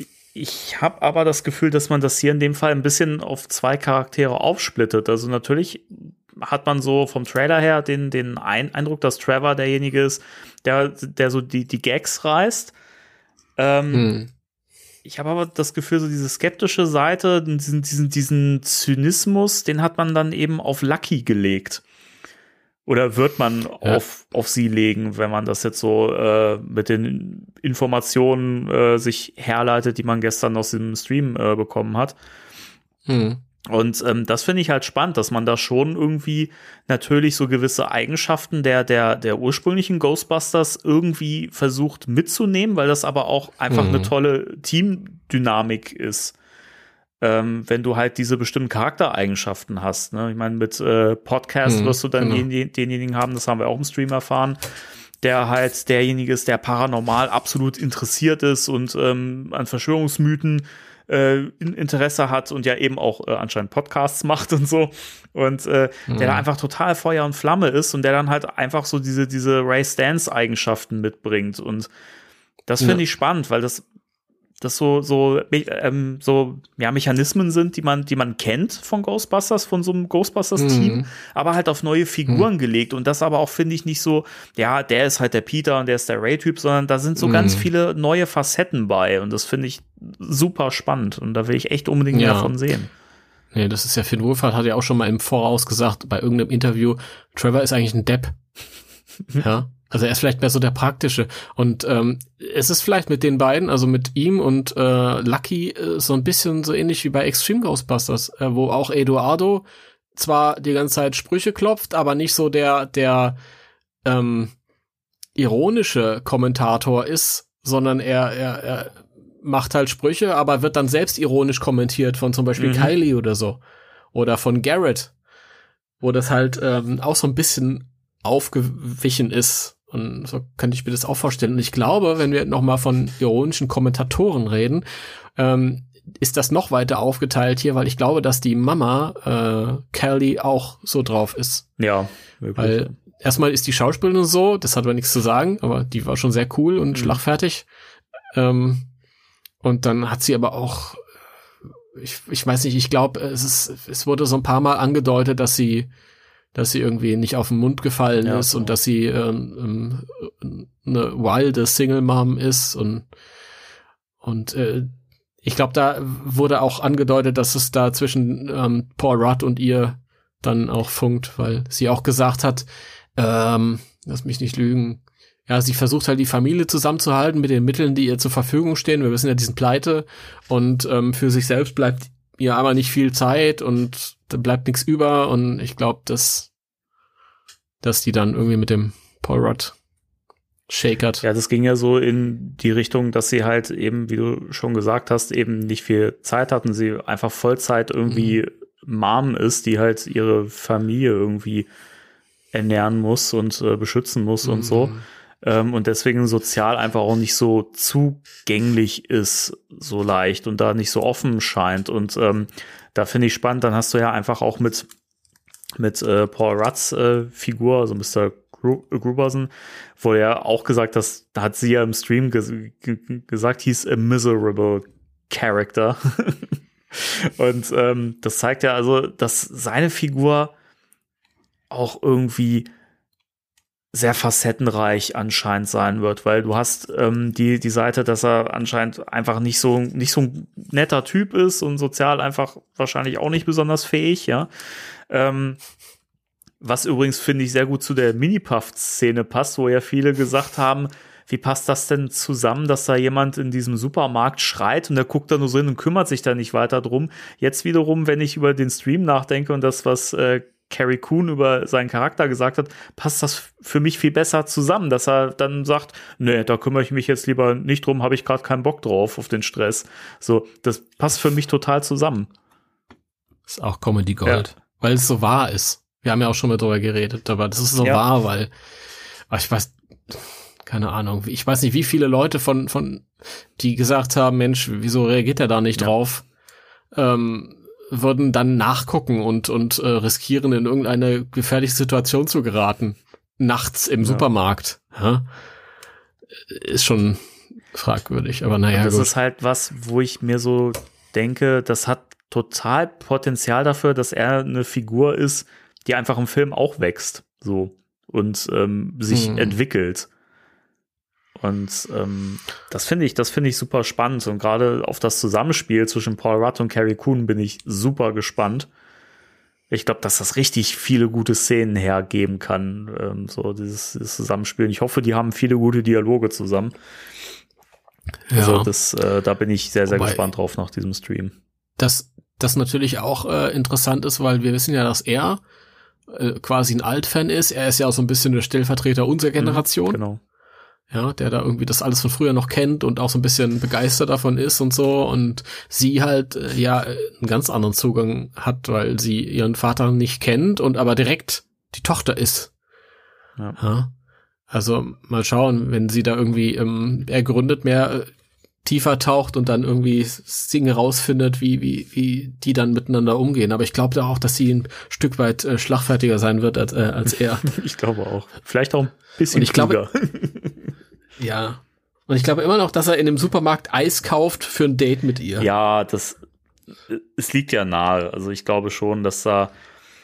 Ich habe aber das Gefühl, dass man das hier in dem Fall ein bisschen auf zwei Charaktere aufsplittet. Also natürlich hat man so vom Trailer her den den Eindruck, dass Trevor derjenige ist, der der so die die Gags reißt. Ähm, hm. Ich habe aber das Gefühl, so diese skeptische Seite, diesen, diesen, diesen Zynismus, den hat man dann eben auf Lucky gelegt. Oder wird man ja. auf, auf sie legen, wenn man das jetzt so äh, mit den Informationen äh, sich herleitet, die man gestern aus dem Stream äh, bekommen hat. Hm. Und ähm, das finde ich halt spannend, dass man da schon irgendwie natürlich so gewisse Eigenschaften der der der ursprünglichen Ghostbusters irgendwie versucht mitzunehmen, weil das aber auch einfach mhm. eine tolle Teamdynamik ist, ähm, wenn du halt diese bestimmten Charaktereigenschaften hast. Ne? Ich meine, mit äh, Podcast mhm, wirst du dann genau. den, denjenigen haben, das haben wir auch im Stream erfahren, der halt derjenige ist, der paranormal absolut interessiert ist und ähm, an Verschwörungsmythen Interesse hat und ja eben auch äh, anscheinend Podcasts macht und so und äh, mhm. der da einfach total Feuer und Flamme ist und der dann halt einfach so diese diese Ray Stantz Eigenschaften mitbringt und das finde ja. ich spannend, weil das das so so ähm, so ja Mechanismen sind, die man die man kennt von Ghostbusters, von so einem Ghostbusters Team, mhm. aber halt auf neue Figuren mhm. gelegt und das aber auch finde ich nicht so, ja, der ist halt der Peter und der ist der Ray Typ, sondern da sind so mhm. ganz viele neue Facetten bei und das finde ich super spannend und da will ich echt unbedingt ja. mehr davon sehen. Nee, das ist ja, Finn Wolfhard hat ja auch schon mal im Voraus gesagt, bei irgendeinem Interview, Trevor ist eigentlich ein Depp. Ja. Also er ist vielleicht mehr so der Praktische. Und ähm, es ist vielleicht mit den beiden, also mit ihm und äh, Lucky, äh, so ein bisschen so ähnlich wie bei Extreme Ghostbusters, äh, wo auch Eduardo zwar die ganze Zeit Sprüche klopft, aber nicht so der der ähm, ironische Kommentator ist, sondern er, er, er macht halt Sprüche, aber wird dann selbst ironisch kommentiert von zum Beispiel mhm. Kylie oder so. Oder von Garrett, wo das halt ähm, auch so ein bisschen aufgewichen ist. Und so könnte ich mir das auch vorstellen. Und ich glaube, wenn wir noch mal von ironischen Kommentatoren reden, ähm, ist das noch weiter aufgeteilt hier, weil ich glaube, dass die Mama äh, Kelly auch so drauf ist. Ja, wirklich. Weil erstmal ist die Schauspielerin so, das hat aber nichts zu sagen, aber die war schon sehr cool und mhm. schlagfertig. Ähm, und dann hat sie aber auch, ich, ich weiß nicht, ich glaube, es ist, es wurde so ein paar Mal angedeutet, dass sie dass sie irgendwie nicht auf den Mund gefallen ja, ist so. Und dass sie ähm, eine wilde Single-Mom ist und und äh, ich glaube, da wurde auch angedeutet, dass es da zwischen ähm, Paul Rudd und ihr dann auch funkt, weil sie auch gesagt hat, ähm, lass mich nicht lügen, ja, sie versucht halt die Familie zusammenzuhalten mit den Mitteln, die ihr zur Verfügung stehen. Wir wissen ja, die sind pleite und ähm, für sich selbst bleibt ihr aber nicht viel Zeit und da bleibt nichts über und ich glaube, dass dass die dann irgendwie mit dem Paul Rudd shakert. Ja, das ging ja so in die Richtung, dass sie halt eben, wie du schon gesagt hast, eben nicht viel Zeit hatten. Sie einfach Vollzeit irgendwie mhm. Mom ist, die halt ihre Familie irgendwie ernähren muss und äh, beschützen muss mhm. und so. Ähm, und deswegen sozial einfach auch nicht so zugänglich ist, so leicht und da nicht so offen scheint. Und ähm, da finde ich spannend, dann hast du ja einfach auch mit mit äh, Paul Rudds äh, Figur, also Mister Gru- Gruberson, wo er auch gesagt hat, da hat sie ja im Stream ges- g- gesagt, he's a miserable character. Und ähm, das zeigt ja also, dass seine Figur auch irgendwie sehr facettenreich anscheinend sein wird, weil du hast ähm, die die Seite, dass er anscheinend einfach nicht so nicht so ein netter Typ ist und sozial einfach wahrscheinlich auch nicht besonders fähig, ja. Ähm, was übrigens, finde ich, sehr gut zu der Mini-Puff-Szene passt, wo ja viele gesagt haben, wie passt das denn zusammen, dass da jemand in diesem Supermarkt schreit und der guckt da nur so hin und kümmert sich da nicht weiter drum. Jetzt wiederum, wenn ich über den Stream nachdenke und das, was äh, Carrie Coon über seinen Charakter gesagt hat, passt das für mich viel besser zusammen, dass er dann sagt, nee, da kümmere ich mich jetzt lieber nicht drum, habe ich gerade keinen Bock drauf, auf den Stress. So, das passt für mich total zusammen. Ist auch Comedy Gold, ja. Weil es so wahr ist. Wir haben ja auch schon mal drüber geredet, aber das ist so ja. wahr, weil ich weiß, keine Ahnung, ich weiß nicht, wie viele Leute von, von die gesagt haben, Mensch, wieso reagiert er da nicht ja. drauf, ähm, würden dann nachgucken und und äh, riskieren, in irgendeine gefährliche Situation zu geraten. Nachts im ja. Supermarkt. Ja? Ist schon fragwürdig, aber naja, das gut. ist halt was, wo ich mir so denke, das hat total Potenzial dafür, dass er eine Figur ist, die einfach im Film auch wächst, so, und ähm, sich hm. entwickelt. Und ähm, das finde ich, das finde ich super spannend. Und gerade auf das Zusammenspiel zwischen Paul Rudd und Carrie Coon bin ich super gespannt. Ich glaube, dass das richtig viele gute Szenen hergeben kann, ähm, so dieses, dieses Zusammenspiel. Ich hoffe, die haben viele gute Dialoge zusammen. Ja. Also das, äh, da bin ich sehr, sehr Wobei, gespannt drauf nach diesem Stream. Das, das natürlich auch äh, interessant ist, weil wir wissen ja, dass er äh, quasi ein Alt-Fan ist. Er ist ja auch so ein bisschen der Stellvertreter unserer Generation. Mhm, genau. Ja, der da irgendwie das alles von früher noch kennt und auch so ein bisschen begeistert davon ist und so, und sie halt äh, ja einen ganz anderen Zugang hat, weil sie ihren Vater nicht kennt und aber direkt die Tochter ist. Ja. Ja. Also mal schauen, wenn sie da irgendwie ähm, ergründet mehr äh, tiefer taucht und dann irgendwie Dinge rausfindet, wie wie wie die dann miteinander umgehen. Aber ich glaube da auch, dass sie ein Stück weit äh, schlagfertiger sein wird als, äh, als er. Ich glaube auch. Vielleicht auch ein bisschen und ich klüger. Glaube, ja. Und ich glaube immer noch, dass er in dem Supermarkt Eis kauft für ein Date mit ihr. Ja, das, es liegt ja nahe. Also ich glaube schon, dass da,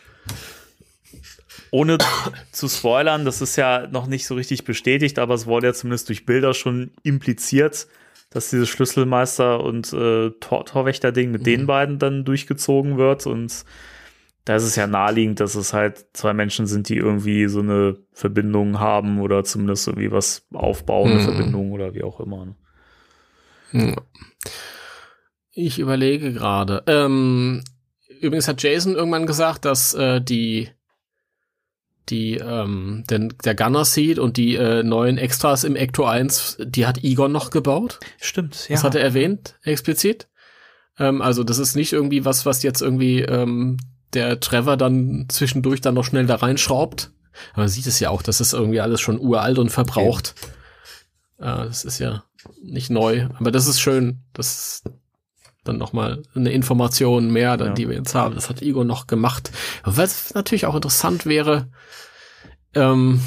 ohne zu spoilern, das ist ja noch nicht so richtig bestätigt, aber es wurde ja zumindest durch Bilder schon impliziert, dass dieses Schlüsselmeister- und äh, Tor- Torwächter-Ding mit mhm. den beiden dann durchgezogen wird. Und da ist es ja naheliegend, dass es halt zwei Menschen sind, die irgendwie so eine Verbindung haben oder zumindest irgendwie was aufbauen, eine mhm. Verbindung oder wie auch immer. Ne? Ich überlege gerade. Ähm, übrigens hat Jason irgendwann gesagt, dass äh, die die ähm, denn der Gunner Seat und die äh, neuen Extras im Ecto eins, die hat Egon noch gebaut. Stimmt, ja. Das hat er erwähnt, explizit. Ähm, also das ist nicht irgendwie was, was jetzt irgendwie ähm, der Trevor dann zwischendurch dann noch schnell da reinschraubt. Aber man sieht es ja auch, das ist irgendwie alles schon uralt und verbraucht. Okay. Äh, das ist ja nicht neu, aber das ist schön. Das ist dann nochmal eine Information mehr, dann, ja. die wir jetzt haben. Das hat Egon noch gemacht. Was natürlich auch interessant wäre, ähm,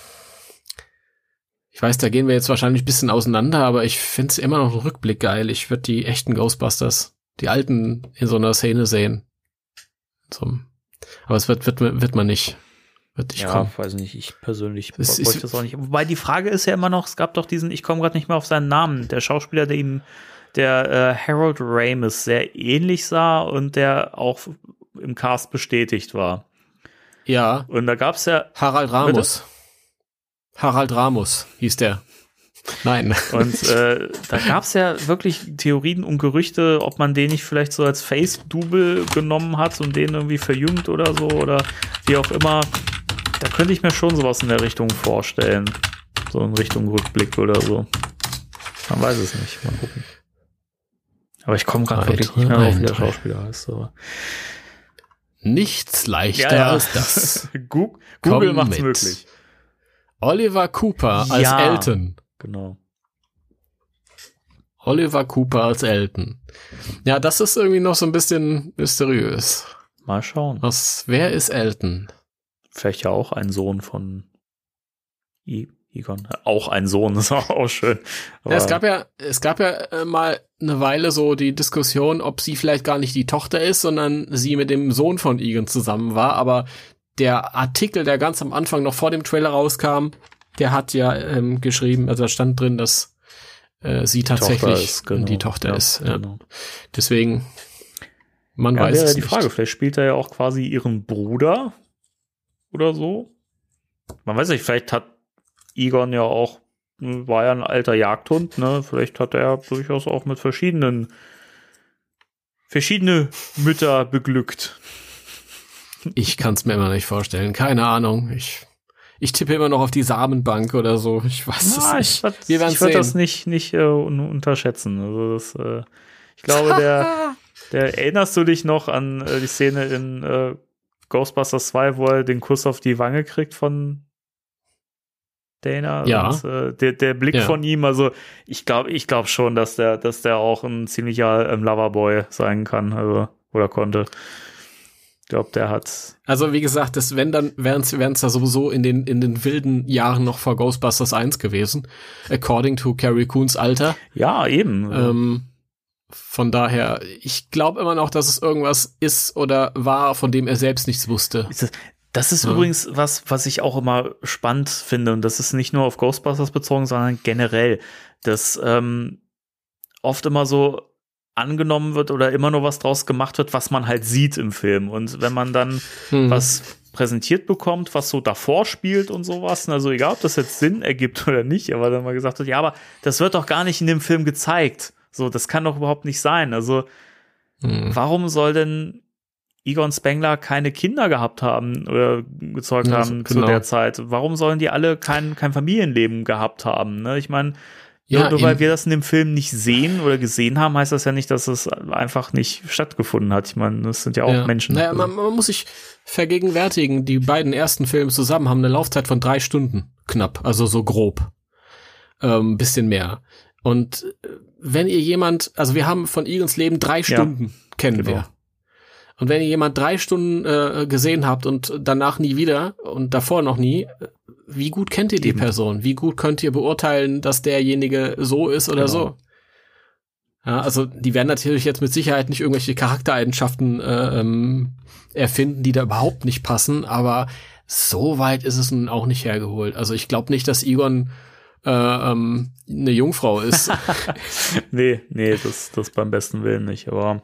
ich weiß, da gehen wir jetzt wahrscheinlich ein bisschen auseinander, aber ich finde es immer noch im Rückblick geil. Ich würde die echten Ghostbusters, die alten, in so einer Szene sehen. So. Aber es wird, wird, wird man nicht. Wird nicht ja, kommen. weiß nicht. Ich persönlich das bräuchte das auch nicht. Wobei die Frage ist ja immer noch, es gab doch diesen, ich komme gerade nicht mehr auf seinen Namen, der Schauspieler, der ihm, der äh, Harold Ramis sehr ähnlich sah und der auch im Cast bestätigt war. Ja. Und da gab's ja Harald Ramos. Bitte? Harald Ramos hieß der. Nein. Und äh, da gab's ja wirklich Theorien und Gerüchte, ob man den nicht vielleicht so als Face-Double genommen hat und den irgendwie verjüngt oder so oder wie auch immer. Da könnte ich mir schon sowas in der Richtung vorstellen. So in Richtung Rückblick oder so. Man weiß es nicht. Mal gucken. Aber ich komme gerade wirklich nicht mehr auf, wie der Schauspieler heißt. Aber nichts leichter ja, ja. als das. Google, Google macht's mit. Möglich. Oliver Cooper als ja, Elton. Genau. Oliver Cooper als Elton. Ja, das ist irgendwie noch so ein bisschen mysteriös. Mal schauen. Was, wer ist Elton? Vielleicht ja auch ein Sohn von I- Egon. Auch ein Sohn, ist auch schön. Aber ja, es gab ja, es gab ja äh, mal eine Weile so die Diskussion, ob sie vielleicht gar nicht die Tochter ist, sondern sie mit dem Sohn von Egon zusammen war, aber der Artikel, der ganz am Anfang noch vor dem Trailer rauskam, der hat ja ähm, geschrieben, also da stand drin, dass äh, sie tatsächlich Tochter ist, genau. die Tochter ja, ist. Ja. Genau. Deswegen, man ja, weiß wäre es die nicht. Frage, vielleicht spielt er ja auch quasi ihren Bruder oder so. Man weiß nicht, vielleicht hat Egon ja auch, war ja ein alter Jagdhund, ne? Vielleicht hat er durchaus auch mit verschiedenen verschiedene Mütter beglückt. Ich kann es mir immer nicht vorstellen. Keine Ahnung. Ich, ich tippe immer noch auf die Samenbank oder so. Ich weiß es Na, nicht. Ich, würd, Wir werden ich würde sehen. das nicht, nicht äh, un- unterschätzen. Also das, äh, ich glaube, der, der erinnerst du dich noch an äh, die Szene in äh, Ghostbusters zwei, wo er den Kuss auf die Wange kriegt von Dana? Ja. Und, äh, der, der Blick Ja. von ihm, also ich glaube ich glaube schon, dass der, dass der auch ein ziemlicher ähm, Loverboy sein kann, also oder konnte. Ich glaube, der hat Also wie gesagt, das, wenn dann wären es da sowieso in den in den wilden Jahren noch vor Ghostbusters eins gewesen, according to Carrie Coons Alter. ja eben. Ähm, von daher, ich glaube immer noch, dass es irgendwas ist oder war, von dem er selbst nichts wusste. Ist das, das ist Ja. übrigens was, was ich auch immer spannend finde. Und das ist nicht nur auf Ghostbusters bezogen, sondern generell, dass ähm, oft immer so angenommen wird oder immer nur was draus gemacht wird, was man halt sieht im Film. Und wenn man dann Hm. was präsentiert bekommt, was so davor spielt und sowas, also egal, ob das jetzt Sinn ergibt oder nicht, aber dann mal gesagt wird, ja, aber das wird doch gar nicht in dem Film gezeigt. So, das kann doch überhaupt nicht sein. Also, Hm. warum soll denn Egon Spengler keine Kinder gehabt haben oder gezeugt Ja, haben genau. zu der Zeit? Warum sollen die alle kein, kein Familienleben gehabt haben? Ne? Ich meine, Ja, nur, nur weil eben. wir das in dem Film nicht sehen oder gesehen haben, heißt das ja nicht, dass es einfach nicht stattgefunden hat. Ich meine, das sind ja auch Ja. Menschen. Naja, man, man muss sich vergegenwärtigen, die beiden ersten Filme zusammen haben eine Laufzeit von drei Stunden, knapp, also so grob. Ähm, bisschen mehr. Und äh, wenn ihr jemand, also wir haben von Egons Leben drei Stunden, kennen genau. wir. Und wenn ihr jemand drei Stunden äh, gesehen habt und danach nie wieder und davor noch nie, wie gut kennt ihr die Eben. Person? Wie gut könnt ihr beurteilen, dass derjenige so ist oder Genau. so? Ja, also die werden natürlich jetzt mit Sicherheit nicht irgendwelche Charaktereigenschaften äh, ähm, erfinden, die da überhaupt nicht passen, aber so weit ist es nun auch nicht hergeholt. Also ich glaube nicht, dass Egon äh, ähm, eine Jungfrau ist. nee, nee, das, das beim besten Willen nicht, aber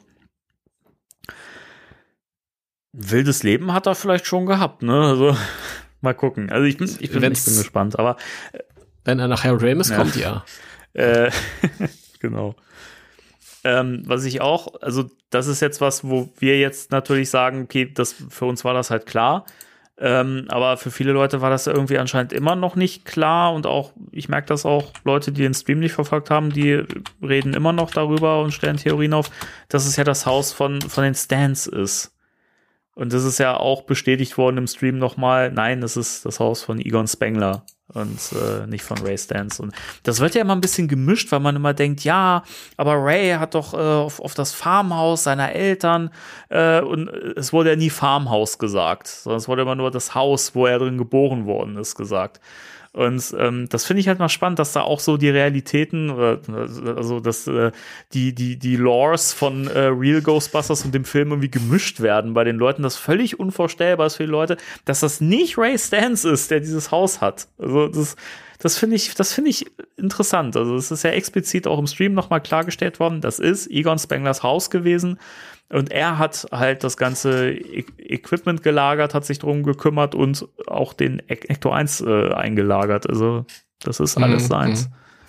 wildes Leben hat er vielleicht schon gehabt, ne? Also mal gucken. Also ich bin, ich bin, ich bin Wenn's- gespannt, aber Wenn er nach Harold Ramis Ja. kommt, ja. Äh, genau. Ähm, was ich auch, also das ist jetzt was, wo wir jetzt natürlich sagen, okay, das für uns war das halt klar, ähm, aber für viele Leute war das irgendwie anscheinend immer noch nicht klar und auch, ich merke das auch, Leute, die den Stream nicht verfolgt haben, die reden immer noch darüber und stellen Theorien auf, dass es ja das Haus von, von den Stans ist. Und das ist ja auch bestätigt worden im Stream nochmal, nein, das ist das Haus von Egon Spengler und äh, nicht von Ray Stantz. Und das wird ja immer ein bisschen gemischt, weil man immer denkt, ja, aber Ray hat doch äh, auf, auf das Farmhaus seiner Eltern äh, und es wurde ja nie Farmhaus gesagt, sondern es wurde immer nur das Haus, wo er drin geboren worden ist, gesagt. Und ähm, das finde ich halt mal spannend, dass da auch so die Realitäten, äh, also dass äh, die die die Lores von äh, Real Ghostbusters und dem Film irgendwie gemischt werden bei den Leuten. Das völlig unvorstellbar ist für die Leute, dass das nicht Ray Stantz ist, der dieses Haus hat. Also das das finde ich das finde ich interessant. Also es ist ja explizit auch im Stream nochmal klargestellt worden, das ist Egon Spenglers Haus gewesen. Und er hat halt das ganze e- Equipment gelagert, hat sich drum gekümmert und auch den E- Ecto eins äh, eingelagert. Also das ist alles Mhm, seins.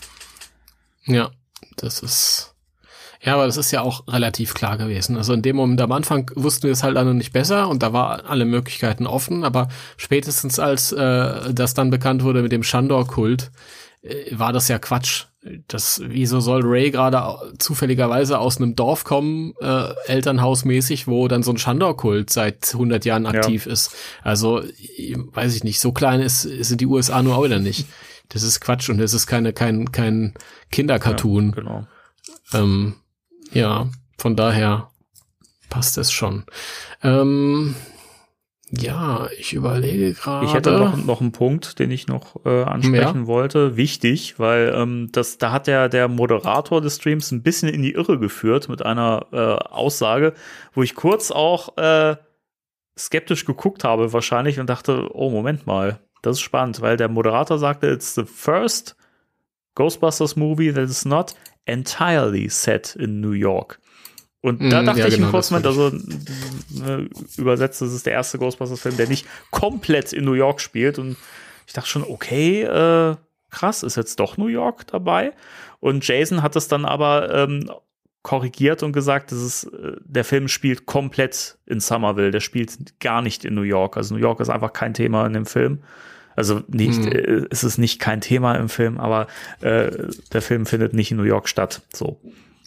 Ja, das ist. Ja, aber das ist ja auch relativ klar gewesen. Also in dem Moment am Anfang wussten wir es halt alle nicht besser und da war alle Möglichkeiten offen, aber spätestens als äh, das dann bekannt wurde mit dem Shandor-Kult, äh, war das ja Quatsch. Das, wieso soll Ray gerade au- zufälligerweise aus einem Dorf kommen, äh, elternhausmäßig, wo dann so ein Shandor-Kult seit hundert Jahren aktiv ist? Also, ich- weiß ich nicht, so klein ist, sind die U S A nur auch wieder nicht. Das ist Quatsch und das ist keine, kein, kein Kindercartoon. Ja, genau. Ähm, ja, von daher passt es schon. Ähm, ja, ich überlege gerade. Ich hätte noch, noch einen Punkt, den ich noch äh, ansprechen Ja. wollte. Wichtig, weil ähm, das, da hat der, der Moderator des Streams ein bisschen in die Irre geführt mit einer äh, Aussage, wo ich kurz auch äh, skeptisch geguckt habe wahrscheinlich und dachte, oh, Moment mal, das ist spannend, weil der Moderator sagte, it's the first Ghostbusters movie that is not entirely set in New York. Und da dachte ja, ich genau, im kurzen Moment, also ne, übersetzt, das ist der erste Ghostbusters-Film, der nicht komplett in New York spielt. Und ich dachte schon, okay, äh, krass, ist jetzt doch New York dabei. Und Jason hat es dann aber ähm, korrigiert und gesagt, das ist, äh, der Film spielt komplett in Somerville, der spielt gar nicht in New York. Also New York ist einfach kein Thema in dem Film. Also nicht, mhm. äh, ist es nicht kein Thema im Film, aber äh, der Film findet nicht in New York statt. So.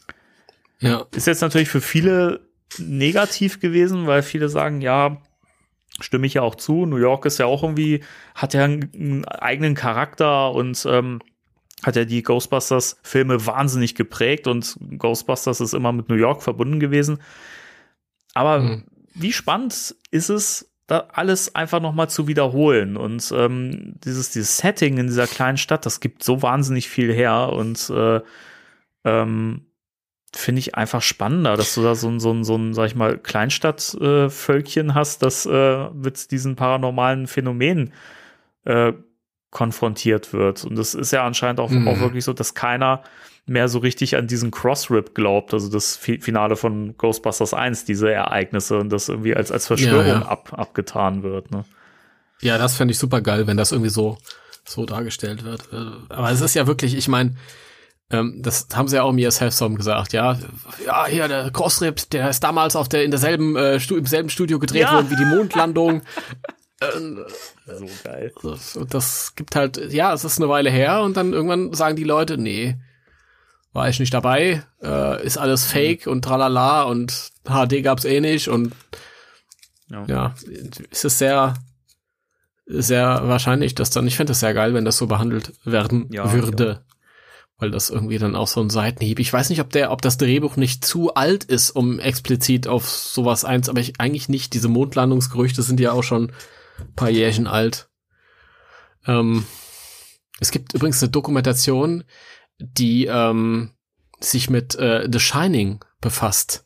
Ja. Ist jetzt natürlich für viele negativ gewesen, weil viele sagen, ja, stimme ich ja auch zu, New York ist ja auch irgendwie, hat ja einen, einen eigenen Charakter und ähm, hat ja die Ghostbusters-Filme wahnsinnig geprägt und Ghostbusters ist immer mit New York verbunden gewesen. Aber mhm. wie spannend ist es, da alles einfach noch mal zu wiederholen und ähm, dieses, dieses Setting in dieser kleinen Stadt, das gibt so wahnsinnig viel her und äh, ähm, finde ich einfach spannender, dass du da so ein, so ein, so ein, sag ich mal, Kleinstadtvölkchen äh, hast, das äh, mit diesen paranormalen Phänomenen äh, konfrontiert wird. Und das ist ja anscheinend auch, mhm. auch wirklich so, dass keiner mehr so richtig an diesen Crossrip glaubt, also das Finale von Ghostbusters eins, diese Ereignisse und das irgendwie als, als Verschwörung ja, ja. Ab, abgetan wird. Ne? Ja, das fände ich super geil, wenn das irgendwie so, so dargestellt wird. Aber es ist ja wirklich, ich meine, Ähm, das haben sie ja auch mir als Halfstorm gesagt, ja. Ja, hier, der Crossrip, der ist damals auf der, in derselben, äh, Stu- im selben Studio gedreht ja. worden wie die Mondlandung. ähm, so geil. Das, das gibt halt, ja, es ist eine Weile her und dann irgendwann sagen die Leute, nee, war ich nicht dabei, äh, ist alles fake mhm. und tralala und H D gab's eh nicht und ja, ja es ist sehr, sehr wahrscheinlich, dass dann, ich fände es sehr geil, wenn das so behandelt werden ja, würde. Ja. Weil das irgendwie dann auch so ein Seitenhieb. Ich weiß nicht, ob der, ob das Drehbuch nicht zu alt ist, um explizit auf sowas eins, aber ich eigentlich nicht. Diese Mondlandungsgerüchte sind ja auch schon ein paar Jährchen alt. Ähm, es gibt übrigens eine Dokumentation, die ähm, sich mit äh, The Shining befasst.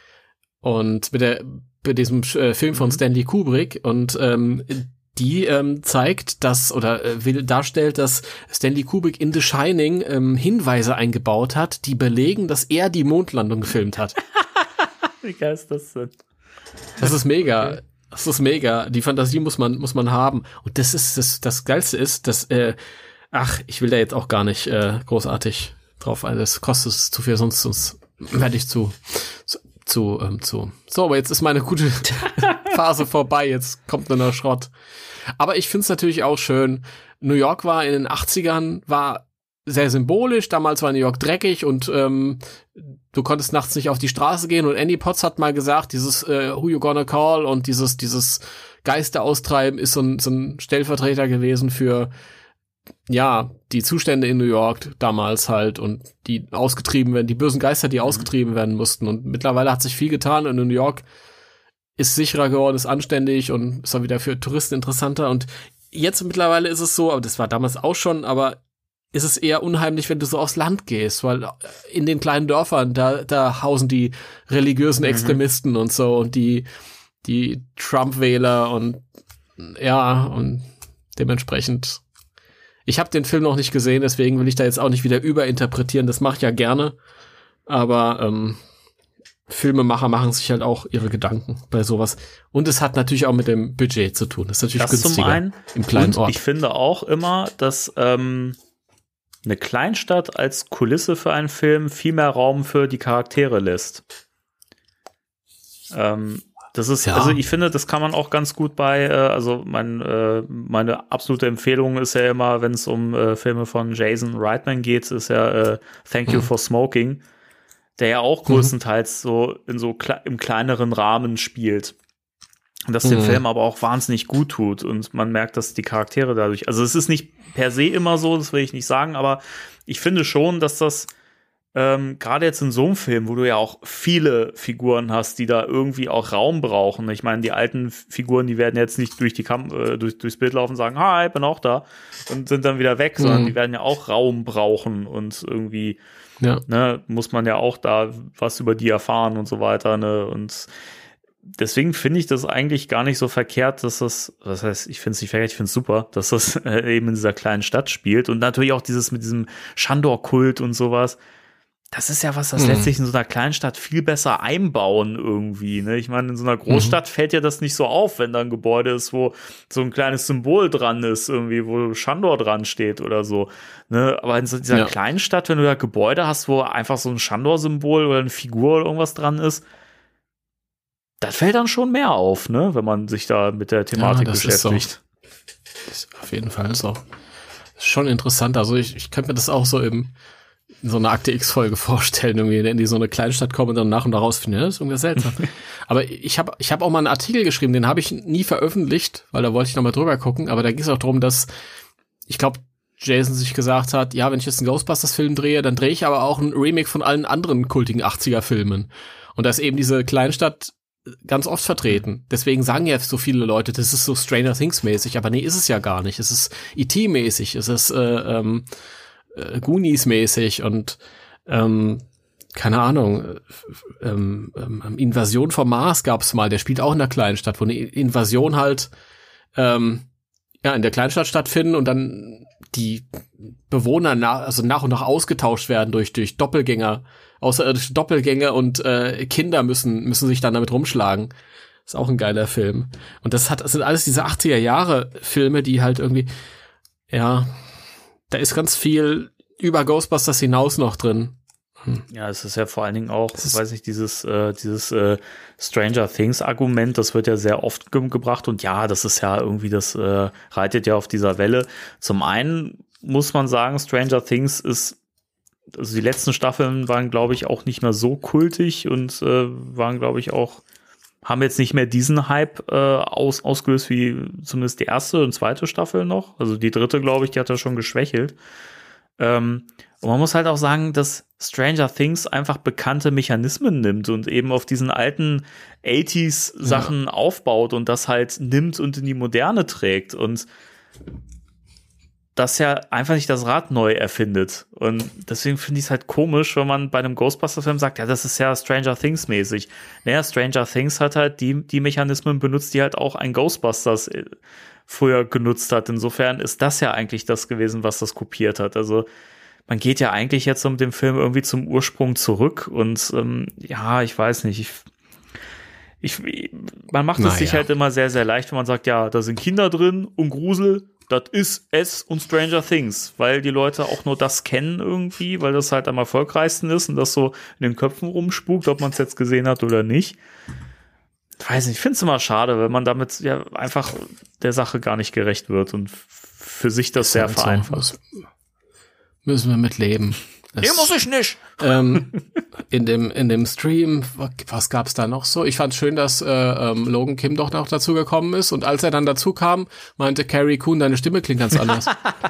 Und mit der, mit diesem äh, Film von Stanley Kubrick und ähm, die ähm, zeigt, dass oder äh, will darstellt, dass Stanley Kubrick in The Shining ähm, Hinweise eingebaut hat, die belegen, dass er die Mondlandung gefilmt hat. Wie geil ist das denn? Das ist mega. Okay. Das ist mega. Die Fantasie muss man muss man haben. Und das ist das das Geilste ist, dass äh, ach, ich will da jetzt auch gar nicht äh, großartig drauf. Also das kostet es zu viel, sonst sonst werde ich zu zu zu, ähm, zu. So, aber jetzt ist meine gute Phase vorbei. Jetzt kommt nur noch Schrott. Aber ich find's natürlich auch schön. New York war in den achtzigern, war sehr symbolisch. Damals war New York dreckig und ähm, du konntest nachts nicht auf die Straße gehen. Und Annie Potts hat mal gesagt, dieses äh, Who You Gonna Call und dieses dieses Geister austreiben ist so ein, so ein Stellvertreter gewesen für ja, die Zustände in New York damals halt und die ausgetrieben werden, die bösen Geister, die mhm. ausgetrieben werden mussten. Und mittlerweile hat sich viel getan und New York ist sicherer geworden, ist anständig und ist auch wieder für Touristen interessanter. Und jetzt mittlerweile ist es so, aber das war damals auch schon, aber ist es eher unheimlich, wenn du so aufs Land gehst, weil in den kleinen Dörfern, da, da hausen die religiösen Extremisten mhm. und so und die, die Trump-Wähler und ja, und dementsprechend. Ich habe den Film noch nicht gesehen, deswegen will ich da jetzt auch nicht wieder überinterpretieren. Das mache ich ja gerne. Aber ähm, Filmemacher machen sich halt auch ihre Gedanken bei sowas. Und es hat natürlich auch mit dem Budget zu tun. Das ist natürlich das günstiger zum einen. Im kleinen und Ort. Ich finde auch immer, dass ähm, eine Kleinstadt als Kulisse für einen Film viel mehr Raum für die Charaktere lässt. Ähm, Das ist, ja. also ich finde, das kann man auch ganz gut bei, äh, also mein, äh, meine absolute Empfehlung ist ja immer, wenn es um äh, Filme von Jason Reitman geht, ist ja äh, Thank You mhm. for Smoking, der ja auch größtenteils mhm. so in so kle- im kleineren Rahmen spielt. Und das mhm. dem Film aber auch wahnsinnig gut tut und man merkt, dass die Charaktere dadurch, also es ist nicht per se immer so, das will ich nicht sagen, aber ich finde schon, dass das Ähm, gerade jetzt in so einem Film, wo du ja auch viele Figuren hast, die da irgendwie auch Raum brauchen. Ich meine, die alten Figuren, die werden jetzt nicht durch die Kam- äh, durch, durchs Bild laufen und sagen, hi, bin auch da und sind dann wieder weg, mhm. sondern die werden ja auch Raum brauchen und irgendwie ja. ne, muss man ja auch da was über die erfahren und so weiter. Ne? Und deswegen finde ich das eigentlich gar nicht so verkehrt, dass das, was heißt, ich finde es nicht verkehrt, ich finde es super, dass das äh, eben in dieser kleinen Stadt spielt und natürlich auch dieses mit diesem Shandor-Kult und sowas. Das ist ja was, das mhm. lässt sich in so einer kleinen Stadt viel besser einbauen irgendwie, ne? Ich meine, in so einer Großstadt mhm. fällt ja das nicht so auf, wenn da ein Gebäude ist, wo so ein kleines Symbol dran ist, irgendwie, wo Shandor dran steht oder so, ne? Aber in so dieser ja. kleinen Stadt, wenn du da Gebäude hast, wo einfach so ein Shandor-Symbol oder eine Figur oder irgendwas dran ist, das fällt dann schon mehr auf, ne? Wenn man sich da mit der Thematik ja, das beschäftigt. Ist so. Das ist auf jeden Fall so. Ist schon interessant. Also ich, ich könnte mir das auch so im in so einer Akte X-Folge vorstellen, irgendwie, in die so eine Kleinstadt kommen und dann nach und nach rausfinden. Ja, das ist irgendwie seltsam. Aber ich habe ich hab auch mal einen Artikel geschrieben, den habe ich nie veröffentlicht, weil da wollte ich noch mal drüber gucken, aber da ging es auch darum, dass, ich glaube, Jason sich gesagt hat, ja, wenn ich jetzt einen Ghostbusters-Film drehe, dann drehe ich aber auch ein Remake von allen anderen kultigen achtziger-Filmen. Und da ist eben diese Kleinstadt ganz oft vertreten. Deswegen sagen ja so viele Leute, das ist so Stranger Things-mäßig, aber nee, ist es ja gar nicht. Es ist E T-mäßig, es ist äh, ähm, Äh, Goonies-mäßig und ähm, keine Ahnung, äh, ähm, ähm, Invasion vom Mars gab's mal, der spielt auch in der Kleinstadt, wo eine Invasion halt ähm, ja in der Kleinstadt stattfinden und dann die Bewohner nach, also nach und nach ausgetauscht werden durch durch Doppelgänger, außerirdische Doppelgänger und äh, Kinder müssen müssen sich dann damit rumschlagen. Ist auch ein geiler Film. Und das hat das sind alles diese achtziger Jahre Filme, die halt irgendwie ja da ist ganz viel über Ghostbusters hinaus noch drin. Hm. Ja, es ist ja vor allen Dingen auch, ich weiß nicht, dieses äh, dieses äh, Stranger Things Argument, das wird ja sehr oft ge- gebracht und ja, das ist ja irgendwie, das äh, reitet ja auf dieser Welle. Zum einen muss man sagen, Stranger Things ist, also die letzten Staffeln waren, glaube ich, auch nicht mehr so kultig und äh, waren, glaube ich, auch haben jetzt nicht mehr diesen Hype äh, aus, ausgelöst wie zumindest die erste und zweite Staffel noch. Also die dritte, glaube ich, die hat ja schon geschwächelt. Ähm, und man muss halt auch sagen, dass Stranger Things einfach bekannte Mechanismen nimmt und eben auf diesen alten achtziger-Sachen ja. aufbaut und das halt nimmt und in die Moderne trägt. Und das ja einfach nicht das Rad neu erfindet. Und deswegen finde ich es halt komisch, wenn man bei einem Ghostbusters-Film sagt, ja, das ist ja Stranger Things-mäßig. Naja, Stranger Things hat halt die, die Mechanismen benutzt, die halt auch ein Ghostbusters früher genutzt hat. Insofern ist das ja eigentlich das gewesen, was das kopiert hat. Also man geht ja eigentlich jetzt so mit dem Film irgendwie zum Ursprung zurück und ähm, ja, ich weiß nicht, ich Ich, man macht es naja. sich halt immer sehr, sehr leicht, wenn man sagt, ja, da sind Kinder drin und Grusel, das ist es und Stranger Things, weil die Leute auch nur das kennen irgendwie, weil das halt am erfolgreichsten ist und das so in den Köpfen rumspukt, ob man es jetzt gesehen hat oder nicht. Ich weiß nicht, ich finde es immer schade, wenn man damit ja einfach der Sache gar nicht gerecht wird und für sich das, das sehr halt vereinfacht. So, müssen wir mit leben. Das, nee, muss ich nicht. Ähm, in dem in dem Stream, was gab's da noch so? Ich fand schön, dass äh, ähm, Logan Kim doch noch dazu gekommen ist und als er dann dazu kam, meinte Carrie Coon, deine Stimme klingt ganz anders.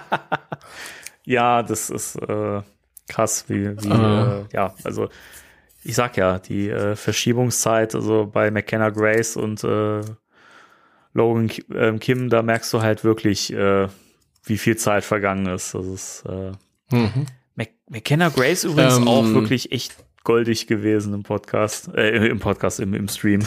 Ja, das ist äh, krass, wie, wie äh. Äh, ja, also ich sag ja, die äh, Verschiebungszeit, also bei McKenna Grace und äh, Logan äh, Kim, da merkst du halt wirklich, äh, wie viel Zeit vergangen ist. Das ist äh, mhm. McKenna Grace übrigens ähm, auch wirklich echt goldig gewesen im Podcast, äh, im Podcast, im, im Stream.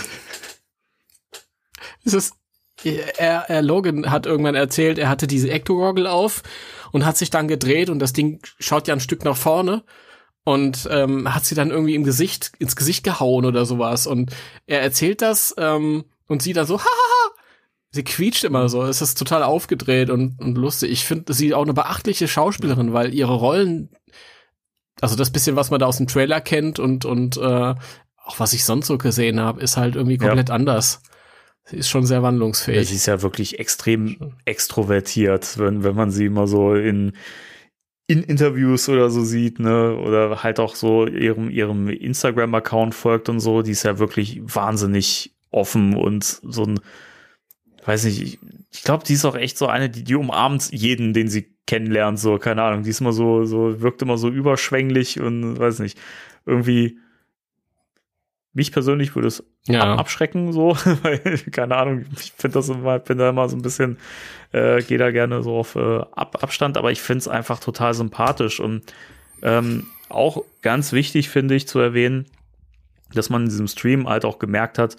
Es ist, er, er, Logan hat irgendwann erzählt, er hatte diese Ecto-Goggle auf und hat sich dann gedreht und das Ding schaut ja ein Stück nach vorne und ähm, hat sie dann irgendwie im Gesicht, ins Gesicht gehauen oder sowas und er erzählt das ähm, und sie dann so, hahaha, sie quietscht immer so, es ist total aufgedreht und, und lustig. Ich finde sie auch eine beachtliche Schauspielerin, weil ihre Rollen, also das bisschen, was man da aus dem Trailer kennt und und äh, auch was ich sonst so gesehen habe, ist halt irgendwie komplett ja. anders. Sie ist schon sehr wandlungsfähig. Ja, sie ist ja wirklich extrem extrovertiert, wenn wenn man sie immer so in in Interviews oder so sieht, ne, oder halt auch so ihrem ihrem Instagram-Account folgt und so. Die ist ja wirklich wahnsinnig offen und so ein, weiß nicht, ich, ich glaube, die ist auch echt so eine, die, die umarmt jeden, den sie kennenlernt, so, keine Ahnung, die ist immer so, so, wirkt immer so überschwänglich und, weiß nicht, irgendwie, mich persönlich würde es ja. abschrecken, so, weil, keine Ahnung, ich finde das immer, bin da immer so ein bisschen, äh, gehe da gerne so auf äh, Ab- Abstand, aber ich finde es einfach total sympathisch und ähm, auch ganz wichtig, finde ich, zu erwähnen, dass man in diesem Stream halt auch gemerkt hat,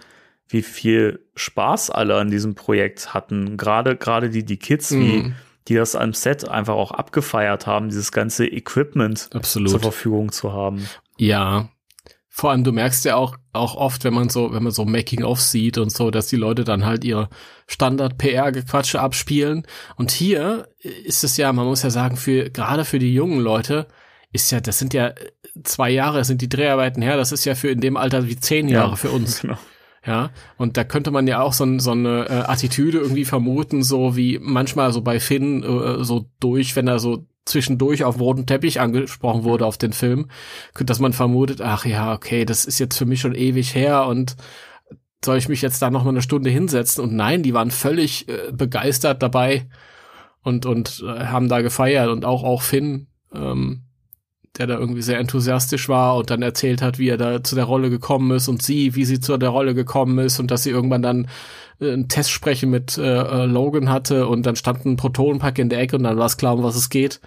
wie viel Spaß alle an diesem Projekt hatten. Gerade, gerade die, die Kids, mhm. wie, die das am Set einfach auch abgefeiert haben, dieses ganze Equipment Absolut. zur Verfügung zu haben. Ja. Vor allem, du merkst ja auch, auch oft, wenn man so, wenn man so Making-of sieht und so, dass die Leute dann halt ihre Standard-P R-Gequatsche abspielen. Und hier ist es ja, man muss ja sagen, für, gerade für die jungen Leute, ist ja, das sind ja zwei Jahre, sind die Dreharbeiten her, das ist ja für in dem Alter wie zehn Jahre ja, für uns. Genau. Ja, und da könnte man ja auch so, so eine äh, Attitüde irgendwie vermuten, so wie manchmal so bei Finn äh, so durch, wenn er so zwischendurch auf dem roten Teppich angesprochen wurde auf den Film, dass man vermutet, ach ja, okay, das ist jetzt für mich schon ewig her und soll ich mich jetzt da noch mal eine Stunde hinsetzen? Und nein, die waren völlig äh, begeistert dabei und und äh, haben da gefeiert und auch auch Finn, ähm, der da irgendwie sehr enthusiastisch war und dann erzählt hat, wie er da zu der Rolle gekommen ist und sie, wie sie zu der Rolle gekommen ist und dass sie irgendwann dann äh, ein Testsprechen mit äh, Logan hatte und dann stand ein Protonenpack in der Ecke und dann war es klar, um was es geht.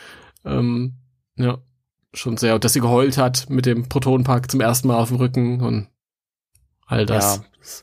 Ähm, ja, schon sehr. Und dass sie geheult hat mit dem Protonenpack zum ersten Mal auf dem Rücken und all das. Ja,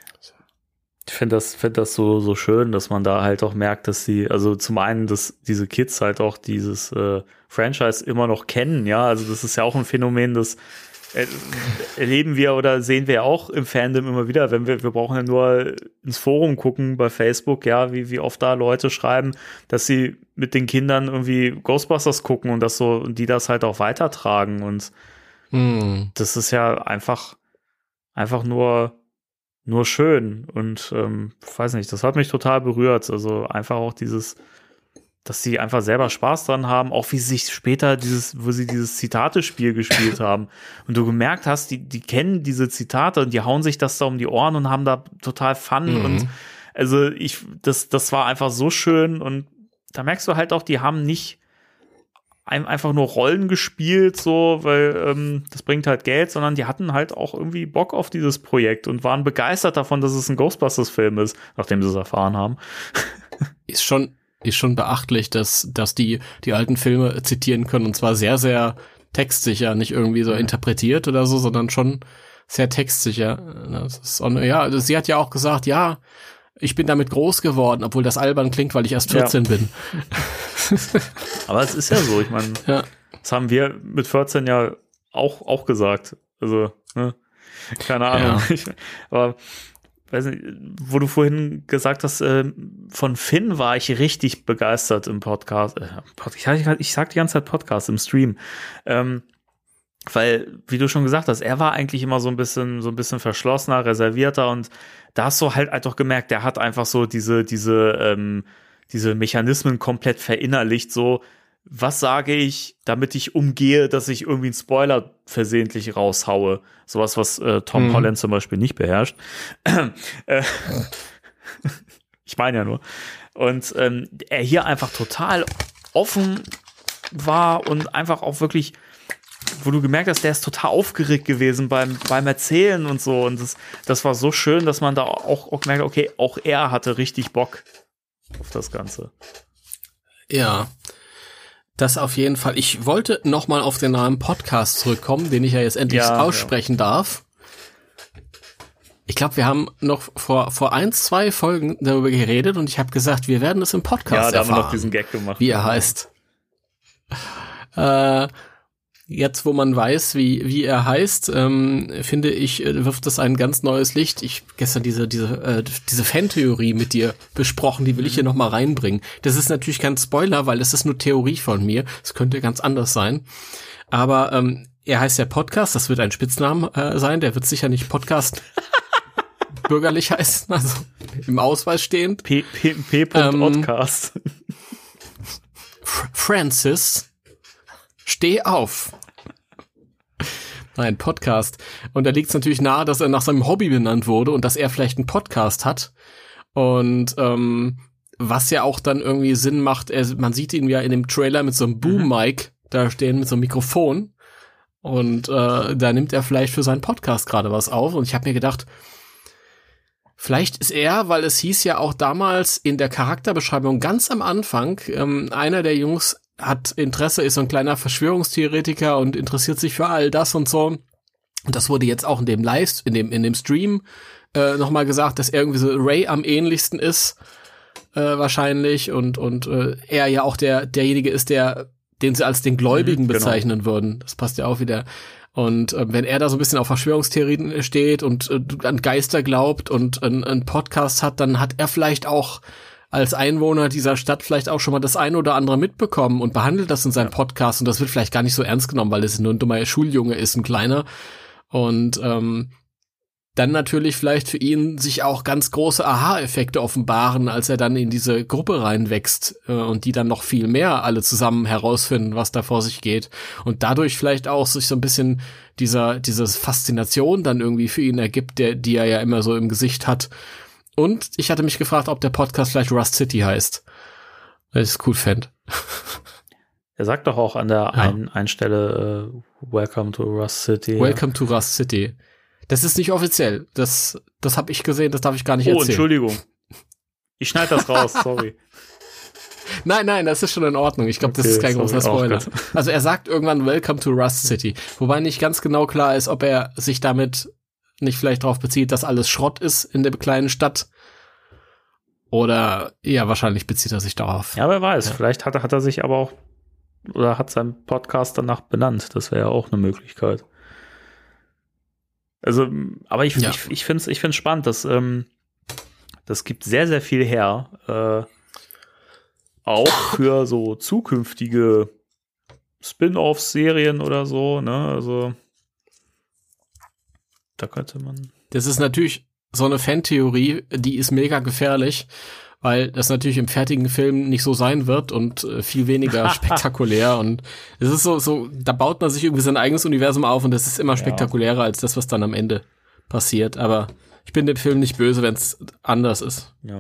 ich finde das, finde das so, so schön, dass man da halt auch merkt, dass sie, also zum einen, dass diese Kids halt auch dieses äh, Franchise immer noch kennen, ja, also das ist ja auch ein Phänomen, das äh, erleben wir oder sehen wir auch im Fandom immer wieder, wenn wir, wir brauchen ja nur ins Forum gucken bei Facebook, ja, wie, wie oft da Leute schreiben, dass sie mit den Kindern irgendwie Ghostbusters gucken und das so, und die das halt auch weitertragen und hm. das ist ja einfach, einfach nur Nur schön und ähm, weiß nicht, das hat mich total berührt. Also einfach auch dieses, dass sie einfach selber Spaß dran haben, auch wie sie sich später dieses, wo sie dieses Zitatespiel gespielt haben und du gemerkt hast, die, die kennen diese Zitate und die hauen sich das da um die Ohren und haben da total Fun mhm. und also ich, das, das war einfach so schön und da merkst du halt auch, die haben nicht einfach nur Rollen gespielt, so, weil ähm, das bringt halt Geld, sondern die hatten halt auch irgendwie Bock auf dieses Projekt und waren begeistert davon, dass es ein Ghostbusters-Film ist, nachdem sie es erfahren haben. Ist schon, ist schon beachtlich, dass, dass die, die alten Filme zitieren können und zwar sehr, sehr textsicher, nicht irgendwie so interpretiert oder so, sondern schon sehr textsicher. Das ist, ja, also sie hat ja auch gesagt, ja, ich bin damit groß geworden, obwohl das albern klingt, weil ich erst vierzehn ja. bin. Aber es ist ja so, ich meine, ja. das haben wir mit vierzehn ja auch, auch gesagt. Also, ne? Keine Ahnung. Ja. Ich, aber, weiß nicht, wo du vorhin gesagt hast, äh, von Finn war ich richtig begeistert im Podcast. Äh, ich, ich, ich sag die ganze Zeit Podcast im Stream. Ähm, Weil, wie du schon gesagt hast, er war eigentlich immer so ein bisschen, so ein bisschen verschlossener, reservierter und da hast du halt einfach gemerkt, der hat einfach so diese, diese, ähm, diese Mechanismen komplett verinnerlicht, so, was sage ich, damit ich umgehe, dass ich irgendwie einen Spoiler versehentlich raushaue. Sowas, was äh, Tom mhm. Holland zum Beispiel nicht beherrscht. äh, ich meine ja nur. Und ähm, er hier einfach total offen war und einfach auch wirklich, wo du gemerkt hast, der ist total aufgeregt gewesen beim, beim Erzählen und so. Und das, das war so schön, dass man da auch, auch gemerkt hat, okay, auch er hatte richtig Bock auf das Ganze. Ja, das auf jeden Fall. Ich wollte noch mal auf den Namen Podcast zurückkommen, den ich ja jetzt endlich ja, aussprechen ja. darf. Ich glaube, wir haben noch vor vor ein, zwei Folgen darüber geredet und ich habe gesagt, wir werden es im Podcast erfahren. Ja, da erfahren, haben wir noch diesen Gag gemacht. Wie er heißt. Äh, Jetzt, wo man weiß, wie wie er heißt, ähm, finde ich, wirft das ein ganz neues Licht. Ich gestern diese diese äh, diese Fantheorie mit dir besprochen, die will ich hier noch mal reinbringen. Das ist natürlich kein Spoiler, weil es ist nur Theorie von mir. Es könnte ganz anders sein. Aber ähm, er heißt ja Podcast, das wird ein Spitznamen äh, sein. Der wird sicher nicht Podcast bürgerlich heißen, also im Ausweis stehend. P. P. P. Podcast. Ähm, Francis. Steh auf. Nein, Podcast. Und da liegt es natürlich nahe, dass er nach seinem Hobby benannt wurde und dass er vielleicht einen Podcast hat. Und ähm, was ja auch dann irgendwie Sinn macht, er, man sieht ihn ja in dem Trailer mit so einem Boom-Mic da stehen, mit so einem Mikrofon. Und äh, da nimmt er vielleicht für seinen Podcast gerade was auf. Und ich habe mir gedacht, vielleicht ist er, weil es hieß ja auch damals in der Charakterbeschreibung ganz am Anfang, ähm, einer der Jungs hat Interesse, ist so ein kleiner Verschwörungstheoretiker und interessiert sich für all das und so. Und das wurde jetzt auch in dem Live, in dem in dem Stream äh, nochmal gesagt, dass er irgendwie so Ray am ähnlichsten ist, äh, wahrscheinlich, und und äh, er ja auch der derjenige ist, der den sie als den Gläubigen mhm, bezeichnen genau. würden. Das passt ja auch wieder. Und äh, wenn er da so ein bisschen auf Verschwörungstheorien steht und äh, an Geister glaubt und äh, einen Podcast hat, dann hat er vielleicht auch als Einwohner dieser Stadt vielleicht auch schon mal das eine oder andere mitbekommen und behandelt das in seinem ja. Podcast. Und das wird vielleicht gar nicht so ernst genommen, weil es nur ein dummer Schuljunge ist, ein kleiner. Und ähm, dann natürlich vielleicht für ihn sich auch ganz große Aha-Effekte offenbaren, als er dann in diese Gruppe reinwächst äh, und die dann noch viel mehr alle zusammen herausfinden, was da vor sich geht. Und dadurch vielleicht auch sich so ein bisschen dieser diese Faszination dann irgendwie für ihn ergibt, der die er ja immer so im Gesicht hat. Und ich hatte mich gefragt, ob der Podcast vielleicht Rust City heißt, weil ich es cool fände. Er sagt doch auch an der ja. einen, einen Stelle uh, Welcome to Rust City. Welcome ja. to Rust City. Das ist nicht offiziell. Das, das habe ich gesehen, das darf ich gar nicht oh, erzählen. Oh, Entschuldigung. Ich schneide das raus, sorry. Nein, nein, das ist schon in Ordnung. Ich glaube, okay, das ist kein großer Spoiler. Also er sagt irgendwann Welcome to Rust City. Wobei nicht ganz genau klar ist, ob er sich damit nicht vielleicht darauf bezieht, dass alles Schrott ist in der kleinen Stadt. Oder ja, wahrscheinlich bezieht er sich darauf. Ja, wer weiß. Ja. Vielleicht hat er, hat er sich aber auch oder hat seinen Podcast danach benannt. Das wäre ja auch eine Möglichkeit. Also, aber ich, ja. ich, ich finde es ich find's spannend, dass ähm, das gibt sehr, sehr viel her. Äh, auch für so zukünftige Spin-off-Serien oder so, ne? Also da könnte man. Das ist natürlich so eine Fantheorie, die ist mega gefährlich, weil das natürlich im fertigen Film nicht so sein wird und äh, viel weniger spektakulär. Und es ist so, so, da baut man sich irgendwie sein eigenes Universum auf und das ist immer spektakulärer ja. als das, was dann am Ende passiert. Aber ich bin dem Film nicht böse, wenn es anders ist. Ja.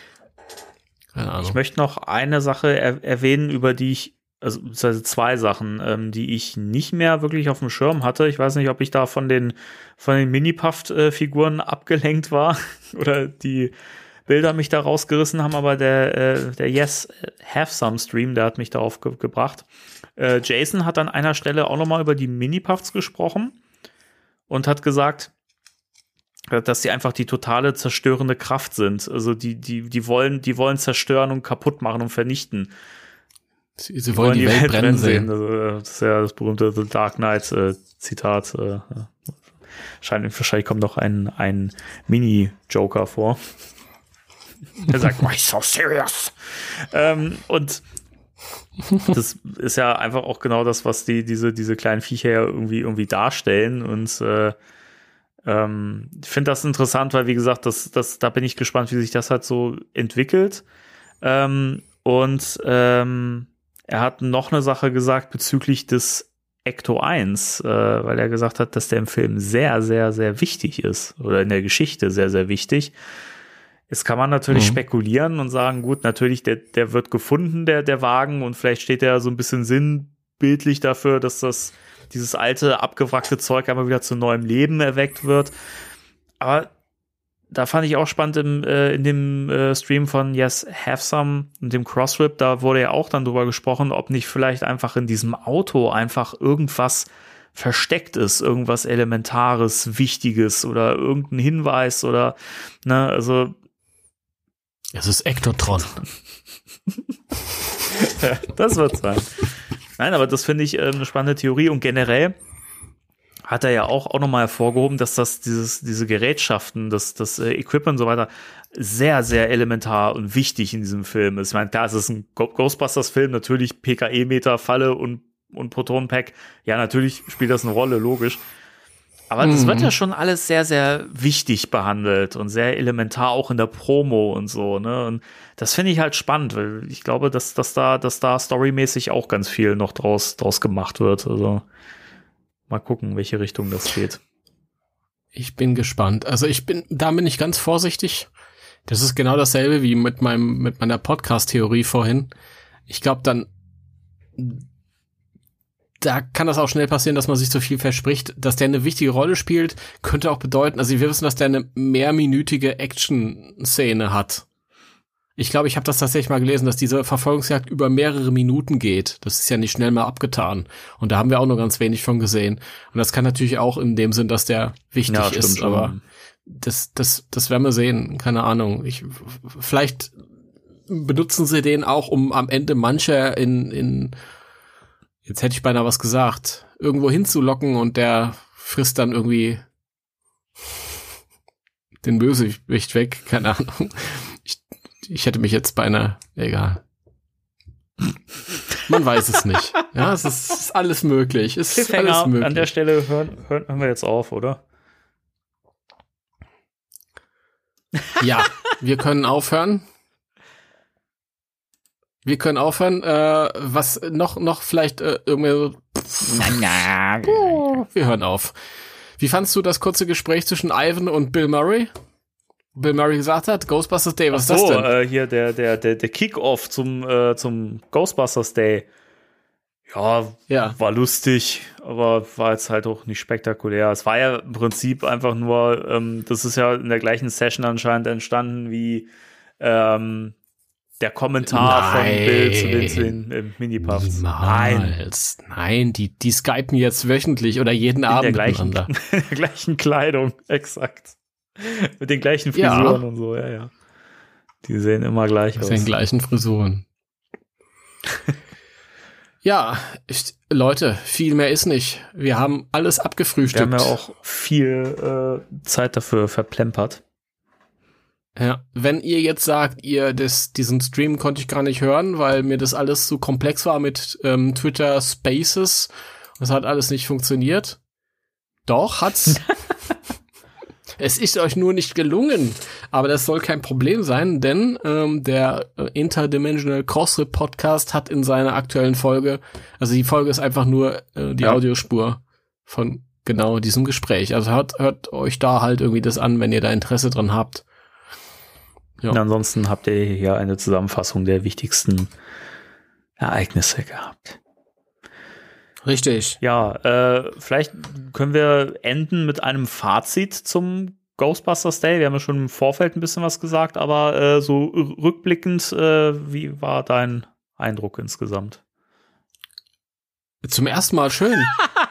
Keine Ahnung. Ich möchte noch eine Sache er- erwähnen, über die ich, also, also zwei Sachen, ähm, die ich nicht mehr wirklich auf dem Schirm hatte. Ich weiß nicht, ob ich da von den, von den Mini-Puff-Figuren abgelenkt war oder die Bilder mich da rausgerissen haben, aber der, äh, der Yes Have Some Stream, der hat mich darauf ge- gebracht. Äh, Jason hat an einer Stelle auch nochmal über die Mini-Puffs gesprochen und hat gesagt, dass sie einfach die totale zerstörende Kraft sind. Also die, die, die wollen, die wollen zerstören und kaputt machen und vernichten. Sie, sie wollen die, die Welt, Welt brennen sehen. sehen. Also, das ist ja das berühmte The Dark Knight äh, Zitat. Äh, wahrscheinlich, wahrscheinlich kommt noch ein, ein Mini-Joker vor. Er sagt, why so serious? Ähm, und das ist ja einfach auch genau das, was die, diese, diese kleinen Viecher ja irgendwie, irgendwie darstellen. Und äh, ähm, ich finde das interessant, weil, wie gesagt, das, das, da bin ich gespannt, wie sich das halt so entwickelt. Ähm, und ähm, er hat noch eine Sache gesagt bezüglich des Ecto eins, äh, weil er gesagt hat, dass der im Film sehr, sehr, sehr wichtig ist. Oder in der Geschichte sehr, sehr wichtig. Jetzt kann man natürlich mhm. spekulieren und sagen, gut, natürlich, der, der wird gefunden, der, der Wagen, und vielleicht steht er so ein bisschen sinnbildlich dafür, dass das, dieses alte, abgewrackte Zeug einmal wieder zu neuem Leben erweckt wird. Aber da fand ich auch spannend im, äh, in dem äh, Stream von Yes Have Some und dem Crossrip, da wurde ja auch dann drüber gesprochen, ob nicht vielleicht einfach in diesem Auto einfach irgendwas versteckt ist, irgendwas Elementares, Wichtiges oder irgendein Hinweis oder, ne, also es ist Ektotron. Ja, das wird sein. Nein, aber das finde ich äh, eine spannende Theorie, und generell hat er ja auch, auch nochmal hervorgehoben, dass das dieses, diese Gerätschaften, das, das äh, Equipment und so weiter sehr, sehr elementar und wichtig in diesem Film ist. Ich meine, klar, es ist ein Ghostbusters-Film, natürlich P K E-Meter, Falle und, und Protonenpack. Ja, natürlich spielt das eine Rolle, logisch. Aber das mhm. wird ja schon alles sehr, sehr wichtig behandelt und sehr elementar, auch in der Promo und so, ne? Und das finde ich halt spannend, weil ich glaube, dass, dass da, dass da storymäßig auch ganz viel noch draus, draus gemacht wird. Also mal gucken, welche Richtung das geht. Ich bin gespannt. Also ich bin, da bin ich ganz vorsichtig. Das ist genau dasselbe wie mit meinem, mit meiner Podcast-Theorie vorhin. Ich glaube dann, da kann das auch schnell passieren, dass man sich zu viel verspricht. Dass der eine wichtige Rolle spielt, könnte auch bedeuten, also wir wissen, dass der eine mehrminütige Action-Szene hat. Ich glaube, ich habe das tatsächlich mal gelesen, dass diese Verfolgungsjagd über mehrere Minuten geht. Das ist ja nicht schnell mal abgetan. Und da haben wir auch nur ganz wenig von gesehen. Und das kann natürlich auch in dem Sinn, dass der wichtig ja, ist. Aber das, das, das werden wir sehen. Keine Ahnung. Ich, vielleicht benutzen sie den auch, um am Ende mancher in, in, jetzt hätte ich beinahe was gesagt, irgendwo hinzulocken und der frisst dann irgendwie den Bösewicht weg. Keine Ahnung. Ich, ich hätte mich jetzt beinahe, egal. Man weiß es nicht. Ja, es ist, es ist alles möglich. Es ist alles möglich. An der Stelle hören, hören, hören wir jetzt auf, oder? Ja, wir können aufhören. Wir können aufhören. Äh, was noch, noch vielleicht äh, irgendwie. Oh, wir hören auf. Wie fandst du das kurze Gespräch zwischen Ivan und Bill Murray? Bill Murray gesagt hat, Ghostbusters Day, was Ach so, ist das denn? Äh, hier der, der, der, der Kick-Off zum, äh, zum Ghostbusters Day. Ja, Ja, war lustig, aber war jetzt halt auch nicht spektakulär. Es war ja im Prinzip einfach nur, ähm, das ist ja in der gleichen Session anscheinend entstanden wie ähm, der Kommentar Nein. von Bill zu den, zu den äh, Mini-Puffs. Niemals. Nein, die, die skypen jetzt wöchentlich oder jeden In Abend der gleichen, miteinander. in der gleichen Kleidung, exakt. Mit den gleichen Ja. Frisuren und so, ja, ja. Die sehen immer gleich Mit aus. den gleichen Frisuren. Ja, ich, Leute, viel mehr ist nicht. Wir haben alles Wir abgefrühstückt. haben ja auch viel äh, Zeit dafür verplempert. Ja, wenn ihr jetzt sagt, ihr das, diesen Stream konnte ich gar nicht hören, weil mir das alles zu komplex war mit ähm, Twitter Spaces. Das hat alles nicht funktioniert. Doch, hat's. Es ist euch nur nicht gelungen, aber das soll kein Problem sein, denn ähm, der äh, Interdimensional Crossrip Podcast hat in seiner aktuellen Folge, also die Folge ist einfach nur äh, die Ja. Audiospur von genau diesem Gespräch. Also hört, hört euch da halt irgendwie das an, wenn ihr da Interesse dran habt. Ja. Und ansonsten habt ihr hier eine Zusammenfassung der wichtigsten Ereignisse gehabt. Richtig. Ja, äh, vielleicht können wir enden mit einem Fazit zum Ghostbusters Day. Wir haben ja schon im Vorfeld ein bisschen was gesagt, aber äh, so rückblickend, äh, wie war dein Eindruck insgesamt? Zum ersten Mal schön.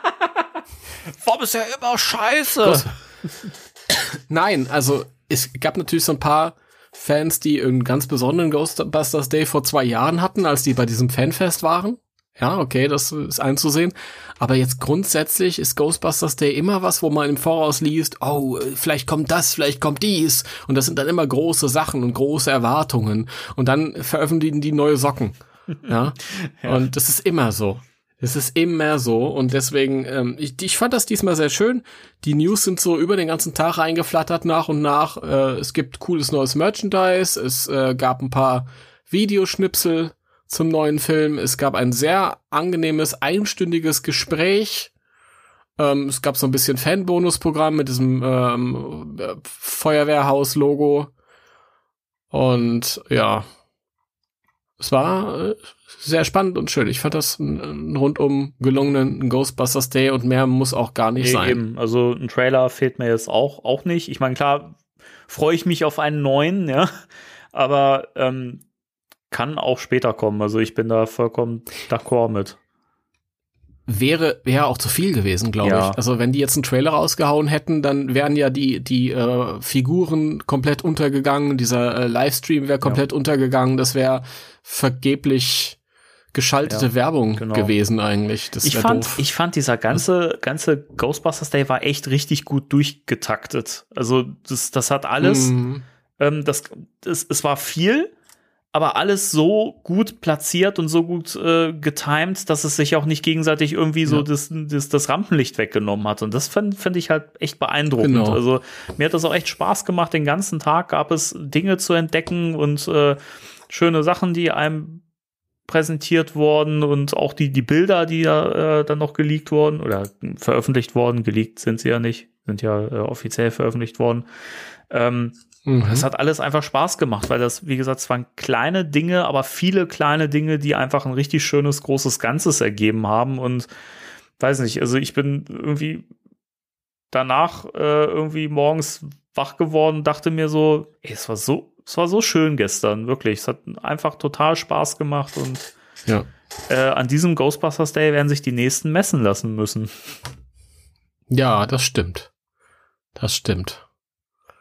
War bisher immer scheiße. Nein, also es gab natürlich so ein paar Fans, die einen ganz besonderen Ghostbusters Day vor zwei Jahren hatten, als die bei diesem Fanfest waren. Ja, okay, das ist einzusehen. Aber jetzt grundsätzlich ist Ghostbusters Day immer was, wo man im Voraus liest, oh, vielleicht kommt das, vielleicht kommt dies. Und das sind dann immer große Sachen und große Erwartungen. Und dann veröffentlichen die neue Socken. Ja, Ja. und das ist immer so. Es ist immer so. Und deswegen, ähm, ich, ich fand das diesmal sehr schön. Die News sind so über den ganzen Tag reingeflattert nach und nach. Äh, es gibt cooles neues Merchandise. Es äh, gab ein paar Videoschnipsel zum neuen Film. Es gab ein sehr angenehmes, einstündiges Gespräch. Ähm, es gab so ein bisschen Fanbonusprogramm mit diesem ähm, Feuerwehrhaus-Logo. Und ja, es war äh, sehr spannend und schön. Ich fand das einen rundum gelungenen Ghostbusters Day und mehr muss auch gar nicht Nee, sein. eben. Also ein Trailer fehlt mir jetzt auch, auch nicht. Ich meine, klar freue ich mich auf einen neuen, ja, aber ähm, kann auch später kommen. Also ich bin da vollkommen d'accord mit. Wäre wäre auch zu viel gewesen, glaube Ja. ich. Also wenn die jetzt einen Trailer rausgehauen hätten, dann wären ja die die äh, Figuren komplett untergegangen. Dieser äh, Livestream wäre komplett untergegangen. Das wäre vergeblich geschaltete Ja, Werbung genau. gewesen eigentlich. Das Ich wär fand, doof. ich fand, dieser ganze, ganze Ghostbusters Day war echt richtig gut durchgetaktet. Also das, das hat alles, Mhm. ähm, das, das, es war viel, aber alles so gut platziert und so gut äh, getimed, dass es sich auch nicht gegenseitig irgendwie so Ja. das, das, das Rampenlicht weggenommen hat. Und das fand, fand ich halt echt beeindruckend. Genau. Also mir hat das auch echt Spaß gemacht. Den ganzen Tag gab es Dinge zu entdecken und äh, schöne Sachen, die einem präsentiert wurden und auch die, die Bilder, die ja äh, dann noch geleakt wurden oder veröffentlicht worden. Geleakt sind sie ja nicht, sind ja äh, offiziell veröffentlicht worden. Ähm, Mhm. Das hat alles einfach Spaß gemacht, weil das, wie gesagt, es waren kleine Dinge, aber viele kleine Dinge, die einfach ein richtig schönes, großes Ganzes ergeben haben. Und weiß nicht, also ich bin irgendwie danach äh, irgendwie morgens wach geworden, dachte mir so, ey, es war so, es war so schön gestern, wirklich. Es hat einfach total Spaß gemacht und Ja. äh, an diesem Ghostbusters Day werden sich die nächsten messen lassen müssen. Ja, das stimmt. Das stimmt.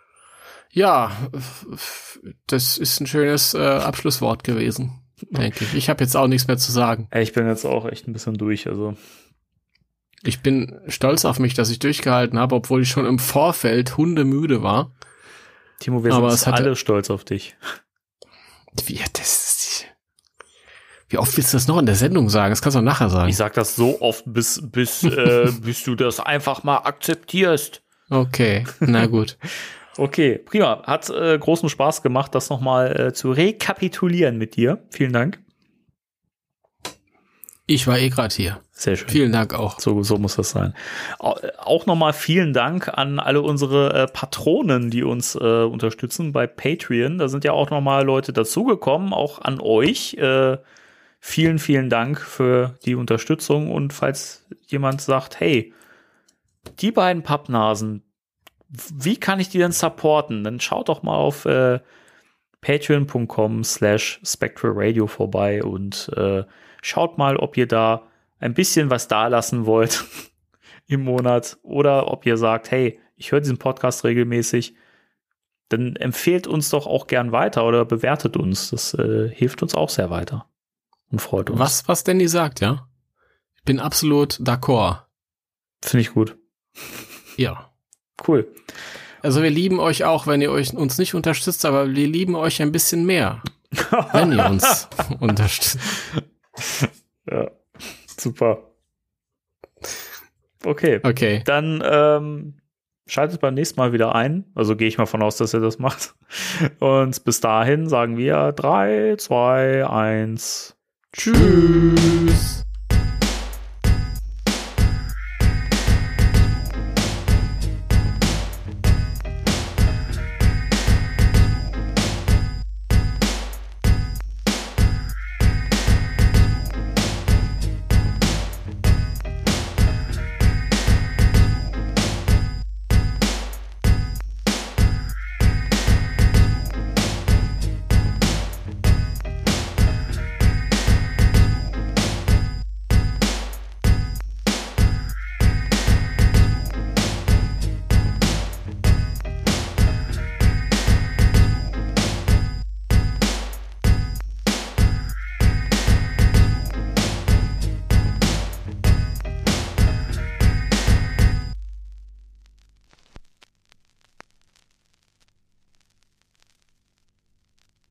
Ja, das ist ein schönes äh, Abschlusswort gewesen, denke ich. Ich habe jetzt auch nichts mehr zu sagen. Ich bin jetzt auch echt ein bisschen durch, also. Ich bin stolz auf mich, dass ich durchgehalten habe, obwohl ich schon im Vorfeld hundemüde war. Timo, wir Aber sind alle stolz auf dich. Wie, das ist, wie oft willst du das noch in der Sendung sagen? Das kannst du auch nachher sagen. Ich sag das so oft, bis, bis, äh, bis du das einfach mal akzeptierst. Okay, na gut. Okay, prima. Hat äh, großen Spaß gemacht, das nochmal äh, zu rekapitulieren mit dir. Vielen Dank. Ich war eh gerade hier. Sehr schön. Vielen Dank auch. So, so muss das sein. Auch nochmal vielen Dank an alle unsere äh, Patronen, die uns äh, unterstützen bei Patreon. Da sind ja auch nochmal Leute dazugekommen, auch an euch. Äh, vielen, vielen Dank für die Unterstützung. Und falls jemand sagt, hey, die beiden Pappnasen, wie kann ich die denn supporten? Dann schaut doch mal auf äh, patreon.com slash Spectral Radio vorbei und äh, schaut mal, ob ihr da ein bisschen was da lassen wollt im Monat oder ob ihr sagt, hey, ich höre diesen Podcast regelmäßig, dann empfehlt uns doch auch gern weiter oder bewertet uns. Das äh, hilft uns auch sehr weiter und freut uns. Was, was Danny sagt, ja? Ich bin absolut d'accord. Finde ich gut. Ja. Cool. Also wir lieben euch auch, wenn ihr euch uns nicht unterstützt, aber wir lieben euch ein bisschen mehr, wenn ihr uns unterstützt. Ja, super. Okay. Okay. Dann ähm, schaltet beim nächsten Mal wieder ein. Also gehe ich mal von aus, dass ihr das macht. Und bis dahin sagen wir drei, zwei, eins. Tschüss.